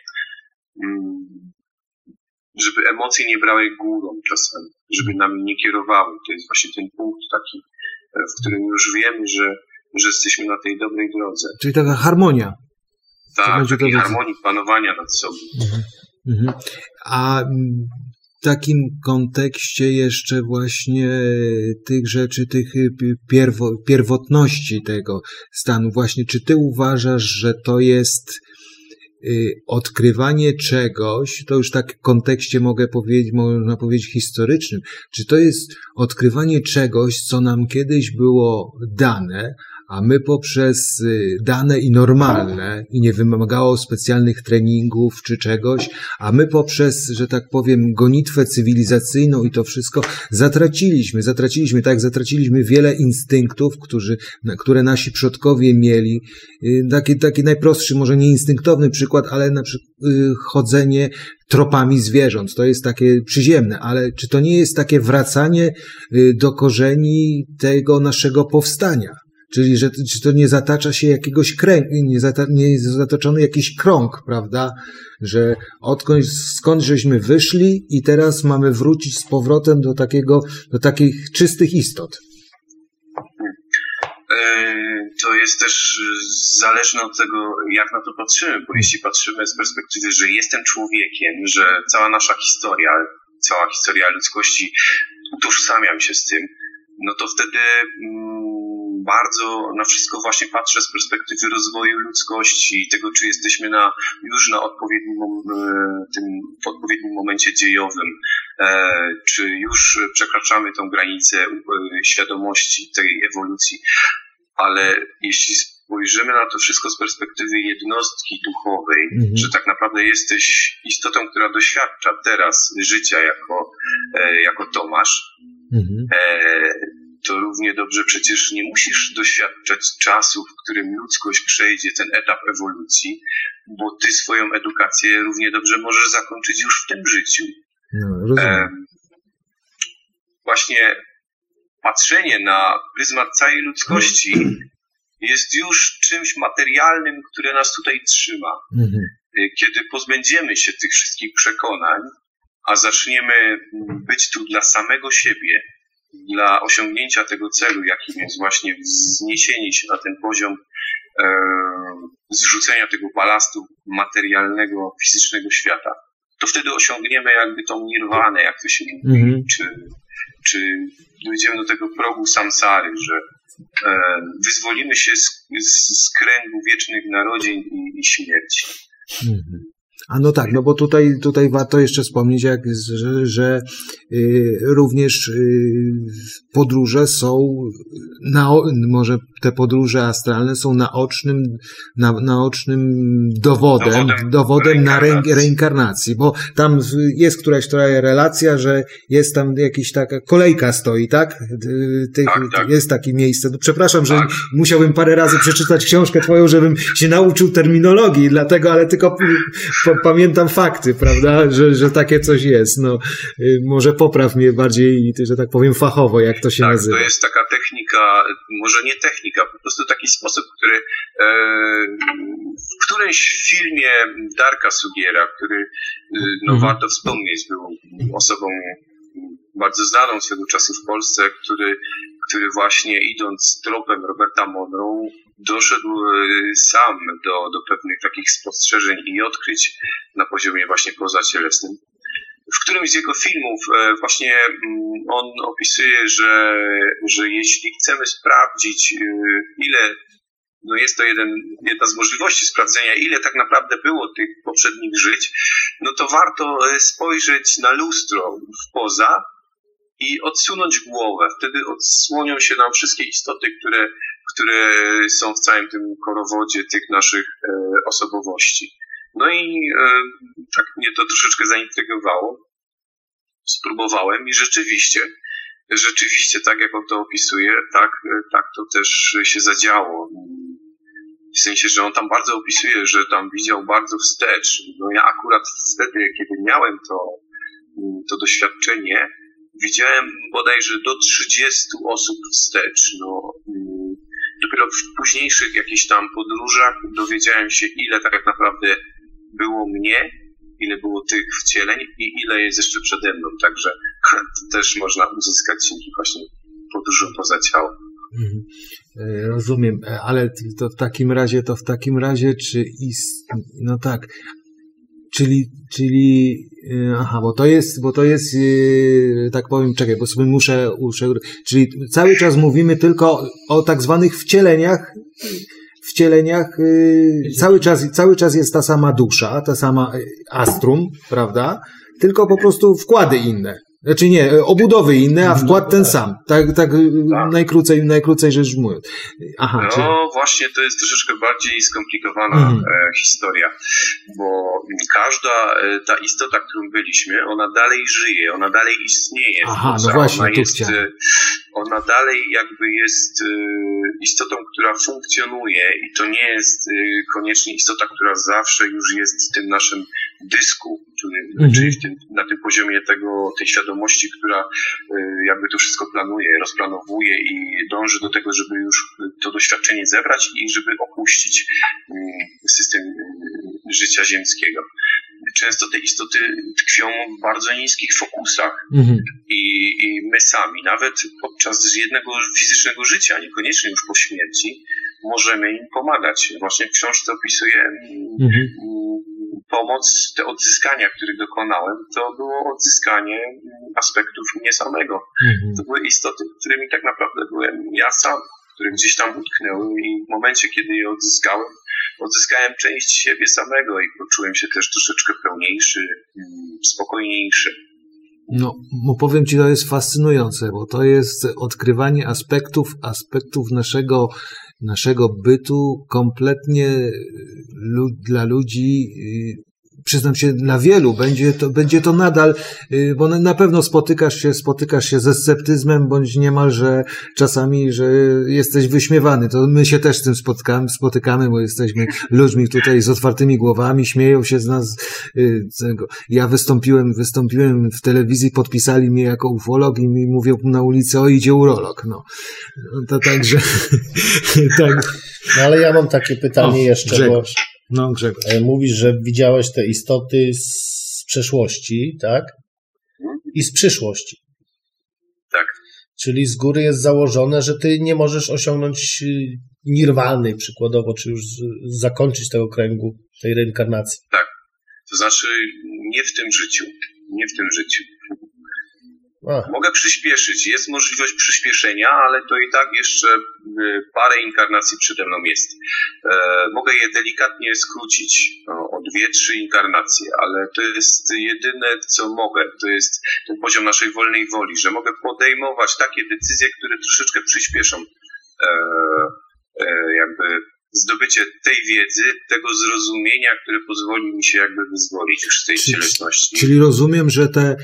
Żeby emocje nie brały górą czasem, żeby nami nie kierowały. To jest właśnie ten punkt taki, w którym już wiemy, że jesteśmy na tej dobrej drodze. Czyli taka harmonia. Tak, takiej harmonii panowania nad sobą. A w takim kontekście jeszcze właśnie tych rzeczy, tych pierwotności tego stanu, właśnie czy ty uważasz, że to jest odkrywanie czegoś, to już tak w kontekście można powiedzieć historycznym, czy to jest odkrywanie czegoś, co nam kiedyś było dane, a my poprzez dane i normalne i nie wymagało specjalnych treningów czy czegoś, a my poprzez, że tak powiem, gonitwę cywilizacyjną i to wszystko zatraciliśmy wiele instynktów, które nasi przodkowie mieli. Taki najprostszy, może nie instynktowny przykład, ale na przykład chodzenie tropami zwierząt. To jest takie przyziemne, ale czy to nie jest takie wracanie do korzeni tego naszego powstania? Czyli, czy to nie zatacza się jakiegoś nie jest zatoczony jakiś krąg, prawda? Że skąd żeśmy wyszli i teraz mamy wrócić z powrotem do takich czystych istot. To jest też zależne od tego, jak na to patrzymy, bo jeśli patrzymy z perspektywy, że jestem człowiekiem, że cała nasza historia, cała historia ludzkości, utożsamiam się z tym, no to wtedy bardzo na wszystko właśnie patrzę z perspektywy rozwoju ludzkości i tego, czy jesteśmy już na odpowiednim momencie dziejowym, czy już przekraczamy tą granicę świadomości tej ewolucji. Ale jeśli spojrzymy na to wszystko z perspektywy jednostki duchowej, że tak naprawdę jesteś istotą, która doświadcza teraz życia jako Tomasz, to równie dobrze przecież nie musisz doświadczać czasu, w którym ludzkość przejdzie ten etap ewolucji, bo ty swoją edukację równie dobrze możesz zakończyć już w tym życiu. Właśnie patrzenie na pryzmat całej ludzkości jest już czymś materialnym, które nas tutaj trzyma. Kiedy pozbędziemy się tych wszystkich przekonań, a zaczniemy być tu dla samego siebie, dla osiągnięcia tego celu, jakim jest właśnie wzniesienie się na ten poziom zrzucenia tego balastu materialnego, fizycznego świata, to wtedy osiągniemy jakby tą nirwanę, jak to się mówi, czy dojdziemy do tego progu samsary, że wyzwolimy się z kręgu wiecznych narodzin i śmierci. A no tak, no bo tutaj warto jeszcze wspomnieć, że również podróże są, może te podróże astralne są naocznym dowodem na reinkarnacji, bo tam jest któraś relacja, że jest tam jakaś taka kolejka stoi, tak? Tak. Jest takie miejsce. No, przepraszam, że musiałbym parę razy przeczytać książkę twoją, żebym się nauczył terminologii, dlatego, ale tylko pamiętam fakty, prawda, że takie coś jest. No, może popraw mnie bardziej, że tak powiem, fachowo, jak to się nazywa. To jest taka technika, może nie technika, po prostu taki sposób, który w którymś filmie Darka Sugiera, który, warto wspomnieć, był osobą bardzo znaną swego czasu w Polsce, który właśnie idąc tropem Roberta Monroe doszedł sam do pewnych takich spostrzeżeń i odkryć na poziomie właśnie pozacielesnym. W którymś z jego filmów właśnie on opisuje, że jeśli chcemy sprawdzić, ile, no jest to jedna z możliwości sprawdzenia, ile tak naprawdę było tych poprzednich żyć, no to warto spojrzeć na lustro w poza i odsunąć głowę. Wtedy odsłonią się nam wszystkie istoty, które są w całym tym korowodzie tych naszych osobowości. No i tak mnie to troszeczkę zaintrygowało. Spróbowałem i rzeczywiście tak jak on to opisuje, tak to też się zadziało. W sensie, że on tam bardzo opisuje, że tam widział bardzo wstecz. No ja akurat wtedy, kiedy miałem to doświadczenie, widziałem bodajże do 30 osób wstecz. No, dopiero w późniejszych jakichś tam podróżach dowiedziałem się, ile tak naprawdę było mnie, ile było tych wcieleń i ile jest jeszcze przede mną. Także to też można uzyskać dzięki właśnie podróżom poza ciało. Rozumiem, ale to w takim razie, no tak, czyli, aha, bo to jest, tak powiem, czekaj, bo sobie muszę, czyli cały czas mówimy tylko o tak zwanych wcieleniach, cały czas jest ta sama dusza, ta sama astrum, prawda? Tylko po prostu wkłady inne. Znaczy nie, obudowy inne, a wkład ten sam. Tak. Najkrócej rzecz mówiąc. Aha, no właśnie, to jest troszeczkę bardziej skomplikowana historia, bo każda ta istota, którą byliśmy, ona dalej żyje, ona dalej istnieje. Aha, no właśnie, ona dalej jakby jest istotą, która funkcjonuje i to nie jest koniecznie istota, która zawsze już jest w tym naszym dysku, czyli na tym poziomie tej świadomości, która jakby to wszystko planuje, rozplanowuje i dąży do tego, żeby już to doświadczenie zebrać i żeby opuścić system życia ziemskiego. Często te istoty tkwią w bardzo niskich fokusach i my sami, nawet podczas jednego fizycznego życia, niekoniecznie już po śmierci, możemy im pomagać. Właśnie w książce opisuję pomoc, te odzyskania, których dokonałem, to było odzyskanie aspektów mnie samego. To były istoty, którymi tak naprawdę byłem ja sam, które gdzieś tam utknęły i w momencie, kiedy je odzyskałem część siebie samego i poczułem się też troszeczkę pełniejszy, spokojniejszy. No, powiem Ci, to jest fascynujące, bo to jest odkrywanie aspektów naszego bytu kompletnie dla ludzi, przyznam się, dla wielu będzie to nadal, bo na pewno spotykasz się ze sceptyzmem, bądź niemalże czasami, że jesteś wyśmiewany. To my się też z tym spotykamy, bo jesteśmy ludźmi tutaj z otwartymi głowami, śmieją się z nas. Ja wystąpiłem w telewizji, podpisali mnie jako ufolog i mi mówią na ulicy, o, idzie urolog. No to także tak. No ale ja mam takie pytanie jeszcze, Grzegorz. No, Grzegorz. Mówisz, że widziałeś te istoty z przeszłości, tak? I z przyszłości. Tak. Czyli z góry jest założone, że ty nie możesz osiągnąć nirwany przykładowo, czy już zakończyć tego kręgu, tej reinkarnacji. Tak. To znaczy nie w tym życiu. Mogę przyspieszyć, jest możliwość przyspieszenia, ale to i tak jeszcze parę inkarnacji przede mną jest. Mogę je delikatnie skrócić o 2-3 inkarnacje, ale to jest jedyne, co mogę. To jest ten poziom naszej wolnej woli, że mogę podejmować takie decyzje, które troszeczkę przyspieszą jakby zdobycie tej wiedzy, tego zrozumienia, które pozwoli mi się jakby wyzwolić już z tej cielesności. Czyli rozumiem, że te,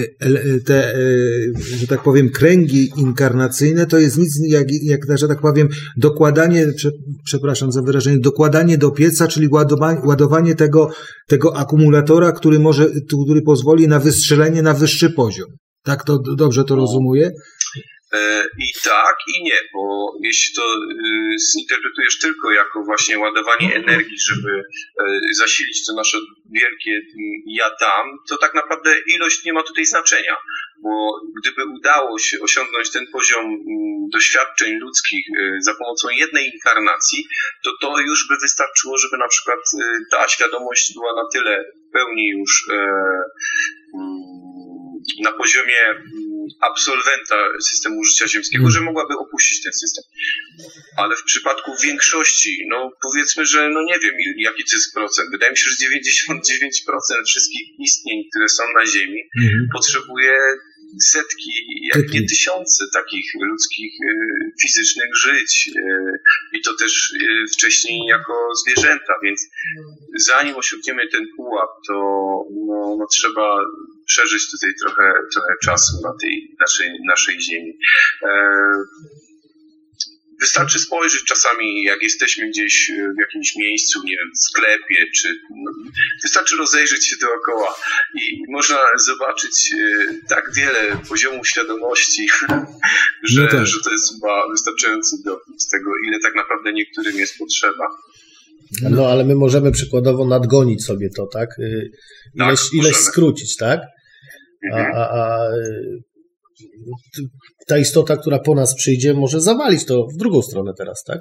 że tak powiem, kręgi inkarnacyjne to jest nic, że tak powiem, dokładanie, przepraszam za wyrażenie, dokładanie do pieca, czyli ładowanie tego akumulatora, który pozwoli na wystrzelenie na wyższy poziom. Tak to dobrze to rozumuję? I tak, i nie, bo jeśli to zinterpretujesz tylko jako właśnie ładowanie energii, żeby zasilić to nasze wielkie ja tam, to tak naprawdę ilość nie ma tutaj znaczenia, bo gdyby udało się osiągnąć ten poziom doświadczeń ludzkich za pomocą jednej inkarnacji, to już by wystarczyło, żeby na przykład ta świadomość była na tyle w pełni już na poziomie absolwenta systemu życia ziemskiego, że mogłaby opuścić ten system. Ale w przypadku większości, no powiedzmy, że no nie wiem, jaki to jest procent. Wydaje mi się, że 99% wszystkich istnień, które są na Ziemi, potrzebuje setki, jak nie tysiące takich ludzkich, fizycznych żyć. I to też wcześniej jako zwierzęta, więc zanim osiągniemy ten pułap, to no trzeba przeżyć tutaj trochę czasu na tej naszej ziemi. Wystarczy spojrzeć czasami, jak jesteśmy gdzieś w jakimś miejscu, nie wiem, w sklepie, czy wystarczy rozejrzeć się dookoła i można zobaczyć tak wiele poziomów świadomości, że to jest chyba wystarczający dowód tego, ile tak naprawdę niektórym jest potrzeba. No, ale my możemy przykładowo nadgonić sobie to, tak? Ileś skrócić, tak? A ta istota, która po nas przyjdzie, może zawalić to w drugą stronę teraz, tak?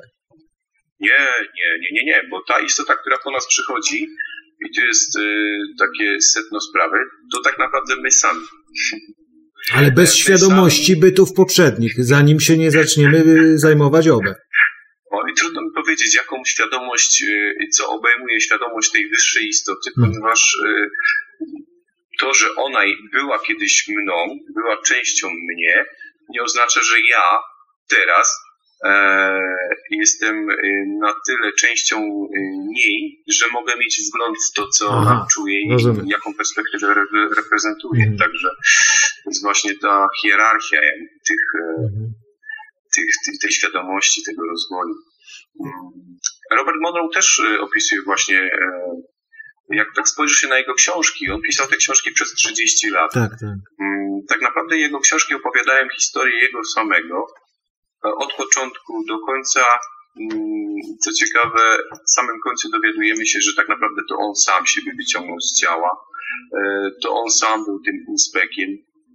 Nie, bo ta istota, która po nas przychodzi, i tu jest takie sedno sprawy, to tak naprawdę my sami. Ale bez świadomości bytów poprzednich, zanim się nie zaczniemy zajmować obę. I trudno mi powiedzieć, jaką świadomość, co obejmuje świadomość tej wyższej istoty, ponieważ to, że ona była kiedyś mną, była częścią mnie, nie oznacza, że ja teraz jestem na tyle częścią niej, że mogę mieć wgląd w to, co ona czuje i jaką perspektywę reprezentuje. Także to jest właśnie ta hierarchia tej świadomości, tego rozwoju. Robert Monroe też opisuje właśnie, jak tak spojrzy się na jego książki, on pisał te książki przez 30 lat. Tak naprawdę jego książki opowiadają historię jego samego, od początku do końca. Co ciekawe, w samym końcu dowiadujemy się, że tak naprawdę to on sam siebie wyciągnął z ciała, to on sam był tym inspekiem.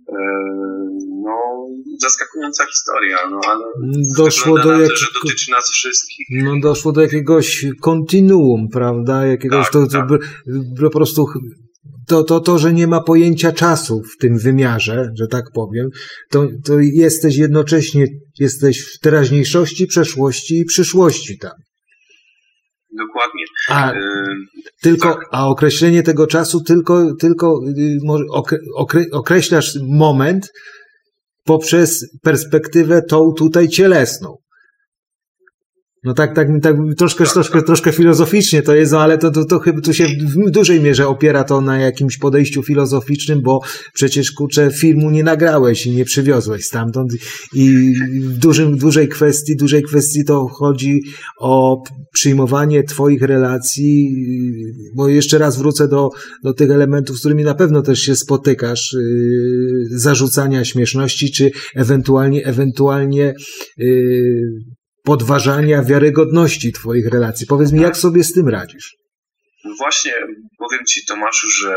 Zaskakująca historia, ale doszło że dotyczy nas wszystkich. Doszło do jakiegoś kontinuum, prawda? Jakiegoś po prostu to, że nie ma pojęcia czasu w tym wymiarze, że tak powiem, to jesteś jednocześnie w teraźniejszości, przeszłości i przyszłości tam. Dokładnie. A określenie tego czasu tylko określasz moment poprzez perspektywę tą tutaj cielesną. Tak troszkę filozoficznie to jest, ale to chyba tu się w dużej mierze opiera to na jakimś podejściu filozoficznym, bo przecież filmu nie nagrałeś i nie przywiozłeś stamtąd i w dużej kwestii to chodzi o przyjmowanie twoich relacji, bo jeszcze raz wrócę do tych elementów, z którymi na pewno też się spotykasz, zarzucania śmieszności, czy ewentualnie podważania wiarygodności twoich relacji. Powiedz mi, jak sobie z tym radzisz? Właśnie, powiem ci, Tomaszu, że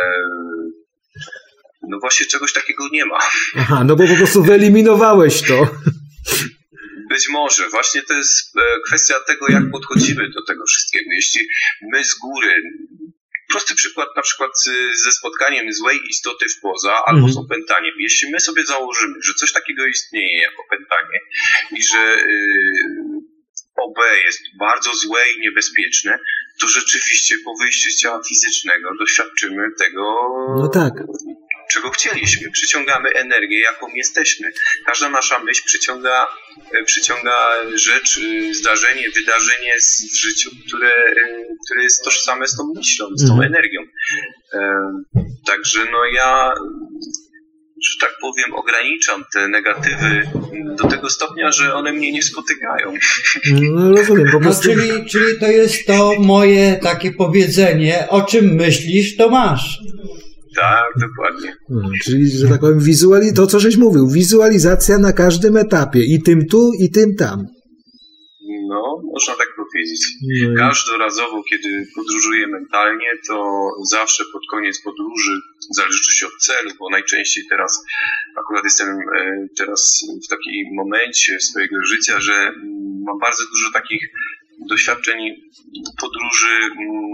właśnie czegoś takiego nie ma. Bo po prostu wyeliminowałeś to. Być może. Właśnie to jest kwestia tego, jak podchodzimy do tego wszystkiego. Jeśli my z góry, prosty przykład na przykład ze spotkaniem złej istoty w poza albo z opętaniem. Jeśli my sobie założymy, że coś takiego istnieje jak opętanie i że OB jest bardzo złe i niebezpieczne, to rzeczywiście po wyjściu z ciała fizycznego doświadczymy tego, czego chcieliśmy. Przyciągamy energię, jaką jesteśmy. Każda nasza myśl przyciąga rzecz, zdarzenie, wydarzenie w życiu, które jest tożsame z tą myślą, z tą energią. Także ja, że tak powiem, ograniczam te negatywy do tego stopnia, że one mnie nie spotykają. Rozumiem, po prostu. Czyli to jest to moje takie powiedzenie, o czym myślisz, to masz. Tak, dokładnie. Czyli, że tak powiem, to co żeś mówił, wizualizacja na każdym etapie. I tym tu, i tym tam. No, można tak powiedzieć. Każdorazowo, kiedy podróżuję mentalnie, to zawsze pod koniec podróży, w zależności od celu, bo najczęściej teraz, akurat jestem teraz w takim momencie swojego życia, że mam bardzo dużo takich doświadczeń podróży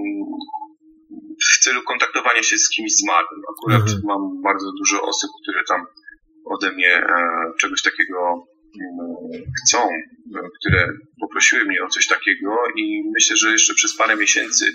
w celu kontaktowania się z kimś zmarłym. Akurat mam bardzo dużo osób, które tam ode mnie czegoś takiego chcą, które poprosiły mnie o coś takiego i myślę, że jeszcze przez parę miesięcy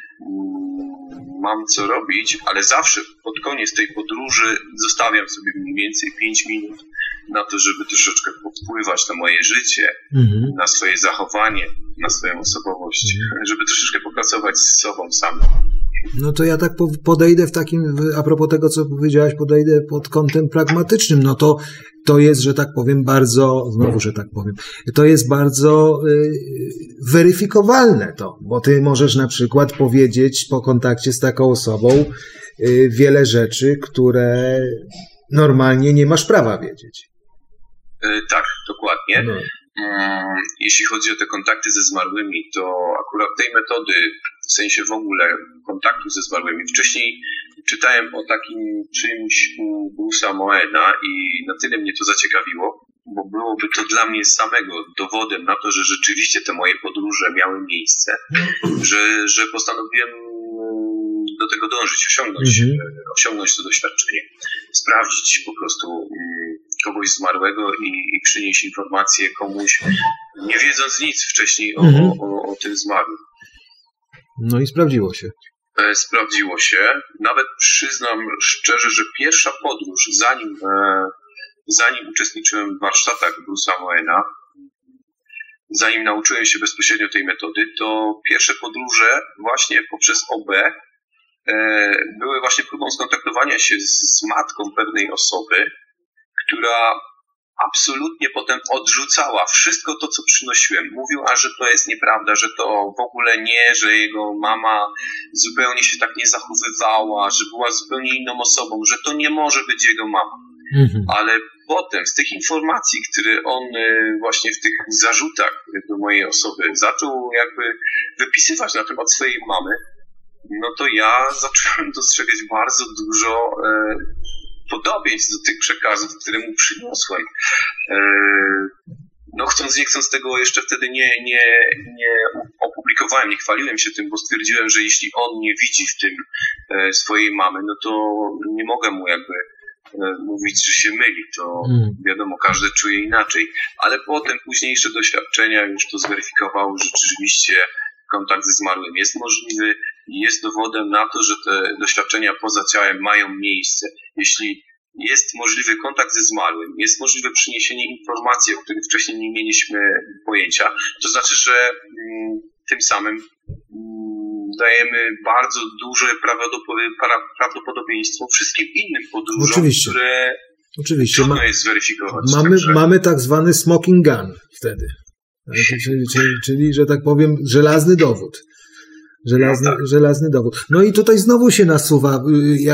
mam co robić, ale zawsze pod koniec tej podróży zostawiam sobie mniej więcej 5 minut na to, żeby troszeczkę powpływać na moje życie, na swoje zachowanie, na swoją osobowość, żeby troszeczkę popracować z sobą samym. No to ja tak podejdę a propos tego, co powiedziałaś, podejdę pod kątem pragmatycznym. No to jest, że tak powiem, to jest bardzo weryfikowalne bo ty możesz na przykład powiedzieć po kontakcie z taką osobą wiele rzeczy, które normalnie nie masz prawa wiedzieć. Tak, dokładnie. Jeśli chodzi o te kontakty ze zmarłymi, to akurat tej metody, w sensie w ogóle kontaktu ze zmarłymi, wcześniej czytałem o takim czymś u Bruce'a Moena i na tyle mnie to zaciekawiło, bo byłoby to dla mnie samego dowodem na to, że rzeczywiście te moje podróże miały miejsce, że postanowiłem do tego dążyć, osiągnąć to doświadczenie, sprawdzić po prostu kogoś zmarłego i przynieść informację komuś, nie wiedząc nic wcześniej o tym zmarłym. No i sprawdziło się. Sprawdziło się. Nawet przyznam szczerze, że pierwsza podróż, zanim uczestniczyłem w warsztatach Bruce'a Moena, zanim nauczyłem się bezpośrednio tej metody, to pierwsze podróże właśnie poprzez OB były właśnie próbą skontaktowania się z matką pewnej osoby, która absolutnie potem odrzucała wszystko to, co przynosiłem. Mówiła, że to jest nieprawda, że to w ogóle nie, że jego mama zupełnie się tak nie zachowywała, że była zupełnie inną osobą, że to nie może być jego mama. Ale potem z tych informacji, które on właśnie w tych zarzutach do mojej osoby zaczął jakby wypisywać na temat swojej mamy, no to ja zacząłem dostrzegać bardzo dużo podobieństw do tych przekazów, które mu przyniosłem. No chcąc, nie chcąc tego jeszcze wtedy nie opublikowałem, nie chwaliłem się tym, bo stwierdziłem, że jeśli on nie widzi w tym swojej mamy, no to nie mogę mu jakby mówić, że się myli. To wiadomo, każdy czuje inaczej. Ale potem późniejsze doświadczenia już to zweryfikowały, że rzeczywiście kontakt ze zmarłym jest możliwy i jest dowodem na to, że te doświadczenia poza ciałem mają miejsce. Jeśli jest możliwy kontakt ze zmarłym, jest możliwe przyniesienie informacji, o których wcześniej nie mieliśmy pojęcia, to znaczy, że tym samym dajemy bardzo duże prawdopodobieństwo wszystkim innym podróżom, które trudno jest zweryfikować. Mamy tak zwany smoking gun wtedy. Czyli, że tak powiem, żelazny dowód. Żelazny dowód. No i tutaj znowu się nasuwa,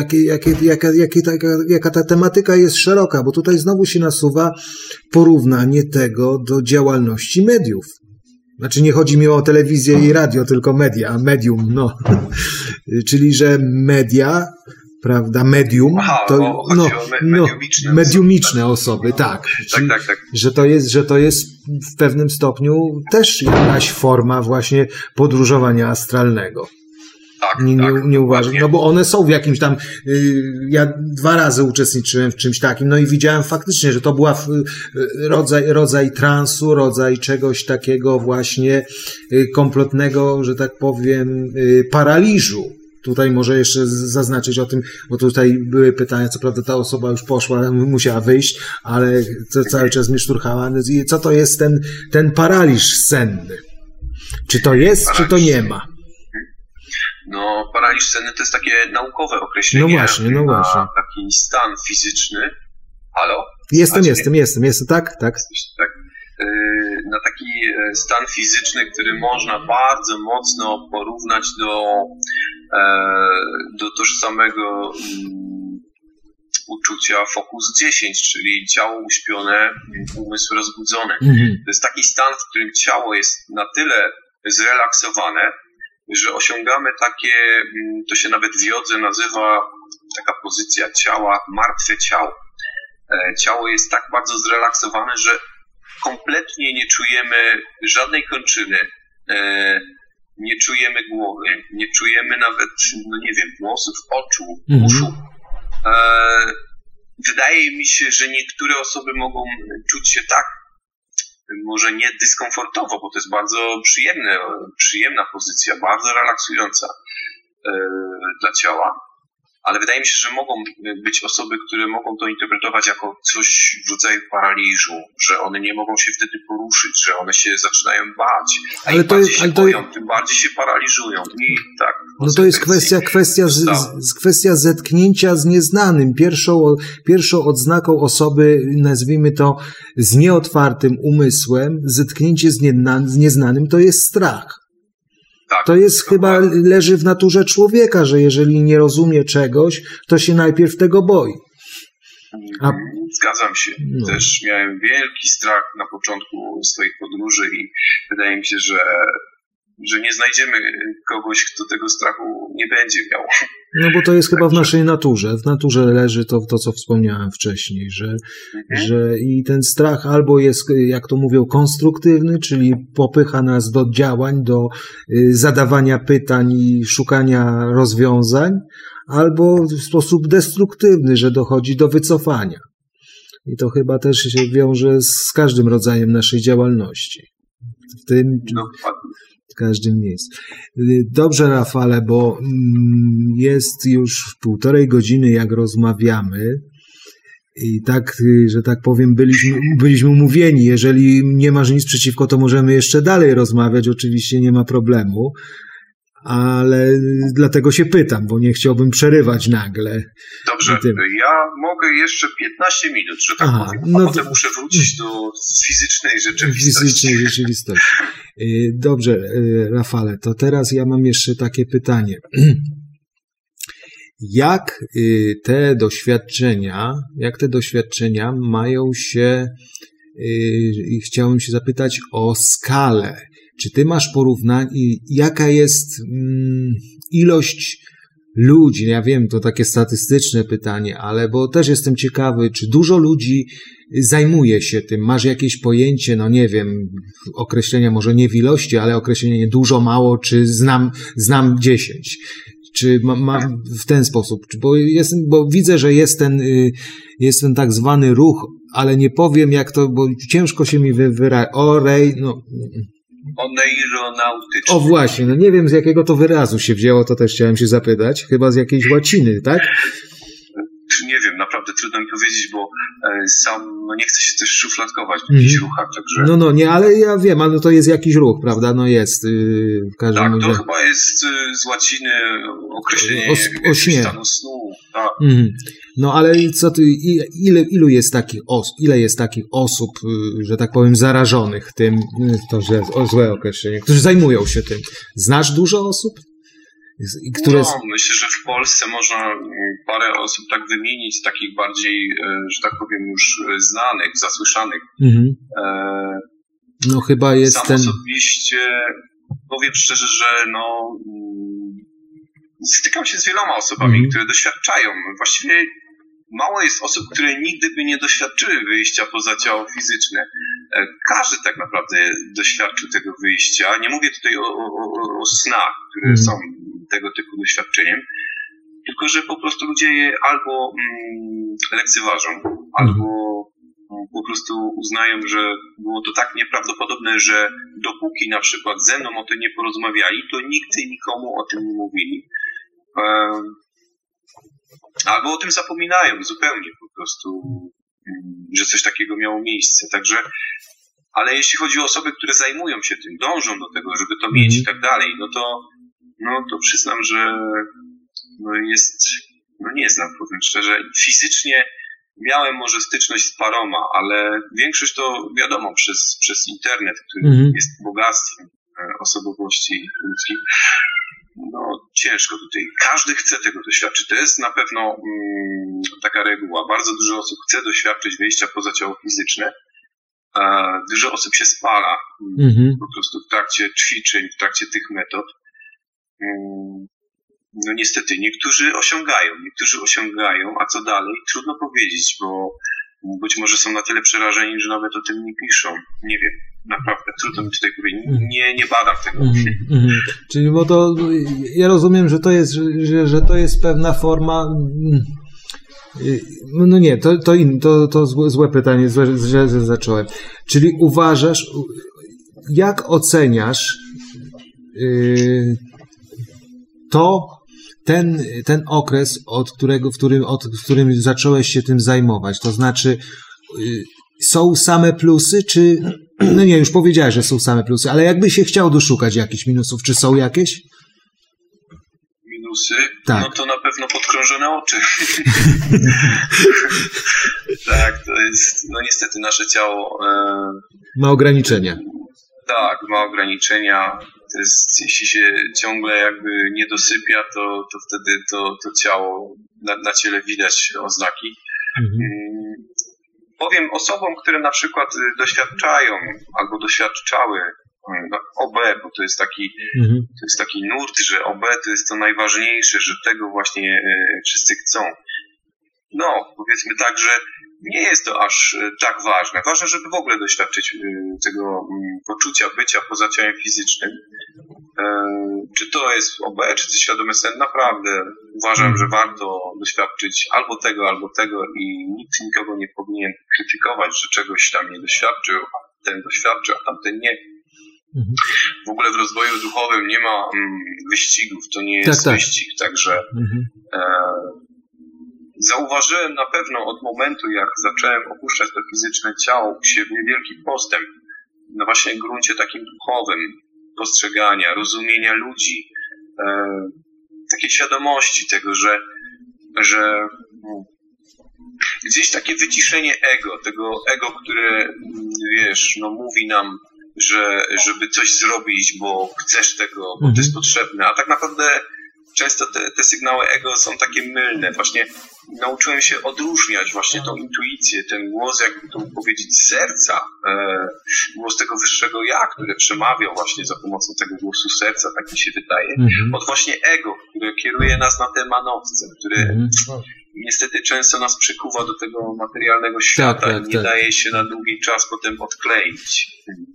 jaka ta tematyka jest szeroka, bo tutaj znowu się nasuwa porównanie tego do działalności mediów. Znaczy nie chodzi mi o telewizję i radio, tylko media, medium, no. Czyli, że media, prawda, medium, to mediumiczne osoby, tak. Czyli, tak. Że to jest w pewnym stopniu też jakaś forma właśnie podróżowania astralnego. Tak, nie uważam, no bo one są w jakimś tam, ja 2 razy uczestniczyłem w czymś takim, no i widziałem faktycznie, że to była rodzaj transu, rodzaj czegoś takiego właśnie kompletnego, że tak powiem, paraliżu. Tutaj może jeszcze zaznaczyć o tym, bo tutaj były pytania, co prawda ta osoba już poszła, musiała wyjść, ale cały czas mnie szturchała. Co to jest ten paraliż senny? Czy to jest, czy to nie ma? No, paraliż senny to jest takie naukowe określenie. No właśnie. Na taki stan fizyczny. Halo? Jestem, tak? Tak. Na taki stan fizyczny, który można bardzo mocno porównać do tożsamego uczucia Focus 10, czyli ciało uśpione, umysł rozbudzony. To jest taki stan, w którym ciało jest na tyle zrelaksowane, że osiągamy takie, to się nawet w jodze nazywa taka pozycja ciała, martwe ciało. Ciało jest tak bardzo zrelaksowane, że kompletnie nie czujemy żadnej kończyny, nie czujemy głowy, nie czujemy nawet, no nie wiem, włosów, oczu, uszu. Wydaje mi się, że niektóre osoby mogą czuć się tak, może nie dyskomfortowo, bo to jest bardzo przyjemna pozycja, bardzo relaksująca dla ciała. Ale wydaje mi się, że mogą być osoby, które mogą to interpretować jako coś w rodzaju paraliżu, że one nie mogą się wtedy poruszyć, że one się zaczynają bać, a im bardziej się boją, tym bardziej się paraliżują. I tak, no to jest kwestia zetknięcia z nieznanym. Pierwszą odznaką osoby, nazwijmy to, z nieotwartym umysłem, zetknięcie z nieznanym, to jest strach. Tak, to jest chyba, leży w naturze człowieka, że jeżeli nie rozumie czegoś, to się najpierw tego boi. Zgadzam się. No. Też miałem wielki strach na początku swoich podróży i wydaje mi się, że nie znajdziemy kogoś, kto tego strachu nie będzie miał. No bo to jest chyba w naszej naturze. W naturze leży to, co wspomniałem wcześniej, że i ten strach albo jest, jak to mówią, konstruktywny, czyli popycha nas do działań, do zadawania pytań i szukania rozwiązań, albo w sposób destruktywny, że dochodzi do wycofania. I to chyba też się wiąże z każdym rodzajem naszej działalności. W tym... W każdym miejscu. Dobrze, Rafale, bo jest już 1,5 godziny, jak rozmawiamy i tak, że tak powiem, byliśmy umówieni. Jeżeli nie masz nic przeciwko, to możemy jeszcze dalej rozmawiać, oczywiście nie ma problemu, ale dlatego się pytam, bo nie chciałbym przerywać nagle. Dobrze, ja mogę jeszcze 15 minut, że tak powiem, a potem muszę wrócić do fizycznej rzeczywistości. Dobrze, Rafale, to teraz ja mam jeszcze takie pytanie. Jak te doświadczenia mają się, i chciałem się zapytać o skalę. Czy ty masz porównanie, jaka jest ilość ludzi, ja wiem, to takie statystyczne pytanie, ale bo też jestem ciekawy, czy dużo ludzi zajmuje się tym, masz jakieś pojęcie, no nie wiem, określenia może nie w ilości, ale określenie dużo, mało, czy znam 10, czy mam w ten sposób, bo widzę, że jest ten tak zwany ruch, ale nie powiem jak to, bo ciężko się mi oneironautyczny. O właśnie, no nie wiem z jakiego to wyrazu się wzięło, to też chciałem się zapytać. Chyba z jakiejś łaciny, tak? Nie wiem, naprawdę trudno mi powiedzieć, bo sam nie chcę się też szufladkować w jakichś ruchach, także... No, nie, ale ja wiem, ale to jest jakiś ruch, prawda? No jest. W każdym tak, razie. To chyba jest z łaciny określenie stanu snu. Tak. No ale co ty, ile jest takich osób, że tak powiem, zarażonych tym, to złe określenie, którzy zajmują się tym? Znasz dużo osób? Myślę, że w Polsce można parę osób tak wymienić, takich bardziej, że tak powiem, już znanych, zasłyszanych. No chyba jest sam osobiście powiem szczerze, że stykam się z wieloma osobami, które doświadczają. Właściwie mało jest osób, które nigdy by nie doświadczyły wyjścia poza ciało fizyczne. Każdy tak naprawdę doświadczył tego wyjścia. Nie mówię tutaj o snach, które są tego typu doświadczeniem, tylko że po prostu ludzie je albo lekceważą, albo po prostu uznają, że było to tak nieprawdopodobne, że dopóki na przykład ze mną o tym nie porozmawiali, to nigdy nikomu o tym nie mówili. Albo o tym zapominają zupełnie po prostu, że coś takiego miało miejsce. Także, ale jeśli chodzi o osoby, które zajmują się tym, dążą do tego, żeby to mieć i tak dalej, no to przyznam, że nie znam, powiem szczerze. Fizycznie miałem może styczność z paroma, ale większość to wiadomo przez internet, który jest bogactwem osobowości ludzkich. ciężko tutaj. Każdy chce tego doświadczyć. To jest na pewno taka reguła. Bardzo dużo osób chce doświadczyć wyjścia poza ciało fizyczne. Dużo osób się spala po prostu w trakcie ćwiczeń, w trakcie tych metod. No niestety, niektórzy osiągają, a co dalej? Trudno powiedzieć, bo być może są na tyle przerażeni, że nawet o tym nie piszą. Nie wiem, naprawdę, trudno mi tutaj powiedzieć. Nie badam tego. Czyli bo to, ja rozumiem, że to jest, że to jest pewna forma... No nie, to złe pytanie, źle zacząłem. Czyli uważasz, jak oceniasz ten okres, w którym zacząłeś się tym zajmować? To znaczy, są same plusy, czy... No nie, już powiedziałeś, że są same plusy, ale jakby się chciał doszukać jakichś minusów, czy są jakieś? Minusy? Tak. No to na pewno podkrążone oczy. Tak, to jest... No niestety nasze ciało... Ma ograniczenia. Tak, ma ograniczenia. To jest, jeśli się ciągle jakby nie dosypia, to wtedy to ciało na ciele widać oznaki. Powiem osobom, które na przykład doświadczają albo doświadczały OB, bo to jest taki nurt, że OB to jest to najważniejsze, że tego właśnie wszyscy chcą. No, powiedzmy tak, że nie jest to aż tak ważne. Ważne, żeby w ogóle doświadczyć tego poczucia bycia poza ciałem fizycznym. Czy to jest OB, czy to świadomy sen, naprawdę uważam, że warto doświadczyć albo tego i nikt nikogo nie powinien krytykować, że czegoś tam nie doświadczył, a ten doświadczył, a tamten nie. W ogóle w rozwoju duchowym nie ma wyścigów, to nie jest wyścig, także zauważyłem na pewno od momentu, jak zacząłem opuszczać to fizyczne ciało, u siebie wielki postęp na właśnie gruncie takim duchowym, postrzegania, rozumienia ludzi, takiej świadomości tego, że gdzieś takie wyciszenie tego ego, które wiesz, no mówi nam, żeby coś zrobić, bo chcesz tego, bo to jest potrzebne, a tak naprawdę często te sygnały ego są takie mylne. Właśnie nauczyłem się odróżniać właśnie tą intuicję, ten głos, jakby to powiedzieć, z serca, głos tego wyższego ja, które przemawiał właśnie za pomocą tego głosu serca, tak mi się wydaje, od właśnie ego, które kieruje nas na te manowce, które niestety często nas przykuwa do tego materialnego świata i nie daje się na długi czas potem odkleić.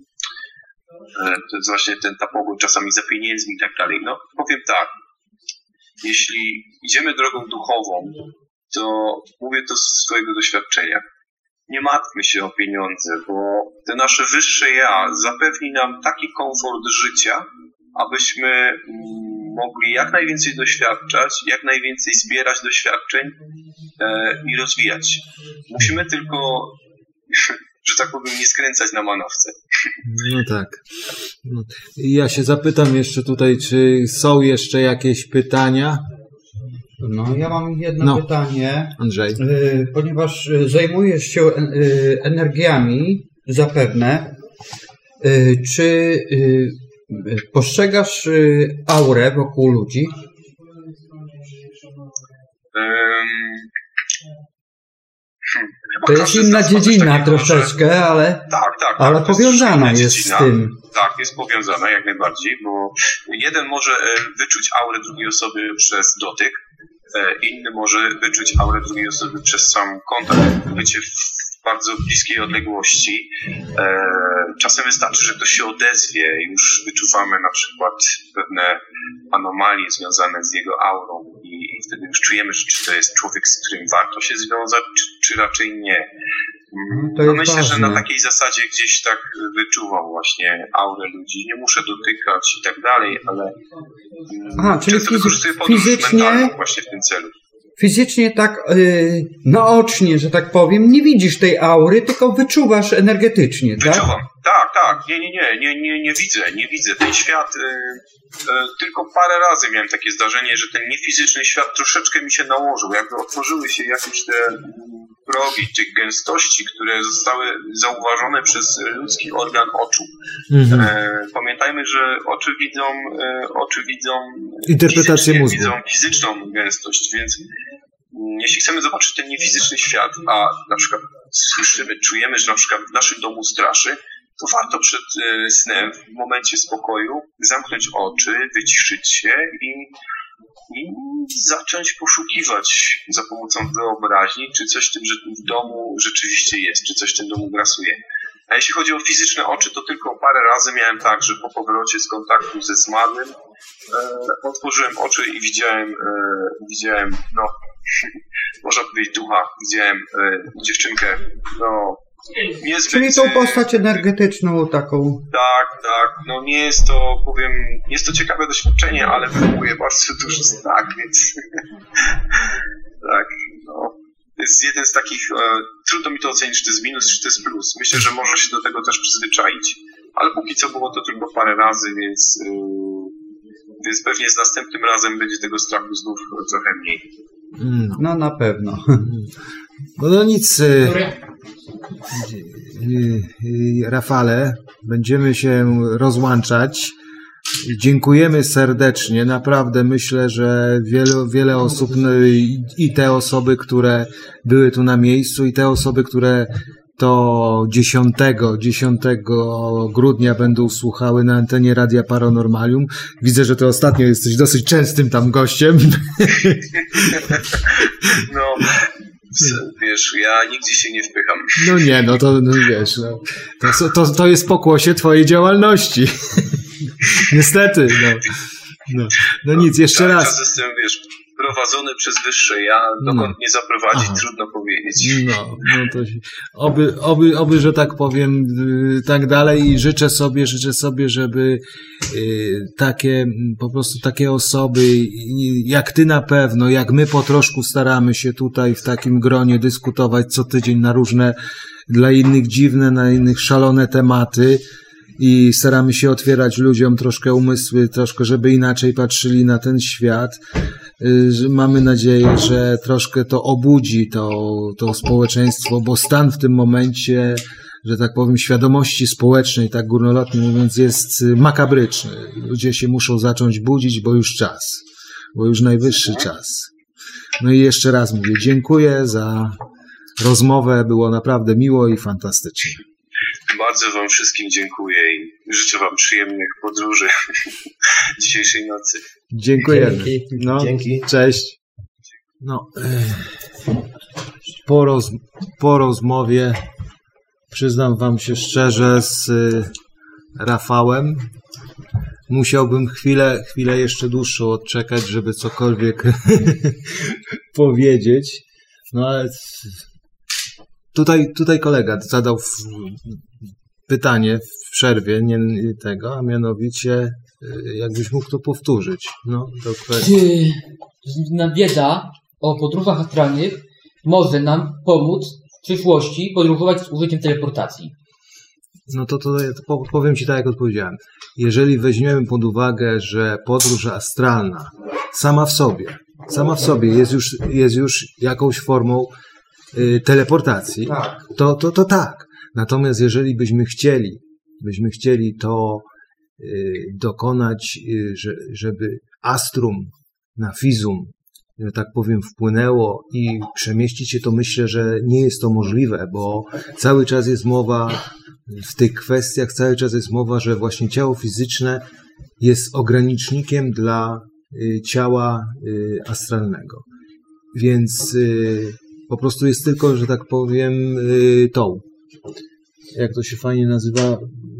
To jest właśnie ta pogoń czasami za pieniędzmi i tak dalej. No, powiem tak, jeśli idziemy drogą duchową, to mówię to z swojego doświadczenia. Nie martwmy się o pieniądze, bo te nasze wyższe ja zapewni nam taki komfort życia, abyśmy mogli jak najwięcej doświadczać, jak najwięcej zbierać doświadczeń i rozwijać. Musimy tylko, że tak powiem, nie skręcać na manowce. No tak. Ja się zapytam jeszcze tutaj, czy są jeszcze jakieś pytania? No, ja mam jedno pytanie. Andrzej. Ponieważ zajmujesz się energiami zapewne, czy postrzegasz aurę wokół ludzi? To jest inna dziedzina troszeczkę, ale, ale powiązana jest z tym. Tak, jest powiązana jak najbardziej, bo jeden może wyczuć aurę drugiej osoby przez dotyk, inny może wyczuć aurę drugiej osoby przez sam kontakt, bycie w bardzo bliskiej odległości. Czasem wystarczy, że ktoś się odezwie i już wyczuwamy na przykład pewne anomalie związane z jego aurą i wtedy już czujemy, czy to jest człowiek, z którym warto się związać, czy raczej nie. No myślę, ważne, że na takiej zasadzie gdzieś tak wyczuwam właśnie aurę ludzi. Nie muszę dotykać i tak dalej, ale czyli wykorzystuję podróż mentalną właśnie w tym celu. Fizycznie tak naocznie, że tak powiem, nie widzisz tej aury, tylko wyczuwasz energetycznie, tak? Wyczuwam, tak. Nie widzę. Ten świat, tylko parę razy miałem takie zdarzenie, że ten niefizyczny świat troszeczkę mi się nałożył, jakby otworzyły się jakieś te progi, tych gęstości, które zostały zauważone przez ludzki organ oczu. Pamiętajmy, że oczy widzą interpretację mózgu. Widzą fizyczną gęstość, więc jeśli chcemy zobaczyć ten niefizyczny świat, a na przykład słyszymy, czujemy, że na przykład w naszym domu straszy, to warto przed snem, w momencie spokoju, zamknąć oczy, wyciszyć się i zacząć poszukiwać za pomocą wyobraźni, czy coś w tym w domu rzeczywiście jest, czy coś w tym domu grasuje. A jeśli chodzi o fizyczne oczy, to tylko parę razy miałem tak, że po powrocie z kontaktu ze zmarłym otworzyłem oczy i widziałem można powiedzieć ducha, widziałem dziewczynkę, niezbyt... Czyli tą postać energetyczną taką. Tak, nie jest to, jest to ciekawe doświadczenie, ale wywołuje bardzo duży strach, więc tak, to jest jeden z takich, trudno mi to ocenić, czy to jest minus, czy to jest plus. Myślę, że można się do tego też przyzwyczaić, ale póki co było to tylko parę razy, więc pewnie z następnym razem będzie tego strachu znów trochę mniej. No na pewno. No nic, Rafale, będziemy się rozłączać. Dziękujemy serdecznie. Naprawdę myślę, że wiele osób, i te osoby, które były tu na miejscu, i te osoby, które to 10 grudnia będą słuchały na antenie Radia Paranormalium. Widzę, że ty ostatnio jesteś dosyć częstym tam gościem. Wiesz, ja nigdzie się nie wpycham. Wiesz, to jest pokłosie twojej działalności. Niestety, nic, jeszcze raz. Czasem jestem, prowadzony przez wyższe, dokąd nie zaprowadzić, trudno powiedzieć. Oby, że tak powiem, tak dalej, i życzę sobie, żeby po prostu takie osoby, jak ty na pewno, jak my po troszku staramy się tutaj w takim gronie dyskutować co tydzień na różne, dla innych dziwne, na innych szalone tematy, i staramy się otwierać ludziom troszkę umysły, troszkę, żeby inaczej patrzyli na ten świat. Mamy nadzieję, że troszkę to obudzi to społeczeństwo, bo stan w tym momencie, że tak powiem, świadomości społecznej, tak górnolotnie mówiąc, jest makabryczny. Ludzie się muszą zacząć budzić, bo już najwyższy czas. No i jeszcze raz mówię, dziękuję za rozmowę, było naprawdę miło i fantastycznie. Bardzo wam wszystkim dziękuję i życzę wam przyjemnych podróży dzisiejszej nocy. Dziękuję. Dzięki. Cześć. Po rozmowie, przyznam wam się szczerze, z Rafałem musiałbym chwilę jeszcze dłuższą odczekać, żeby cokolwiek powiedzieć. Ale tutaj kolega zadał pytanie w przerwie, nie tego, a mianowicie jakbyś mógł to powtórzyć. Wiedza o podróżach astralnych może nam pomóc w przyszłości podróżować z użyciem teleportacji. To powiem ci tak, jak odpowiedziałem. Jeżeli weźmiemy pod uwagę, że podróż astralna sama w sobie jest już jakąś formą teleportacji, to tak. Natomiast jeżeli byśmy chcieli to dokonać, żeby astrum na fizum, że tak powiem, wpłynęło i przemieścić się, to myślę, że nie jest to możliwe, bo cały czas jest mowa w tych kwestiach, że właśnie ciało fizyczne jest ogranicznikiem dla ciała astralnego. Więc po prostu jest tylko, że tak powiem, jak to się fajnie nazywa,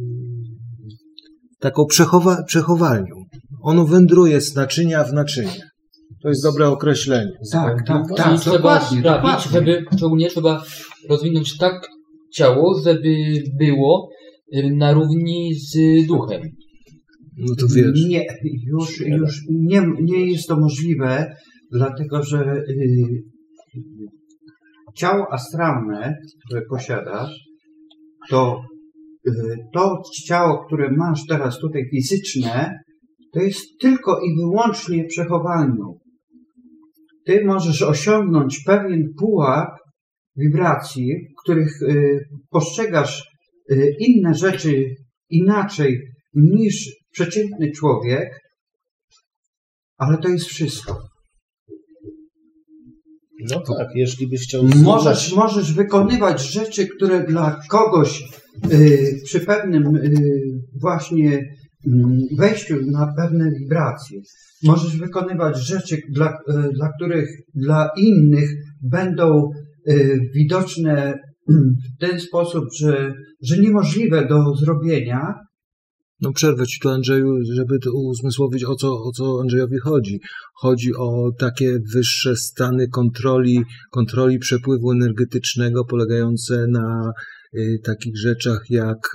taką przechowalnią. Ono wędruje z naczynia w naczynie. To jest dobre określenie. Tak. Trzeba sprawić, szczególnie trzeba rozwinąć tak ciało, żeby było na równi z duchem. To wiesz. Już nie jest to możliwe, dlatego że ciało astralne, które posiadasz, to ciało, które masz teraz tutaj fizyczne, to jest tylko i wyłącznie przechowalnią. Ty możesz osiągnąć pewien pułap wibracji, w których postrzegasz inne rzeczy inaczej niż przeciętny człowiek, ale to jest wszystko. No tak, jeśli byś chciał... Możesz wykonywać rzeczy, które dla kogoś przy pewnym właśnie wejściu na pewne wibracje, możesz wykonywać rzeczy, dla których dla innych będą widoczne w ten sposób, że niemożliwe do zrobienia. No przerwę Ci tu, Andrzeju, żeby to uzmysłowić, o co Andrzejowi chodzi. Chodzi o takie wyższe stany kontroli przepływu energetycznego polegające na takich rzeczach jak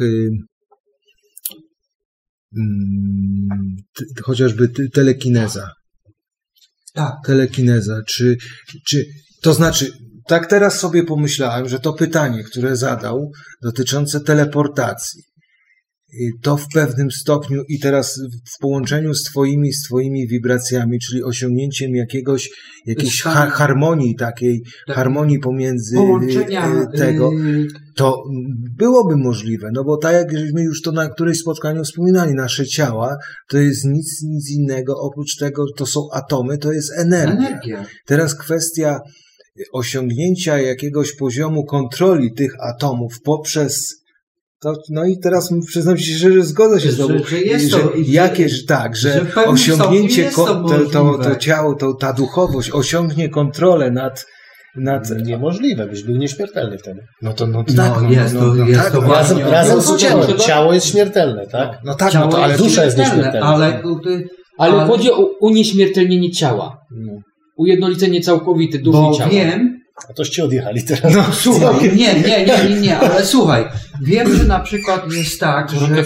chociażby telekineza. Tak. Telekineza. Czy to znaczy, tak teraz sobie pomyślałem, że to pytanie, które zadał, dotyczące teleportacji, to w pewnym stopniu i teraz w połączeniu z twoimi wibracjami, czyli osiągnięciem jakiejś harmonii takiej, harmonii pomiędzy tego, to byłoby możliwe, no bo tak jak żeśmy już to na którejś spotkaniu wspominali, nasze ciała to jest nic innego, oprócz tego to są atomy, to jest energia. Teraz kwestia osiągnięcia jakiegoś poziomu kontroli tych atomów poprzez to, no i teraz przyznam się, że zgodzę się z tobą, że osiągnięcie to ciało, ta duchowość osiągnie kontrolę nad niemożliwe, byś był nieśmiertelny wtedy. Razem z ciałem. Ciało jest śmiertelne, tak? No tak, ale dusza jest nieśmiertelna. Ale chodzi o unieśmiertelnienie ciała. Ujednolicenie całkowite duszy i ciała. Wiem. A toście odjechali teraz. No słuchaj, nie, ale słuchaj, wiem, że na przykład jest tak, że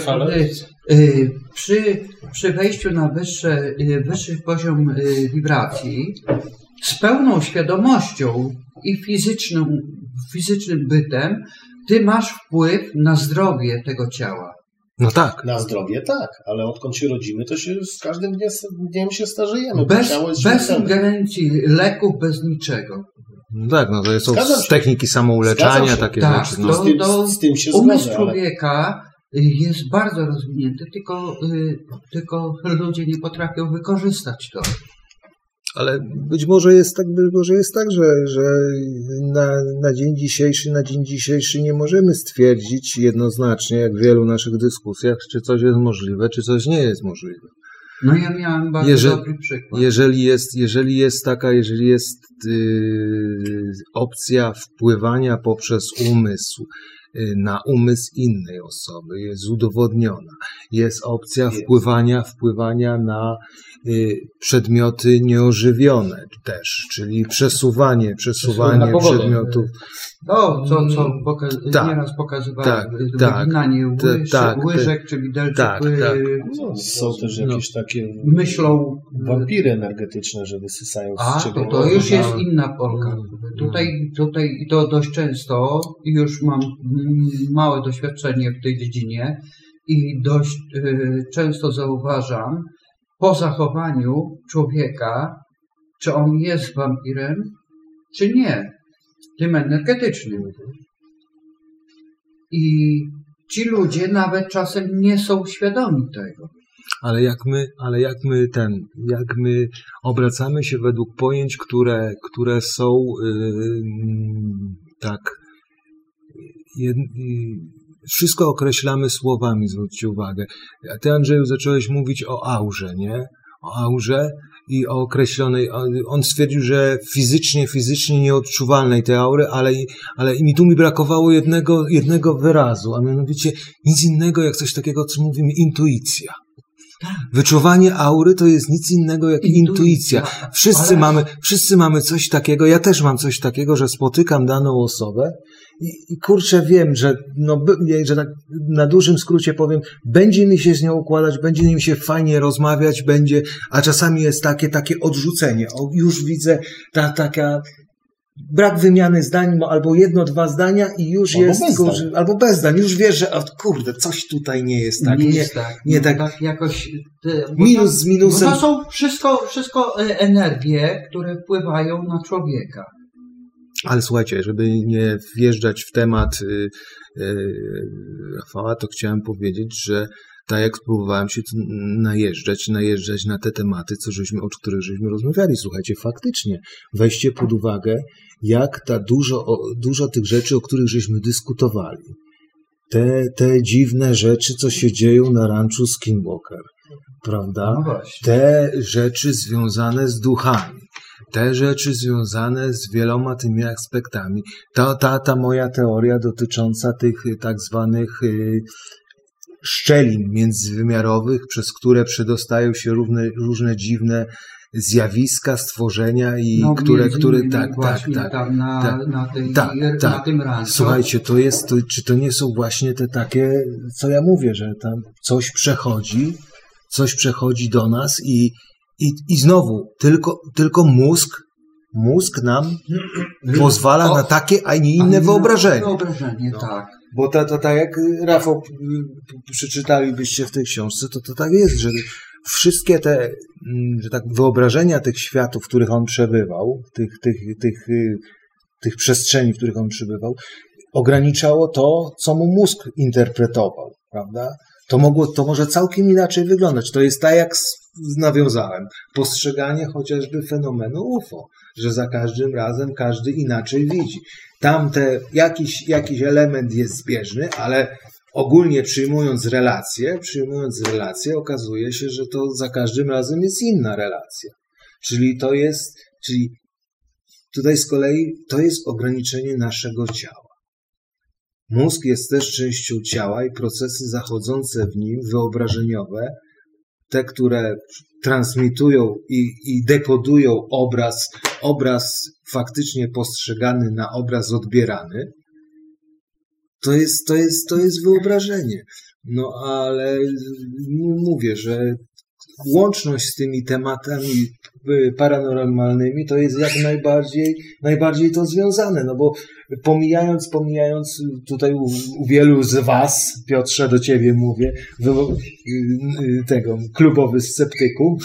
przy wejściu na wyższy poziom wibracji z pełną świadomością i fizycznym bytem, ty masz wpływ na zdrowie tego ciała. No tak. Na zdrowie tak, ale odkąd się rodzimy, to się z każdym dniem się starzejemy. Bez ingerencji leków, bez niczego. No tak, no to są techniki samouleczania, takie rzeczy. No. Z tym się umysł człowieka jest bardzo rozwinięty, tylko ludzie nie potrafią wykorzystać to. Ale być może jest tak, że na dzień dzisiejszy nie możemy stwierdzić jednoznacznie, jak w wielu naszych dyskusjach, czy coś jest możliwe, czy coś nie jest możliwe. No ja miałem bardzo dobry przykład. Jeżeli jest opcja wpływania poprzez umysł na umysł innej osoby, jest udowodniona. Jest opcja wpływania na przedmioty nieożywione też, czyli przesuwanie przedmiotów. To, co nieraz pokazywałem, wyginanie łyżek czy widelców. Są też jakieś takie myślą wampiry energetyczne, że wysysają z ciebie. To już jest inna polka. Tutaj to dość często, już mam małe doświadczenie w tej dziedzinie i dość często zauważam po zachowaniu człowieka, czy on jest wampirem, czy nie. Tym energetycznym. I ci ludzie nawet czasem nie są świadomi tego. Ale jak my obracamy się według pojęć, które są wszystko określamy słowami, zwróćcie uwagę. A ty, Andrzeju, zacząłeś mówić o aurze, nie? O aurze i o określonej, on stwierdził, że fizycznie nieodczuwalnej tej aury, ale mi brakowało jednego wyrazu, a mianowicie nic innego jak coś takiego, co mówimy, intuicja. Wyczuwanie aury to jest nic innego jak intuicja. Wszyscy mamy coś takiego, ja też mam coś takiego, że spotykam daną osobę i kurczę wiem, że tak na dużym skrócie powiem, będzie mi się z nią układać, będzie mi się fajnie rozmawiać, a czasami jest takie odrzucenie. Już widzę taka brak wymiany zdań, albo 1-2 zdania i już albo bez zdań, już wiesz, że kurde, coś tutaj nie jest tak. Nie tak jakoś. Minus z minusem. Bo to są wszystko energie, które wpływają na człowieka. Ale słuchajcie, żeby nie wjeżdżać w temat Rafała, to chciałem powiedzieć, że tak jak próbowałem się najeżdżać na te tematy, o których żeśmy rozmawiali. Słuchajcie, faktycznie weźcie pod uwagę, jak dużo tych rzeczy, o których żeśmy dyskutowali. Te dziwne rzeczy, co się dzieją na ranczu Skinwalker, prawda? No właśnie. Te rzeczy związane z duchami. Te rzeczy związane z wieloma tymi aspektami. Ta moja teoria dotycząca tych tak zwanych szczelin międzywymiarowych, przez które przedostają się różne dziwne zjawiska, stworzenia i na tym ranczu. Słuchajcie, czy to nie są właśnie te takie, co ja mówię, że tam coś przechodzi do nas i znowu tylko mózg nam pozwala na takie, a nie inne wyobrażenie. Tak. Bo to tak jak Rafał przeczytalibyście w tej książce, to tak jest, że wszystkie te wyobrażenia tych światów, w których on przebywał, tych przestrzeni, w których on przebywał, ograniczało to, co mu mózg interpretował, prawda? To może całkiem inaczej wyglądać. To jest tak, jak nawiązałem, postrzeganie chociażby fenomenu UFO, że za każdym razem każdy inaczej widzi. Tam jakiś element jest zbieżny, ale ogólnie przyjmując relację, okazuje się, że to za każdym razem jest inna relacja. Czyli tutaj z kolei to jest ograniczenie naszego ciała. Mózg jest też częścią ciała i procesy zachodzące w nim, wyobrażeniowe, te, które transmitują i dekodują obraz faktycznie postrzegany na obraz odbierany, to jest wyobrażenie. No ale mówię, że łączność z tymi tematami paranormalnymi to jest jak najbardziej to związane, no bo pomijając tutaj u wielu z was, Piotrze, do ciebie mówię, tego klubowy sceptyku,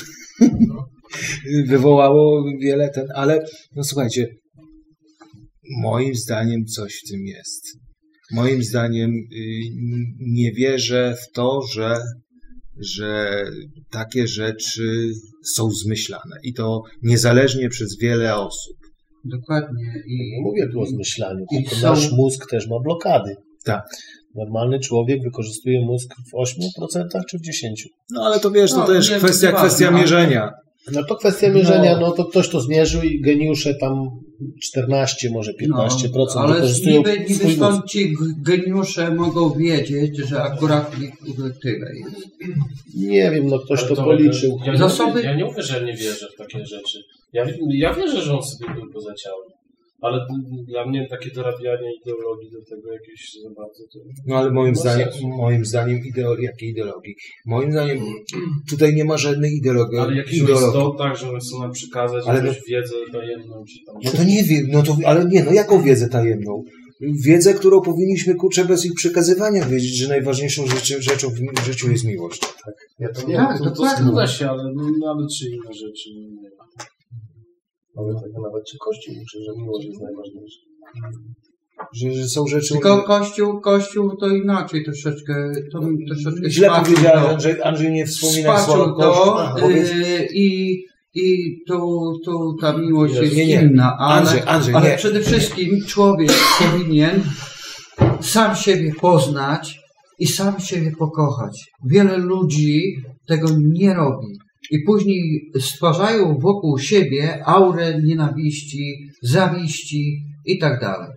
wywołało wiele ale no słuchajcie, moim zdaniem coś w tym jest. Moim zdaniem nie wierzę w to, że takie rzeczy są zmyślane i to niezależnie przez wiele osób. Dokładnie. Nie mówię tu o zmyślaniu, tylko nasz mózg też ma blokady. Tak. Normalny człowiek wykorzystuje mózg w 8% czy w 10%. No ale to wiesz, to też kwestia mierzenia. No to kwestia mierzenia, no to ktoś to zmierzył i geniusze tam 14, może 15% ale wykorzystują niby stąd ci geniusze mogą wiedzieć, że akurat tyle jest. Nie wiem, no ktoś to policzył. Ja nie mówię, że nie wierzę w takie rzeczy. Ja wierzę, że on sobie był poza ciałem. Ale dla mnie takie dorabianie ideologii do tego jakieś za bardzo... No ale moim zdaniem jakiej ideologii? Moim zdaniem tutaj nie ma żadnej ideologii. Ale jakiś istotach, że one chcą nam przekazać jakąś wiedzę tajemną czy tam... No to nie wiem, jaką wiedzę tajemną? Wiedzę, którą powinniśmy, bez ich przekazywania wiedzieć, że najważniejszą rzeczą w życiu jest miłość. Tak? Ja to nie to zgadza się, ale czy inne rzeczy nie ma. Ale tak nawet czy Kościół uczy, że miłość jest najważniejsza. Że są rzeczy... Tylko Kościół to inaczej troszeczkę źle powiedziałem, że Andrzej nie wspominał słowa Kościół. I tu ta miłość jest inna, ale przede wszystkim człowiek powinien sam siebie poznać i sam siebie pokochać. Wiele ludzi tego nie robi. I później stwarzają wokół siebie aurę nienawiści, zawiści i tak dalej.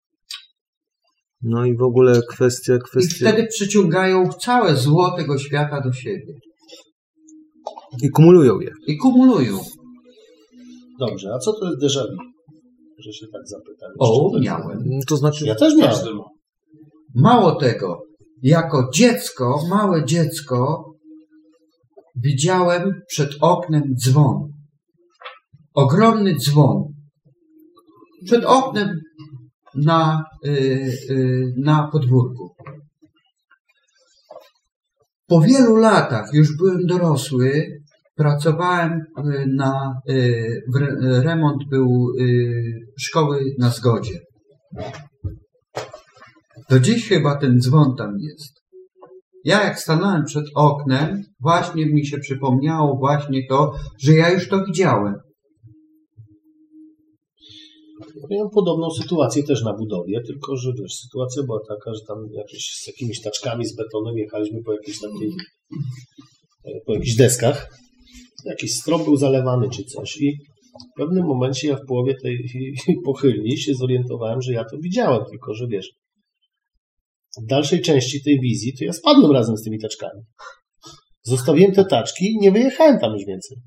No i w ogóle kwestia... I wtedy przyciągają całe zło tego świata do siebie. I kumulują je. Dobrze, a co to jest déjà vu? Że się tak zapytam. Miałem. To znaczy... Ja też miałem. Mało tego, jako małe dziecko, widziałem przed oknem dzwon. Ogromny dzwon. Przed oknem na podwórku. Po wielu latach, już byłem dorosły, pracowałem remont był szkoły na Zgodzie. Do dziś chyba ten dzwon tam jest. Ja jak stanąłem przed oknem, właśnie mi się przypomniało właśnie to, że ja już to widziałem. Miałem podobną sytuację też na budowie, tylko że wiesz, sytuacja była taka, że tam z jakimiś taczkami z betonem jechaliśmy po jakichś deskach. Jakiś strop był zalewany czy coś i w pewnym momencie ja w połowie tej pochylni się zorientowałem, że ja to widziałem, tylko że wiesz, w dalszej części tej wizji to ja spadłem razem z tymi taczkami. Zostawiłem te taczki i nie wyjechałem tam już więcej.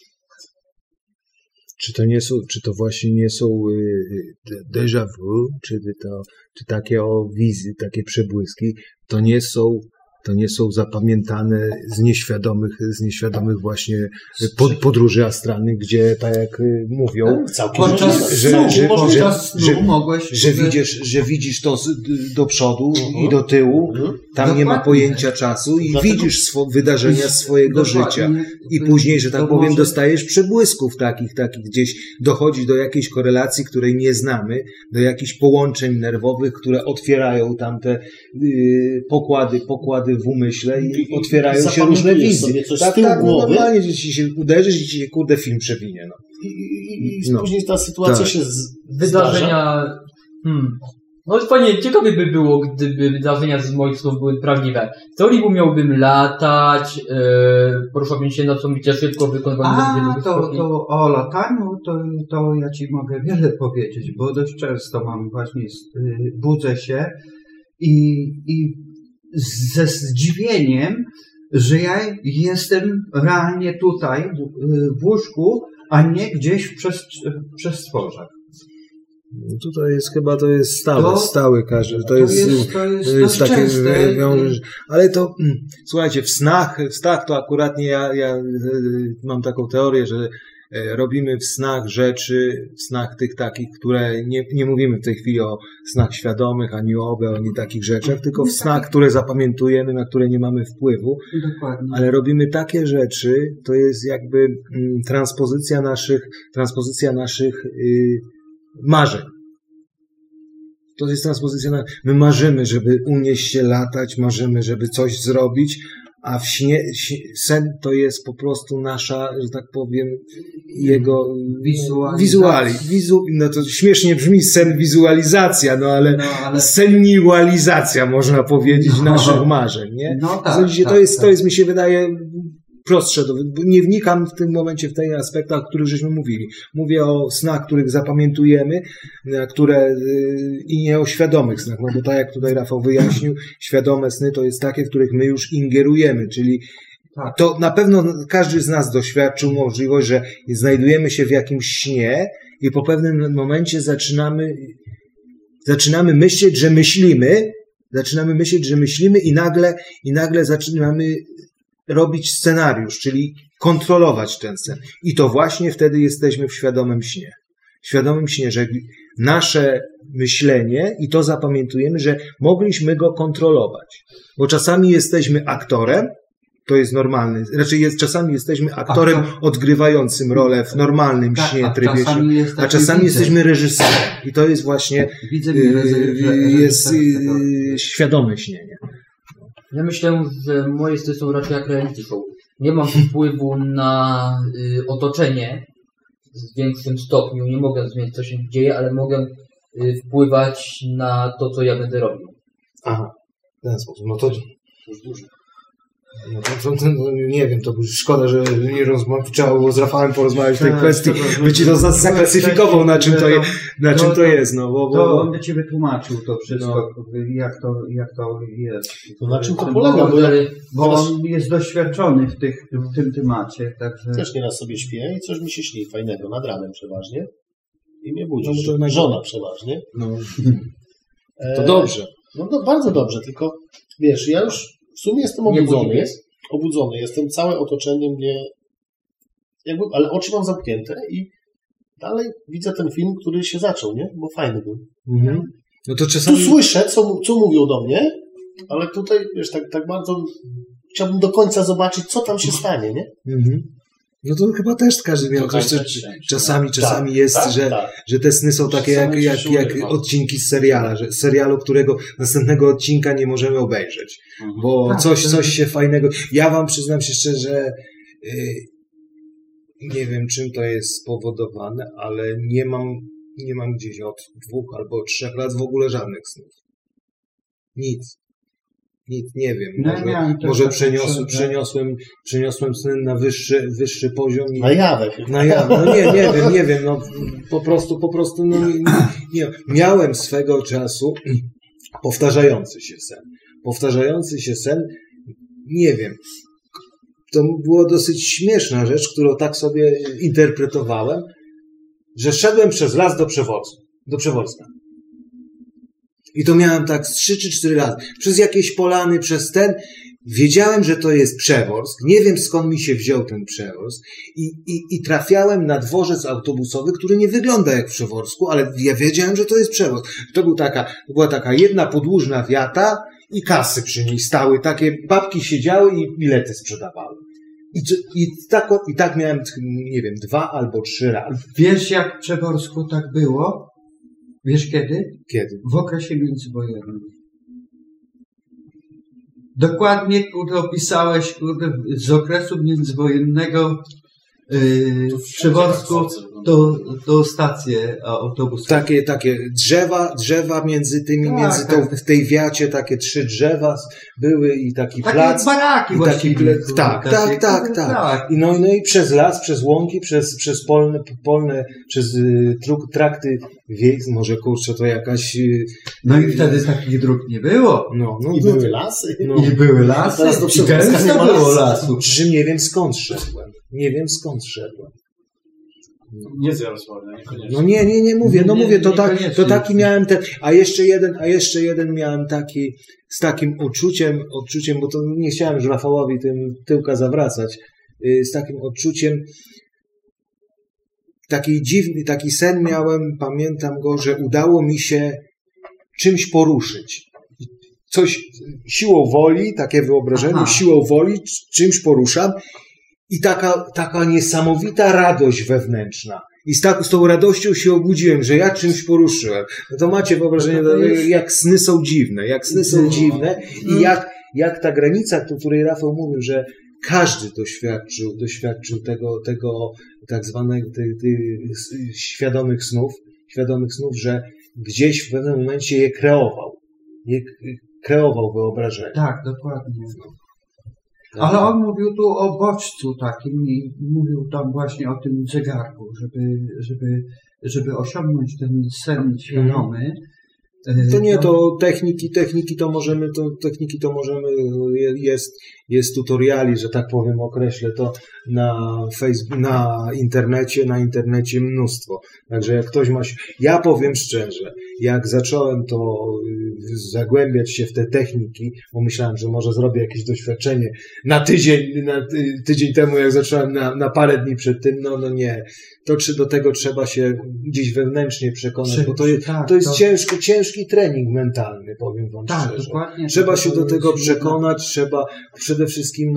Czy to właśnie nie są déjà vu, czy takie wizje, takie przebłyski, to nie są zapamiętane z nieświadomych właśnie podróży astralnych, gdzie tak jak mówią, że widzisz to do przodu i do tyłu, tam nie ma pojęcia czasu i widzisz wydarzenia swojego życia i później, że tak powiem, dostajesz przebłysków takich gdzieś dochodzi do jakiejś korelacji, której nie znamy, do jakichś połączeń nerwowych, które otwierają tamte pokłady w umyśle i otwierają się różne wizje. Tak, normalnie, że ci się uderzysz i ci się kurde film przewinie. No. I później ta sytuacja się wydarzenia. No fajnie, ciekawie by było, gdyby wydarzenia z moich słów były prawdziwe. W teorii umiałbym latać, poruszałbym się nocą szybko, wykonywałem... To o lataniu, to ja ci mogę wiele powiedzieć, bo dość często mam właśnie, budzę się i ze zdziwieniem, że ja jestem realnie tutaj w łóżku, a nie gdzieś w przestworzach. Tutaj jest chyba stały każdy. To jest takie częste. Ale to słuchajcie, w snach to akurat nie ja mam taką teorię, że robimy w snach rzeczy, w snach tych takich, które nie mówimy w tej chwili o snach świadomych, ani o OBE, ani takich rzeczach, tylko w snach, które zapamiętujemy, na które nie mamy wpływu. Dokładnie. Ale robimy takie rzeczy, to jest jakby transpozycja naszych marzeń. To jest transpozycja. My marzymy, żeby unieść się, latać, marzymy, żeby coś zrobić, a w śnie sen to jest po prostu nasza, że tak powiem, jego no to śmiesznie brzmi sen wizualizacja, ale seniualizacja można powiedzieć naszych marzeń, nie? No tak, to jest mi się wydaje prostsze, bo nie wnikam w tym momencie w te aspekty, o których żeśmy mówili. Mówię o snach, których zapamiętujemy, i nie o świadomych snach, no bo tak jak tutaj Rafał wyjaśnił, świadome sny to jest takie, w których my już ingerujemy, czyli to na pewno każdy z nas doświadczył możliwość, że znajdujemy się w jakimś śnie i po pewnym momencie zaczynamy myśleć, że myślimy i nagle zaczynamy robić scenariusz, czyli kontrolować ten sen. I to właśnie wtedy jesteśmy w świadomym śnie. W świadomym śnie, że nasze myślenie, i to zapamiętujemy, że mogliśmy go kontrolować. Bo czasami jesteśmy aktorem, to jest normalny, czasami jesteśmy aktorem odgrywającym rolę w normalnym śnie, trybie, a czasami jesteśmy reżyserem. I to jest właśnie świadome śnienie. Ja myślę, że moje sny są raczej jak reality show. Nie mam wpływu na otoczenie w większym stopniu. Nie mogę zmienić, co się dzieje, ale mogę wpływać na to, co ja będę robił. Aha, w ten sposób. No to już dużo. Nie wiem, to szkoda, że nie trzeba było z Rafałem porozmawiać w tej kwestii, by ci to zaklasyfikował, na czym to jest. To on by ci wytłumaczył to wszystko, jak to jest. To na czym to polega? Bo on jest doświadczony w tym temacie. Także... Też nieraz sobie śpię i coś mi się śni fajnego, nad ranem przeważnie. I mnie budzi. Żona przeważnie. To dobrze. No bardzo dobrze, tylko wiesz, ja już w sumie jestem obudzony. Jestem, całe otoczenie mnie ale oczy mam zamknięte i dalej widzę ten film, który się zaczął, nie? Bo fajny był. Mhm. No to czasami... Tu słyszę, co mówią do mnie, ale tutaj, wiesz, tak bardzo chciałbym do końca zobaczyć, co tam się stanie, nie? Mhm. No to chyba też każdy miał coś, czasami jest, że te sny są takie jak odcinki z serialu, którego następnego odcinka nie możemy obejrzeć, bo coś się fajnego. Ja wam przyznam się szczerze, nie wiem czym to jest spowodowane, ale nie mam gdzieś od 2 albo 3 lat w ogóle żadnych snów. Nic, nie wiem. Może przeniosłem sny na wyższy poziom. Na jawę. No nie wiem. No, po prostu nie. Miałem swego czasu powtarzający się sen. Nie wiem. To była dosyć śmieszna rzecz, którą tak sobie interpretowałem, że szedłem przez las do Przeworska. I to miałem tak z 3 czy 4 razy. Przez jakieś polany, wiedziałem, że to jest Przeworsk. Nie wiem, skąd mi się wziął ten Przeworsk. I trafiałem na dworzec autobusowy, który nie wygląda jak w Przeworsku, ale ja wiedziałem, że to jest Przeworsk. To była taka jedna podłużna wiata i kasy przy niej stały. Takie babki siedziały i bilety sprzedawały. I tak miałem, nie wiem, 2 albo 3 razy. Wiesz, jak w Przeworsku tak było? Wiesz kiedy? Kiedy? W okresie międzywojennym. Dokładnie, opisałeś, z okresu międzywojennego w Przeworsku to stacje autobusowe. Takie drzewa między w tej wiacie takie 3 drzewa były i taki takie plac. Baraki właściwie. Tak. No i przez las, przez łąki, przez polne, przez trakty wiejskie, może kurczę to jakaś... No i wtedy takich dróg nie było. I były lasy. I były lasy. Teraz to gęsto było lasu. Przy czym nie wiem skąd szedłem. Nie z Jarosławia, niekoniecznie. No nie mówię. To taki miałem a jeszcze jeden miałem taki, z takim odczuciem, bo to nie chciałem już Rafałowi tym tyłka zawracać, z takim odczuciem, taki sen miałem, pamiętam go, że udało mi się czymś poruszyć. Coś siłą woli, takie wyobrażenie, siłą woli czymś poruszam. I taka niesamowita radość wewnętrzna. I z tą radością się obudziłem, że ja czymś poruszyłem. No to macie wyobrażenie, jak sny są dziwne. I jak ta granica, o której Rafał mówił, że każdy doświadczył tego tak zwanych świadomych snów, że gdzieś w pewnym momencie je kreował wyobrażenie. Tak, dokładnie. Ale on mówił tu o bodźcu takim i mówił tam właśnie o tym zegarku, żeby osiągnąć ten sen świadomy. To nie, to techniki to możemy, jest tutoriali, że tak powiem, określę to na Facebook, na internecie mnóstwo. Także jak ktoś ja powiem szczerze, jak zacząłem to zagłębiać się w te techniki, bo myślałem, że może zrobię jakieś doświadczenie na tydzień temu, jak zacząłem na parę dni przed tym, no nie. To czy do tego trzeba się gdzieś wewnętrznie przekonać, bo to jest ciężki trening mentalny, powiem wam szczerze. Dokładnie. Trzeba się do tego przekonać, trzeba przede wszystkim,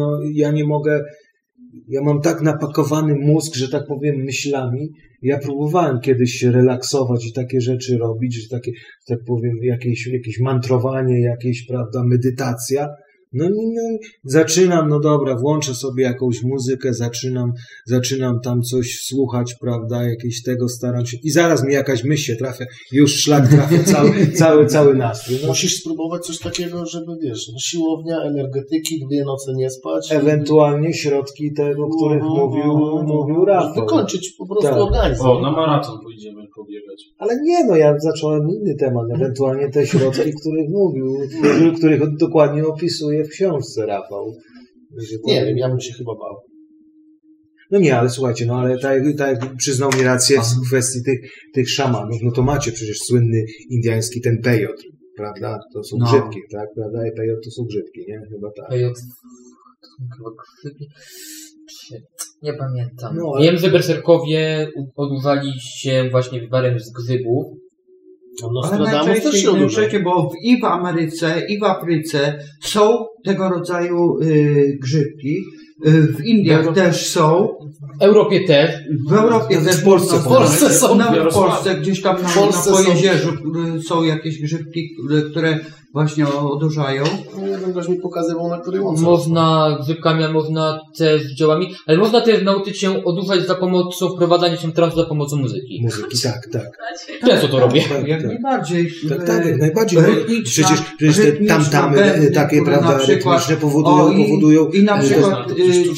ja mam tak napakowany mózg, że tak powiem, myślami. Ja próbowałem kiedyś się relaksować i takie rzeczy robić, że takie, tak powiem, jakieś mantrowanie, medytacja. Zaczynam, włączę sobie jakąś muzykę, zaczynam tam coś słuchać, prawda, jakieś tego, staram się i zaraz mi jakaś myśl się trafia, już szlak trafia cały nastrój. Musisz spróbować coś takiego, żeby, siłownia, energetyki, 2 noce nie spać. Ewentualnie środki tego, o których mówił Rafał. Wykończyć po prostu organizm. Na maraton pójdziemy pobiegać. Ale nie, ja zacząłem inny temat, ewentualnie te środki, których dokładnie opisuje w książce Rafał. Nie wiem, ja bym się chyba bał. No nie, ale słuchajcie, ale tak przyznał mi rację w kwestii tych szamanów, to macie przecież słynny indiański ten pejot, prawda? To są grzybki, tak? Prawda? I pejot to są grzybki, nie? Chyba tak. Pejot chyba grzybki? Nie pamiętam. Wiem, że berserkowie odurzali się właśnie wywarem z grzybów. Ale najczęściej, bo i w Ameryce, i w Afryce są tego rodzaju grzybki. W Indiach też są. W Europie też. W Europie też. W Polsce są. W Polsce gdzieś tam na Pojezierzu są jakieś grzybki, które właśnie odurzają. Jeden gość mi pokazywał, na której łące. Można grzybkami, a można też działami, ale można też nauczyć się odurzać za pomocą, wprowadzania się w trans za pomocą muzyki. Muzyki, tak. Często to robię. Jak najbardziej. Tak, jak najbardziej. Przecież te tam-tamy takie, prawda, rytmiczne powodują... I na przykład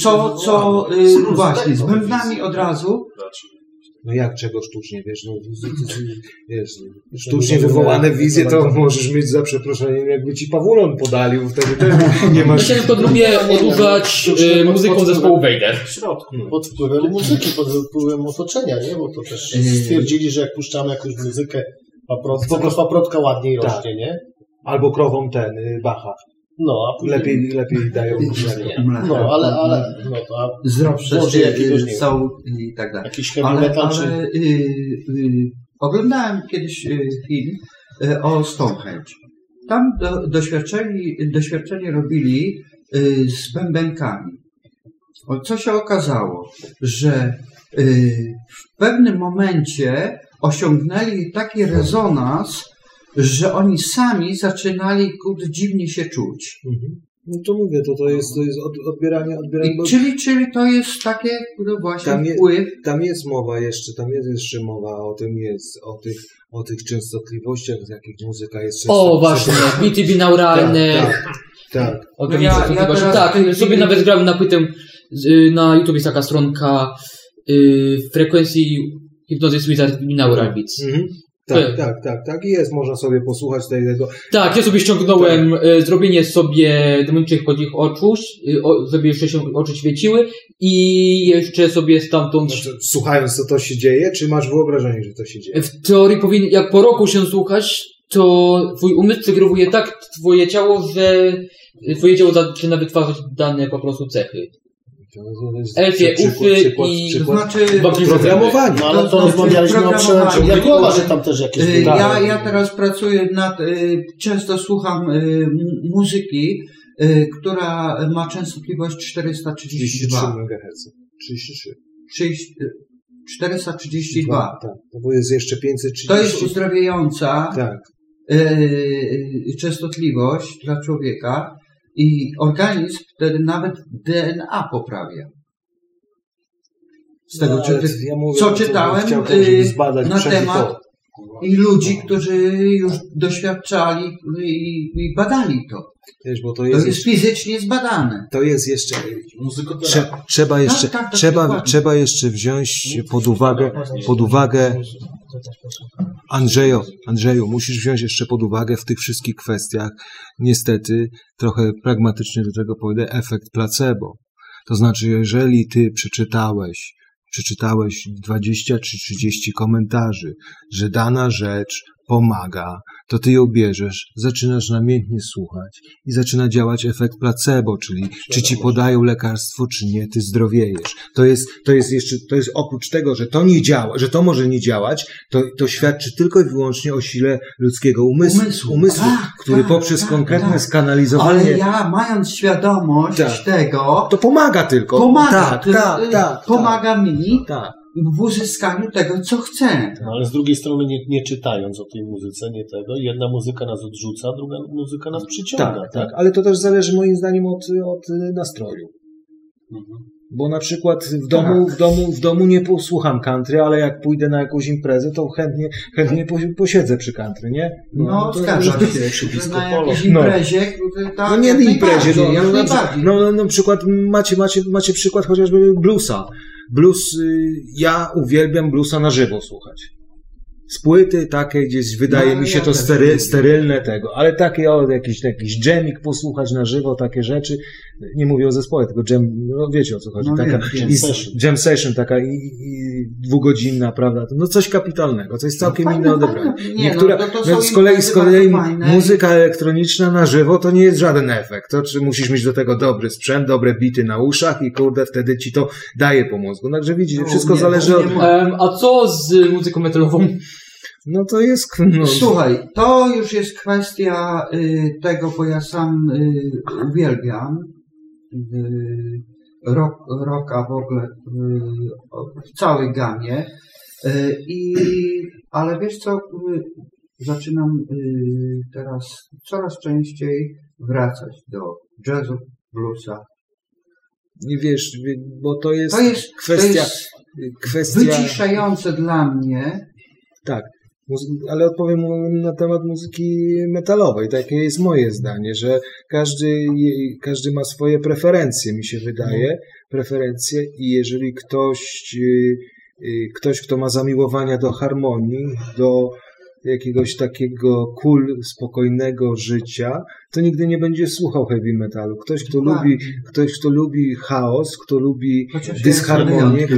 właśnie, z bębnami od razu. No jak czego sztucznie, wiesz, sztucznie wywołane wizje to możesz mieć za przeproszeniem, jakby ci pawulon podalił, wtedy też nie masz... Ja się tylko lubię odurzać muzyką zespołu Vader. W środku. Pod wpływem muzyki, pod wpływem otoczenia, nie? Bo to też stwierdzili, że jak puszczamy jakąś muzykę, paprotka ładniej rośnie, nie? Albo krową Bacha. No, a później... lepiej dają No, ale zdrowsze są i tak dalej. Jakiś heavy metal, ale oglądałem kiedyś film o Stonehenge. Tam doświadczenie robili z bębenkami. Co się okazało, że w pewnym momencie osiągnęli taki rezonans, że oni sami zaczynali dziwnie się czuć. No to mówię, to jest odbieranie. Czyli to jest takie właśnie wpływ. Tam jest jeszcze mowa o tym, o tych częstotliwościach, z jakich muzyka jest często. O, właśnie, bity binauralne. Tak. Tak, sobie nawet grałem na płytę, na YouTube jest taka stronka frekwencji Hypnosis Wizard Binaural Beats. Tak. I jest, można sobie posłuchać tego. Tak, ja sobie ściągnąłem zrobienie sobie demonicznych pod ich oczu, żeby jeszcze się oczy świeciły i jeszcze sobie stamtąd... Słuchając, co to się dzieje, czy masz wyobrażenie, że to się dzieje? W teorii jak po roku się słuchać, to twój umysł cygrowuje tak twoje ciało, że twoje ciało zaczyna wytwarzać dane po prostu cechy. Elfie, uszy i... Programowanie. No ale to rozmawialiśmy o przełęczy Jakuba, że tam też jakieś... Ja teraz pracuję często słucham muzyki, która ma częstotliwość 432. 33 432. Tak, bo jest jeszcze 530. To jest uzdrawiająca tak. Częstotliwość dla człowieka. I organizm wtedy nawet DNA poprawia. Z tego, co czytałem na temat i ludzi, którzy już doświadczali i badali to. Wiesz, bo to jest fizycznie zbadane. To jest jeszcze... Trzeba jeszcze wziąć pod uwagę Andrzeju, musisz wziąć jeszcze pod uwagę w tych wszystkich kwestiach, niestety, trochę pragmatycznie do tego podejdę, efekt placebo. To znaczy, jeżeli ty przeczytałeś 20 czy 30 komentarzy, że dana rzecz pomaga, to ty ją bierzesz, zaczynasz namiętnie słuchać i zaczyna działać efekt placebo, czyli czy ci podają lekarstwo, czy nie, ty zdrowiejesz. To jest oprócz tego, że to nie działa, że to może nie działać, to świadczy tylko i wyłącznie o sile ludzkiego umysłu, który poprzez konkretne skanalizowanie... Ale ja, mając świadomość tego... To pomaga tylko. Pomaga mi w uzyskaniu tego, co chcę. No, ale z drugiej strony nie czytając o tej muzyce, nie tego, jedna muzyka nas odrzuca, druga muzyka nas przyciąga. Tak, ale to też zależy moim zdaniem od nastroju. Bo na przykład w domu nie posłucham country, ale jak pójdę na jakąś imprezę, to chętnie posiedzę przy country, nie? No zgadzam się. Na jakiejś imprezie, na przykład macie przykład chociażby bluesa. Blues, ja uwielbiam bluesa na żywo słuchać. Z płyty takie gdzieś wydaje mi się to sterylne tego, ale takie jakiś jamik posłuchać na żywo, takie rzeczy, nie mówię o zespole, tylko wiecie o co chodzi, jam session taka i dwugodzinna, prawda, no coś kapitalnego, coś całkiem inne odebranie. Z kolei muzyka elektroniczna na żywo to nie jest żaden efekt, to czy musisz mieć do tego dobry sprzęt, dobre bity na uszach i wtedy ci to daje po mózgu, także widzicie, wszystko zależy od... A co z muzyką metalową? No to jest... Słuchaj, to już jest kwestia tego, bo ja sam uwielbiam rocka w ogóle w całej gamie. Ale wiesz co, zaczynam teraz coraz częściej wracać do jazzu, bluesa. Nie wiesz, bo to jest kwestia wyciszające dla mnie. Tak, ale odpowiem na temat muzyki metalowej. Takie jest moje zdanie, że każdy ma swoje preferencje, mi się wydaje, preferencje i jeżeli ktoś, kto ma zamiłowania do harmonii, do jakiegoś takiego spokojnego życia, to nigdy nie będzie słuchał heavy metalu. Ktoś, kto lubi chaos, kto lubi dysharmonię,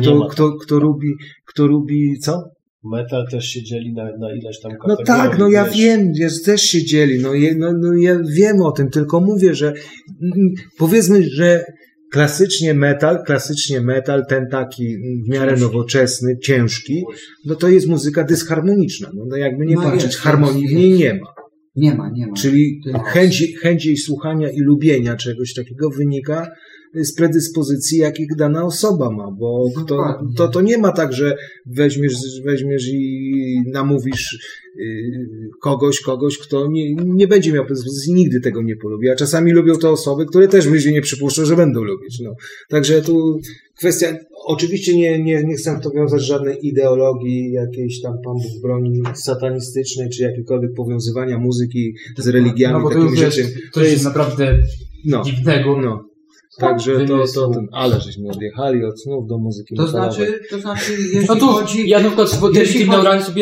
kto lubi co? Metal też się dzieli na ileś tam kategorii. No tak, ja wiem, też się dzieli. Ja wiem o tym, tylko mówię, że powiedzmy, że klasycznie metal, ten taki w miarę nowoczesny, ciężki, no to jest muzyka dysharmoniczna. No jakby nie patrzeć, harmonii w niej nie ma. Nie ma. Czyli chęć jej słuchania i lubienia czegoś takiego wynika z predyspozycji, jakich dana osoba ma, bo to nie ma tak, że weźmiesz i namówisz kogoś, kto nie będzie miał predyspozycji, nigdy tego nie polubi, a czasami lubią to osoby, które też będzie nie przypuszczą, że będą lubić. No. Także tu kwestia, oczywiście nie chcę w to wiązać żadnej ideologii jakiejś tam Pan Bóg broni satanistycznej, czy jakiegokolwiek powiązywania muzyki z religiami, bo takimi rzeczami. To jest naprawdę dziwnego. Także ale żeśmy odjechali od snów do muzyki metalowej. To znaczy, jeśli chodzi... Ja na przykład na sobie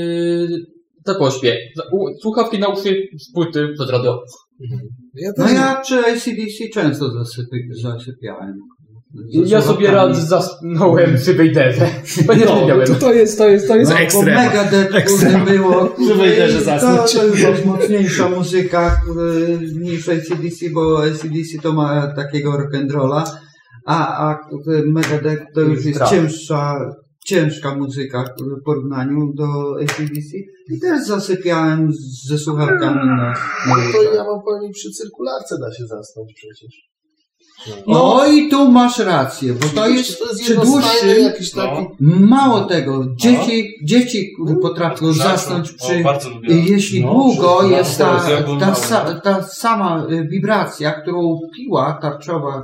tak pośpię. Słuchawki na uszy z płyty pod radio. Ja przy AC/DC często zasypiałem. Ja sobie raz zasnąłem przy Wejderze. To jest ekstrem. Megadeth było. Przy Wejderze zasnąć. To jest mocniejsza muzyka niż AC/DC, bo AC/DC to ma takiego rock'n'rolla, a Megadeth to już jest ciężka muzyka w porównaniu do AC/DC. I też zasypiałem ze słuchawkami na to ja mam powiem, przy cyrkularce da się zasnąć przecież. No i tu masz rację, bo to jest przy dłuższym jakiś taki... Mało tego, dzieci potrafią zasnąć jeśli długo jest ta sama wibracja, którą piła tarczowa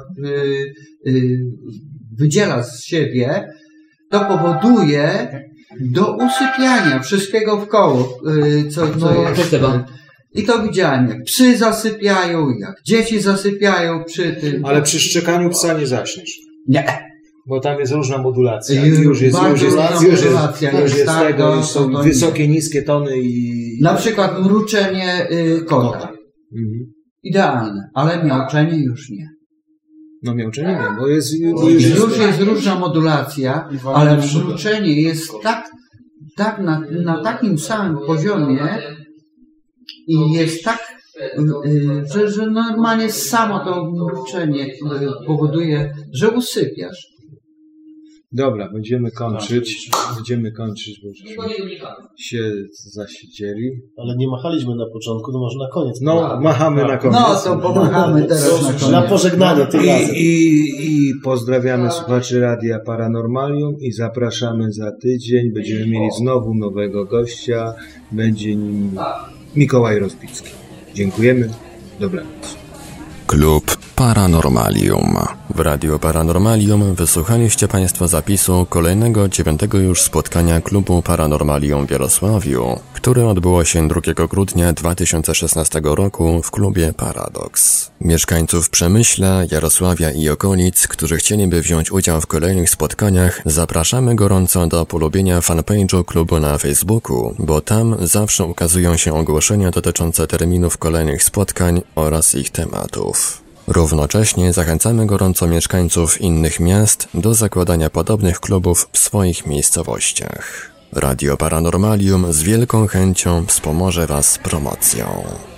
wydziela z siebie, to powoduje do usypiania wszystkiego wkoło, co jest. I to widziałem, jak psy zasypiają, jak dzieci zasypiają przy tym. Ale przy szczekaniu psa nie zaśniesz. Nie. Bo tam jest różna modulacja. Już jest tego, są wysokie, niskie tony i... Na przykład mruczenie kota. Idealne, ale miauczenie już nie. No miauczenie nie, bo jest... Już jest różna modulacja, ale mruczenie jest tak na takim samym poziomie, i jest tak, że normalnie samo to mruczenie powoduje, że usypiasz. Dobra, będziemy kończyć, bo się zasiedzieli. Ale nie machaliśmy na początku, to może na koniec. No, machamy na koniec. No, to pomachamy teraz na koniec. Na pożegnanie tym razem. I pozdrawiamy słuchaczy Radia Paranormalium i zapraszamy za tydzień. Będziemy mieli znowu nowego gościa. Będzie nim Mikołaj Rozbicki. Dziękujemy. Dobranoc. Klub Paranormalium. W Radiu Paranormalium wysłuchaliście Państwo zapisu kolejnego 9. już spotkania Klubu Paranormalium w Jarosławiu, które odbyło się 2 grudnia 2016 roku w klubie Paradoks. Mieszkańców Przemyśla, Jarosławia i okolic, którzy chcieliby wziąć udział w kolejnych spotkaniach, zapraszamy gorąco do polubienia fanpage'u klubu na Facebooku, bo tam zawsze ukazują się ogłoszenia dotyczące terminów kolejnych spotkań oraz ich tematów. Równocześnie zachęcamy gorąco mieszkańców innych miast do zakładania podobnych klubów w swoich miejscowościach. Radio Paranormalium z wielką chęcią wspomoże Was promocją.